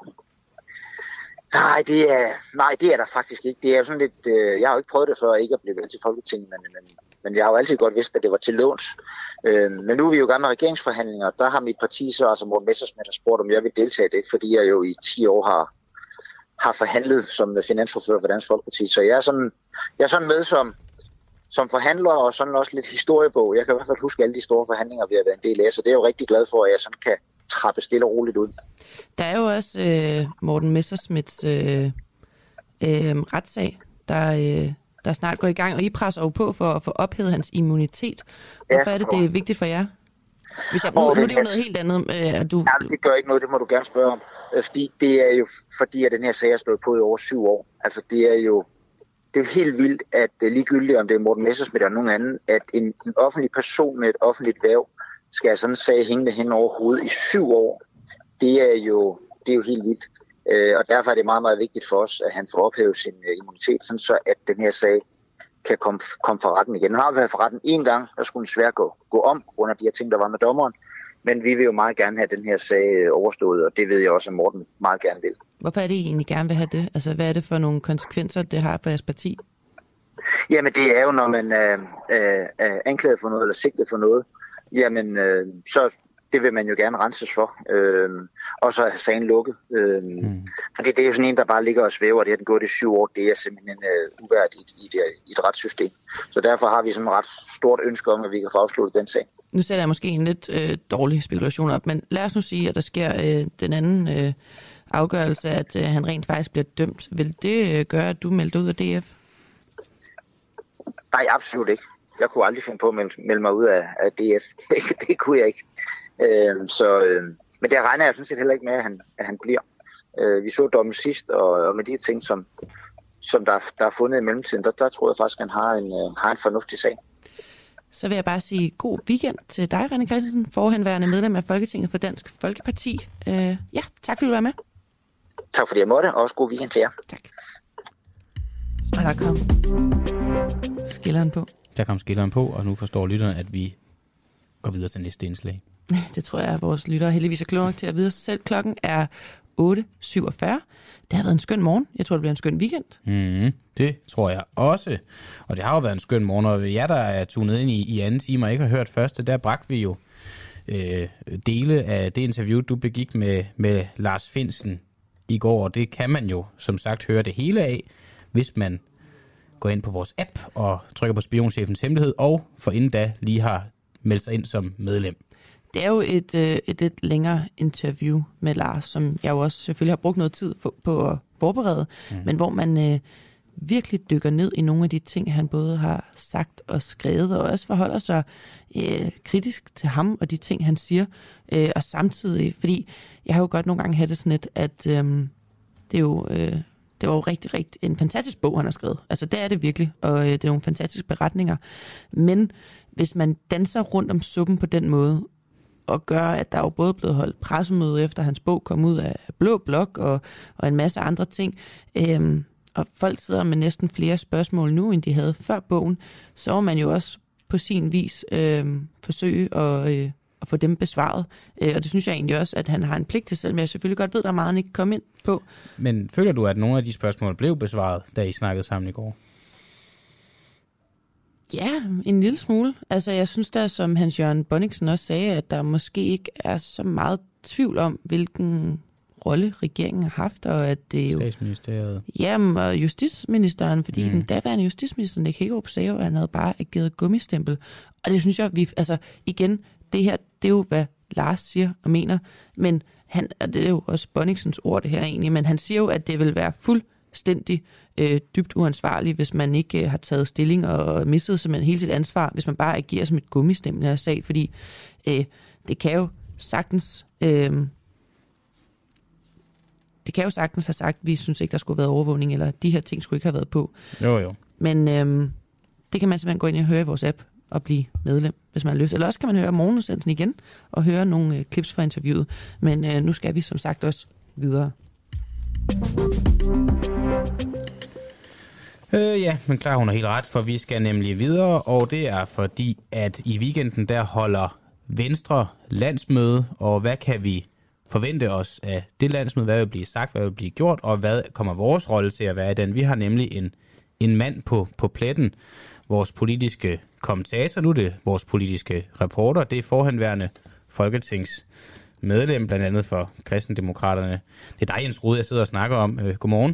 Nej, det er, nej, det er der faktisk ikke. Det er jo sådan lidt, øh, jeg har jo ikke prøvet det før, ikke at blive valgt til Folketinget, men, men, men jeg har jo altid godt vidst, at det var til låns. Øh, men nu er vi jo i gang med regeringsforhandlinger, der har mit parti så, altså Morten Messerschmidt, spurgt, om jeg vil deltage i det, fordi jeg jo i ti år har, har forhandlet som finansordfører for Dansk Folkeparti. Så jeg er sådan, jeg er sådan med som, som forhandler, og sådan også lidt historiebog. Jeg kan i hvert fald huske alle de store forhandlinger, vi har været en del af, så det er jeg jo rigtig glad for, at jeg sådan kan trappe stille og roligt ud. Der er jo også øh, Morten Messerschmidts øh, øh, retssag, der, øh, der snart går i gang, og I presser jo på for at få ophævet hans immunitet. Hvorfor ja, er det, det er vigtigt for jer? Hvis jeg, nu, nu er det jo noget helt andet. Øh, du... Ja, det gør ikke noget, det må du gerne spørge om. Fordi det er jo fordi, at den her sag er stået på i over syv år. Altså det er jo det er jo helt vildt, at ligegyldigt om det er Morten Messerschmidt eller nogen anden, at en, en offentlig person med et offentligt hverv skal sådan en sag hængende hen over hovedet i syv år. Det er jo, det er jo helt vildt. Øh, og derfor er det meget, meget vigtigt for os, at han får ophævet sin uh, immunitet, sådan så at den her sag kan komme, komme for retten igen. Nu har vi været for retten en gang, der skulle den svært gå, gå om, under de her ting, der var med dommeren. Men vi vil jo meget gerne have den her sag overstået, og det ved jeg også, at Morten meget gerne vil. Hvorfor er det, I egentlig gerne vil have det? Altså, hvad er det for nogle konsekvenser, det har for jeres parti? Jamen, det er jo, når man er, er, er anklaget for noget, eller sigtet for noget, jamen, øh, så det vil man jo gerne renses for. Øh, og så er sagen lukket. Øh, mm. Fordi det er jo sådan en, der bare ligger og svæver, og det har den gået i syv år. Det er simpelthen øh, uværdigt i, det, i et retssystem. Så derfor har vi sådan et ret stort ønske om, at vi kan få afsluttet den sag. Nu sætter jeg måske en lidt øh, dårlig spekulation op, men lad os nu sige, at der sker øh, den anden øh, afgørelse, at øh, han rent faktisk bliver dømt. Vil det øh, gøre, at du melder ud af D F? Nej, absolut ikke. Jeg kunne aldrig finde på at melde mig ud af, af D F. Det, det kunne jeg ikke. Øh, så, øh, men der regner jeg sådan set heller ikke med, at han, at han bliver. Øh, vi så dommen sidst, og, og med de ting, som, som der, der er fundet i mellemtiden, der, der tror jeg faktisk, at han har en, øh, har en fornuftig sag. Så vil jeg bare sige god weekend til dig, René Christensen, forhenværende medlem af Folketinget for Dansk Folkeparti. Øh, ja, tak fordi du var med. Tak fordi jeg måtte, og også god weekend til jer. Tak. Og der kom skilleren på. Der kom skilleren på, og nu forstår lytterne, at vi går videre til næste indslag. Det tror jeg, at vores lyttere heldigvis er kloge nok til at vide sig selv. Klokken er otte syvogfyrre. Det har været en skøn morgen. Jeg tror, det bliver en skøn weekend. Mm, det tror jeg også. Og det har jo været en skøn morgen, og jer, der er tunet ind i, i anden time og ikke har hørt første, der bragte vi jo øh, dele af det interview, du begik med, med Lars Findsen i går. Og det kan man jo, som sagt, høre det hele af, hvis man går ind på vores app og trykker på Spionchefens Hemmelighed, og for inden da lige har meldt sig ind som medlem. Det er jo et, øh, et lidt længere interview med Lars, som jeg jo også selvfølgelig har brugt noget tid for, på at forberede, mm. men hvor man øh, virkelig dykker ned i nogle af de ting, han både har sagt og skrevet, og også forholder sig øh, kritisk til ham og de ting, han siger, øh, og samtidig, fordi jeg har jo godt nogle gange haft det sådan lidt, at øh, det er jo... Øh, Det var jo rigtig, rigtig en fantastisk bog, han har skrevet. Altså, det er det virkelig, og øh, det er nogle fantastiske beretninger. Men hvis man danser rundt om suppen på den måde, og gør, at der er jo både blevet holdt pressemøde efter hans bog kom ud af Blå Blok, og, og en masse andre ting, øh, og folk sidder med næsten flere spørgsmål nu, end de havde før bogen, så må man jo også på sin vis øh, forsøge at... Øh, at få dem besvaret. Øh, og det synes jeg egentlig også, at han har en pligt til, selvom jeg selvfølgelig godt ved, at der er meget, han ikke kom ind på. Men føler du, at nogle af de spørgsmål blev besvaret, da I snakkede sammen i går? Ja, en lille smule. Altså, jeg synes da, som Hans Jørgen Bonniksen også sagde, at der måske ikke er så meget tvivl om, hvilken rolle regeringen har haft, og at det jo... Statsministeriet. Jamen, og justitsministeren, fordi mm. den daværende justitsminister, Nick Hækkerup, sagde jo, at han havde bare ageret gummistempel. Og det synes jeg, vi... Altså, igen... Det her, det er jo, hvad Lars siger og mener, men han, og det er jo også Bonniksens ord det her egentlig, men han siger jo, at det vil være fuldstændig øh, dybt uansvarligt, hvis man ikke øh, har taget stilling og misset simpelthen hele sit ansvar, hvis man bare agerer som et gummistempel her sag, fordi øh, det kan jo sagtens øh, det kan jo sagtens have sagt, at vi synes ikke, der skulle have været overvågning, eller de her ting skulle ikke have været på. Jo, jo. Men øh, Det kan man simpelthen gå ind og høre i vores app og blive medlem, hvis man har lyst. Eller også kan man høre morgenudsendelsen igen og høre nogle øh, klips fra interviewet. Men øh, nu skal vi som sagt også videre. Øh, ja, men klar, hun har helt ret, for vi skal nemlig videre, og det er fordi, at i weekenden der holder Venstre landsmøde, og hvad kan vi forvente os af det landsmøde, hvad vil blive sagt, hvad vil blive gjort, og hvad kommer vores rolle til at være i den. Vi har nemlig en, en mand på, på pletten, vores politiske kommentator, nu er det vores politiske reporter, det er forhenværende folketingsmedlem, blandt andet for Kristendemokraterne. Det er dig, Jens Rohde, jeg sidder og snakker om. Øh, godmorgen.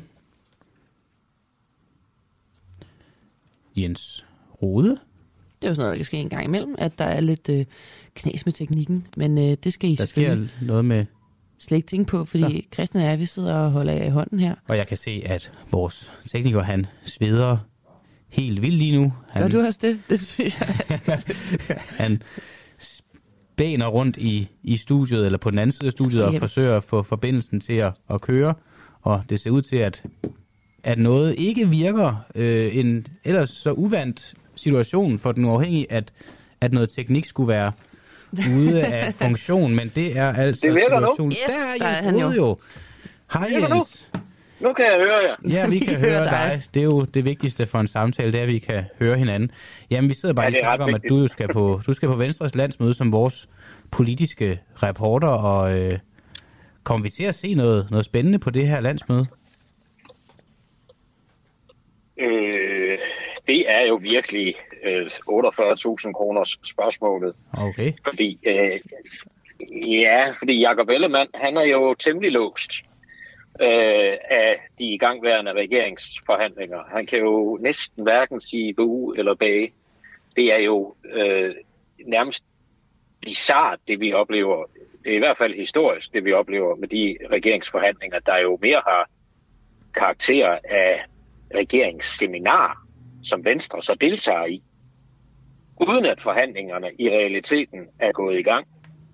Jens Rohde? Det er jo sådan noget, der kan ske en gang imellem, at der er lidt øh, knas med teknikken, men øh, det skal I der selvfølgelig sker noget med slet ikke tænke på, fordi så. Christian og jeg, vi sidder og holder af i hånden her. Og jeg kan se, at vores tekniker, han sveder helt vildt lige nu. Han, Gør du også det? Det synes jeg. Han spæner rundt i, i studiet, eller på den anden side af studiet, og forsøger at få forbindelsen til at, at køre. Og det ser ud til, at, at noget ikke virker. Øh, en ellers så uvandt situation for den uafhængige, at, at noget teknik skulle være ude af funktion, men det er altså det situationen. Yes, der er Jens Rohde jo. Hej Jens. Nu kan jeg høre jer. Ja, vi kan høre dig. Det er jo det vigtigste for en samtale, det er, at vi kan høre hinanden. Jamen, vi sidder bare ja, og snakker om, at du skal på, du skal på Venstres landsmøde som vores politiske reporter, og øh, kommer vi til at se noget, noget spændende på det her landsmøde? Øh, det er jo virkelig øh, otteogfyrre tusind kroners spørgsmålet. Okay. Fordi, øh, ja, fordi Jakob Ellemann, han er jo temmelig låst øh, af de igangværende regeringsforhandlinger. Han kan jo næsten hverken sige bu eller bage. Det er jo øh, nærmest bizarrt, det vi oplever. Det er i hvert fald historisk, det vi oplever med de regeringsforhandlinger, der jo mere har karakter af regeringsseminar, som Venstre så deltager i, uden at forhandlingerne i realiteten er gået i gang.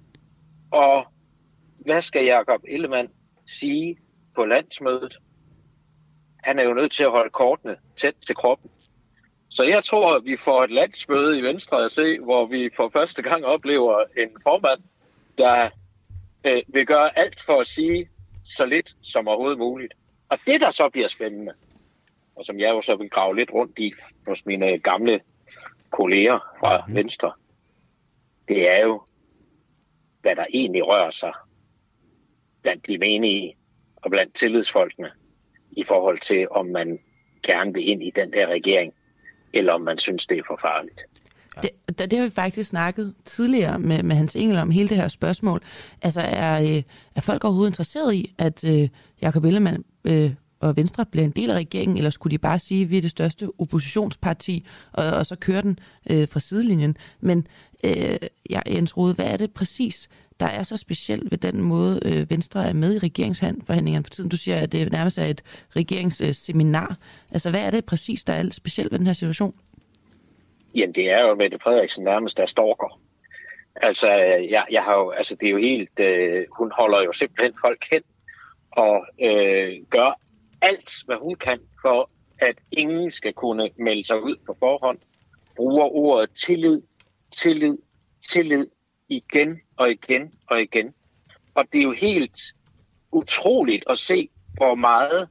Og hvad skal Jakob Ellemann sige på landsmødet? Han er jo nødt til at holde kortene tæt til kroppen. Så jeg tror, at vi får et landsmøde i Venstre at se, hvor vi for første gang oplever en formand, der øh, vil gøre alt for at sige så lidt som overhovedet muligt. Og det, der så bliver spændende, og som jeg jo så vil grave lidt rundt i hos mine gamle kolleger fra Venstre, det er jo, hvad der egentlig rører sig blandt de menige og blandt tillidsfolkene i forhold til, om man gerne vil ind i den der regering, eller om man synes, det er for farligt. Det, det har vi faktisk snakket tidligere med, med Hans Engel om hele det her spørgsmål. Altså er, øh, er folk overhovedet interesseret i, at øh, Jakob Ellemann øh, og Venstre bliver en del af regeringen, eller skulle de bare sige, at vi er det største oppositionsparti, og, og så køre den øh, fra sidelinjen? Men øh, ja, Jens Rohde, hvad er det præcis, der er så specielt ved den måde, øh, Venstre er med i regeringsforhandlingerne for tiden? Du siger, at det nærmest er et regeringsseminar. Altså, hvad er det præcis, der er specielt ved den her situation? Jamen, det er jo Mette Frederiksen nærmest, der stalker. Altså, jeg, jeg har jo, altså, det er jo helt, øh, hun holder jo simpelthen folk hen og øh, gør alt, hvad hun kan, for at ingen skal kunne melde sig ud på forhånd. Bruger ordet tillid, tillid, tillid igen og igen og igen. Og det er jo helt utroligt at se, hvor meget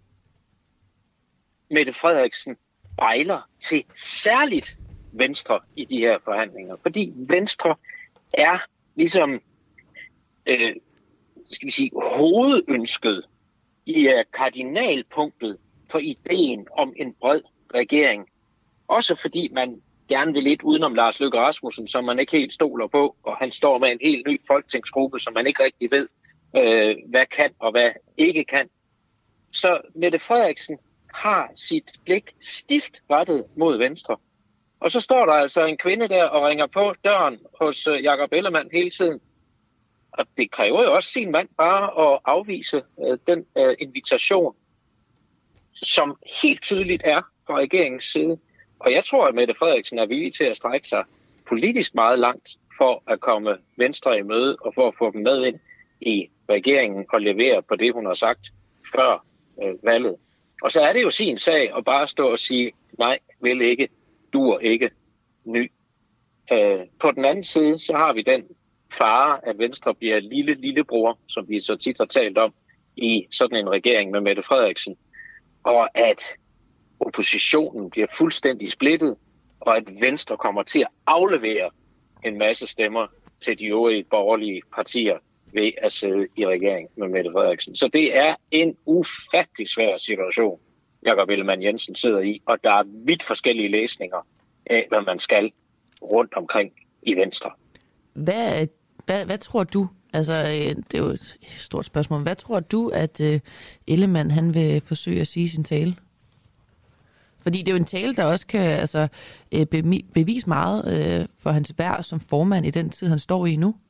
Mette Frederiksen bejler til særligt Venstre i de her forhandlinger. Fordi Venstre er ligesom øh, skal vi sige, hovedønsket i er kardinalpunktet for ideen om en bred regering. Også fordi man gerne vil lidt udenom Lars Løkke Rasmussen, som man ikke helt stoler på, og han står med en helt ny folketingsgruppe, som man ikke rigtig ved, øh, hvad kan og hvad ikke kan. Så Mette Frederiksen har sit blik stift rettet mod Venstre. Og så står der altså en kvinde der og ringer på døren hos øh, Jakob Ellemann hele tiden. Og det kræver jo også sin mand bare at afvise øh, den øh, invitation, som helt tydeligt er fra regeringens side. Og jeg tror, at Mette Frederiksen er villig til at strække sig politisk meget langt for at komme Venstre i møde og for at få dem med ind i regeringen og levere på det, hun har sagt før øh, valget. Og så er det jo sin sag at bare stå og sige, nej, vil ikke. dur ikke. Ny. Øh, på den anden side, så har vi den fare, at Venstre bliver lille, lillebror, som vi så tit har talt om, i sådan en regering med Mette Frederiksen, og at oppositionen bliver fuldstændig splittet, og at Venstre kommer til at aflevere en masse stemmer til de øvrige borgerlige partier ved at sidde i regering med Mette Frederiksen. Så det er en ufattelig svær situation, Jakob Ellemann-Jensen sidder i, og der er vidt forskellige læsninger af, hvad man skal rundt omkring i Venstre. Hvad, hvad, hvad tror du, altså det er jo et stort spørgsmål, hvad tror du, at uh, Ellemann han vil forsøge at sige i sin tale? Fordi det er jo en tale, der også kan altså, bevise meget uh, for hans værd som formand i den tid, han står i nu.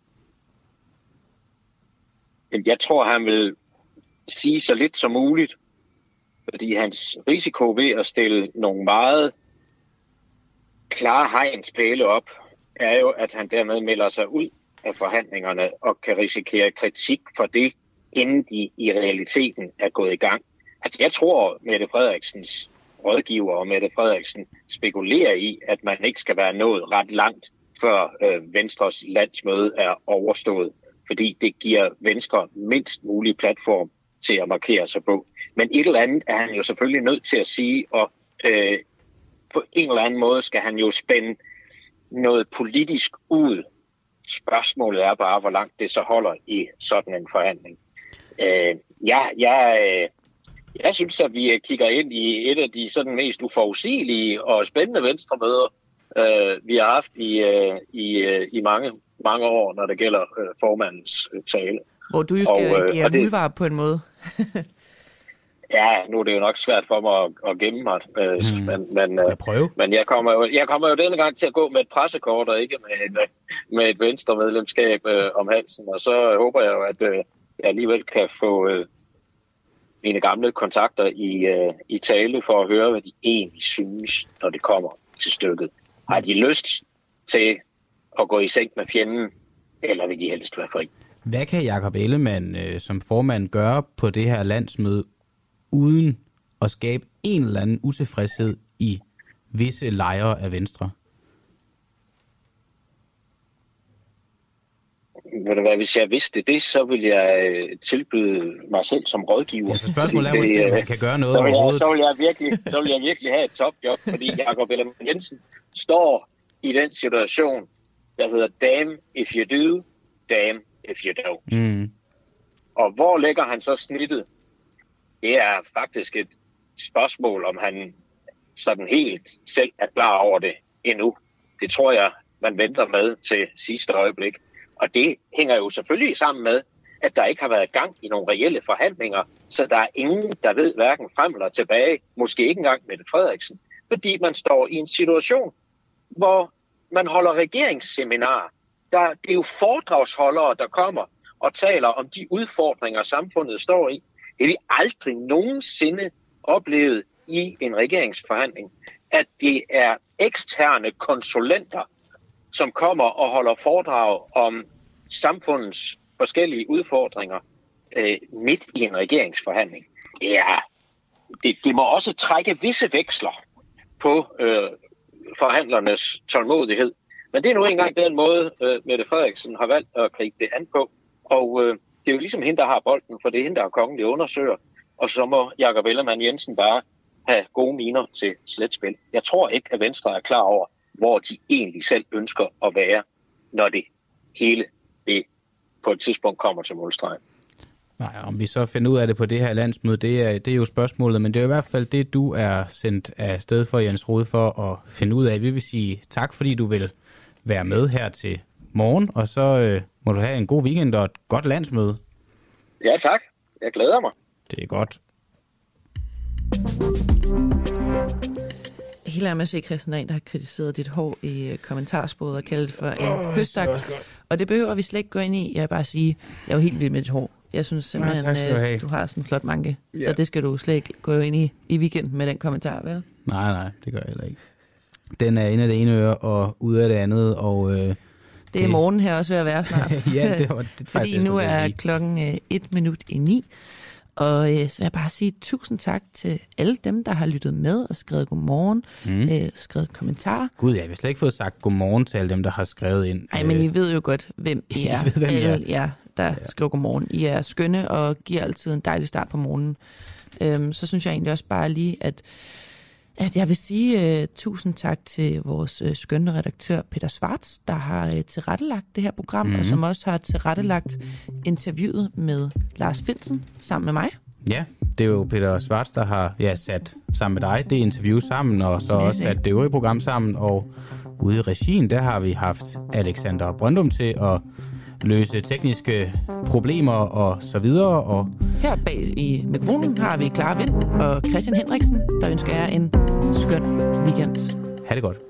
Jeg tror, han vil sige så lidt som muligt, fordi hans risiko ved at stille nogle meget klare hegnspæle op, er jo, at han dermed melder sig ud af forhandlingerne og kan risikere kritik for det, inden de i realiteten er gået i gang. Altså, jeg tror, Mette Frederiksens rådgiver og Mette Frederiksen spekulerer i, at man ikke skal være nået ret langt, før øh, Venstres landsmøde er overstået, fordi det giver Venstre mindst mulig platform til at markere sig på. Men et eller andet er han jo selvfølgelig nødt til at sige, og øh, på en eller anden måde skal han jo spænde noget politisk ud. Spørgsmålet er bare, hvor langt det så holder i sådan en forhandling. Øh, ja, jeg, øh, jeg synes, at vi kigger ind i et af de sådan mest uforudsigelige og spændende venstremøder, øh, vi har haft i, øh, i, øh, i mange, mange år, når det gælder øh, formandens øh, tale. Hvor du jo skal og, øh, give muldvar på en måde. Ja, nu er det jo nok svært for mig at, at gemme mig, øh, mm. men, men, øh, prøve. men jeg, kommer jo, jeg kommer jo denne gang til at gå med et pressekort og ikke med et, med et venstremedlemskab øh, om halsen, og så håber jeg jo, at øh, jeg alligevel kan få øh, mine gamle kontakter i, øh, i tale for at høre, hvad de egentlig synes, når det kommer til stykket. Har de lyst til at gå i seng med fjenden, eller vil de helst være fri? Hvad kan Jakob Ellemann øh, som formand gøre på det her landsmøde, uden at skabe en eller anden utilfredshed i visse lejre af Venstre? Ved du hvad, hvis jeg vidste det, så ville jeg tilbyde mig selv som rådgiver. Ja, så spørgsmålet er måske, om man kan gøre noget så vil jeg, overhovedet. Så vil jeg virkelig, så vil jeg virkelig have et topjob, fordi Jakob Ellemann-Jensen står i den situation, der hedder damn if you do, damn if you don't. Mm. Og hvor lægger han så snittet? Det er faktisk et spørgsmål, om han sådan helt selv er klar over det endnu. Det tror jeg, man venter med til sidste øjeblik. Og det hænger jo selvfølgelig sammen med, at der ikke har været gang i nogle reelle forhandlinger, så der er ingen, der ved hverken frem eller tilbage, måske ikke engang Mette Frederiksen, fordi man står i en situation, hvor man holder regeringsseminar. Der, det er jo foredragsholdere, der kommer og taler om de udfordringer, samfundet står i. Det har vi aldrig nogensinde oplevet i en regeringsforhandling, at det er eksterne konsulenter, som kommer og holder foredrag om samfundets forskellige udfordringer øh, midt i en regeringsforhandling. Ja, det, det må også trække visse veksler på øh, forhandlernes tålmodighed. Men det er nu engang den måde, øh, Mette Frederiksen har valgt at gribe det an på. Og øh, det er jo ligesom hende, der har bolden, for det er hende, der er kongelig undersøger. Og så må Jakob Ellemann-Jensen bare have gode miner til sletspil. Jeg tror ikke, at Venstre er klar over, hvor de egentlig selv ønsker at være, når det hele det på et tidspunkt kommer til målstregen. Nej, om vi så finder ud af det på det her landsmøde, det er, det er jo spørgsmålet, men det er i hvert fald det, du er sendt af sted for, Jens Rohde, for at finde ud af. Vi vil sige tak, fordi du vil være med her til morgen, og så øh, må du have en god weekend og et godt landsmøde. Ja, tak. Jeg glæder mig. Det er godt. Helt af med at se Christian Dahl, der har kritiseret dit hår i kommentarsporet og kaldt det for en oh, høstak. Og det behøver vi slet ikke gå ind i. Jeg vil bare sige, jeg er jo helt vild med dit hår. Jeg synes simpelthen, ja, du, du har sådan en flot manke. Ja. Så det skal du slet ikke gå ind i i weekenden med den kommentar, vel? Nej, nej, det gør jeg heller ikke. Den er inde af det ene øre og ude af det andet. Og, øh, det er det... morgen her også ved at være snart. Ja, det var det fordi nu er klokken et minut i ni. Og øh, så vil jeg bare sige tusind tak til alle dem, der har lyttet med og skrevet godmorgen, mm. øh, skrevet kommentarer. Gud, jeg har slet ikke fået sagt godmorgen til alle dem, der har skrevet ind. Nej, men I ved jo godt, hvem I er. I ved, hvem I er. Alle jer, der ja. skriver godmorgen. I er skønne og giver altid en dejlig start på morgenen. Øhm, så synes jeg egentlig også bare lige, at, at jeg vil sige uh, tusind tak til vores uh, skønne redaktør Peter Schwartz, der har uh, tilrettelagt det her program, mm-hmm. og som også har tilrettelagt interviewet med Lars Findsen sammen med mig. Ja, det er jo Peter Schwartz, der har ja, sat sammen med dig det interview sammen, og så også sat det øvrige program sammen. Og ude i regien, der har vi haft Alexander Brøndum til at løse tekniske problemer og så videre. Og her bag i mikrofonen har vi Clara Vind og Christian Henriksen, der ønsker jer en skøn weekend. Ha' det godt.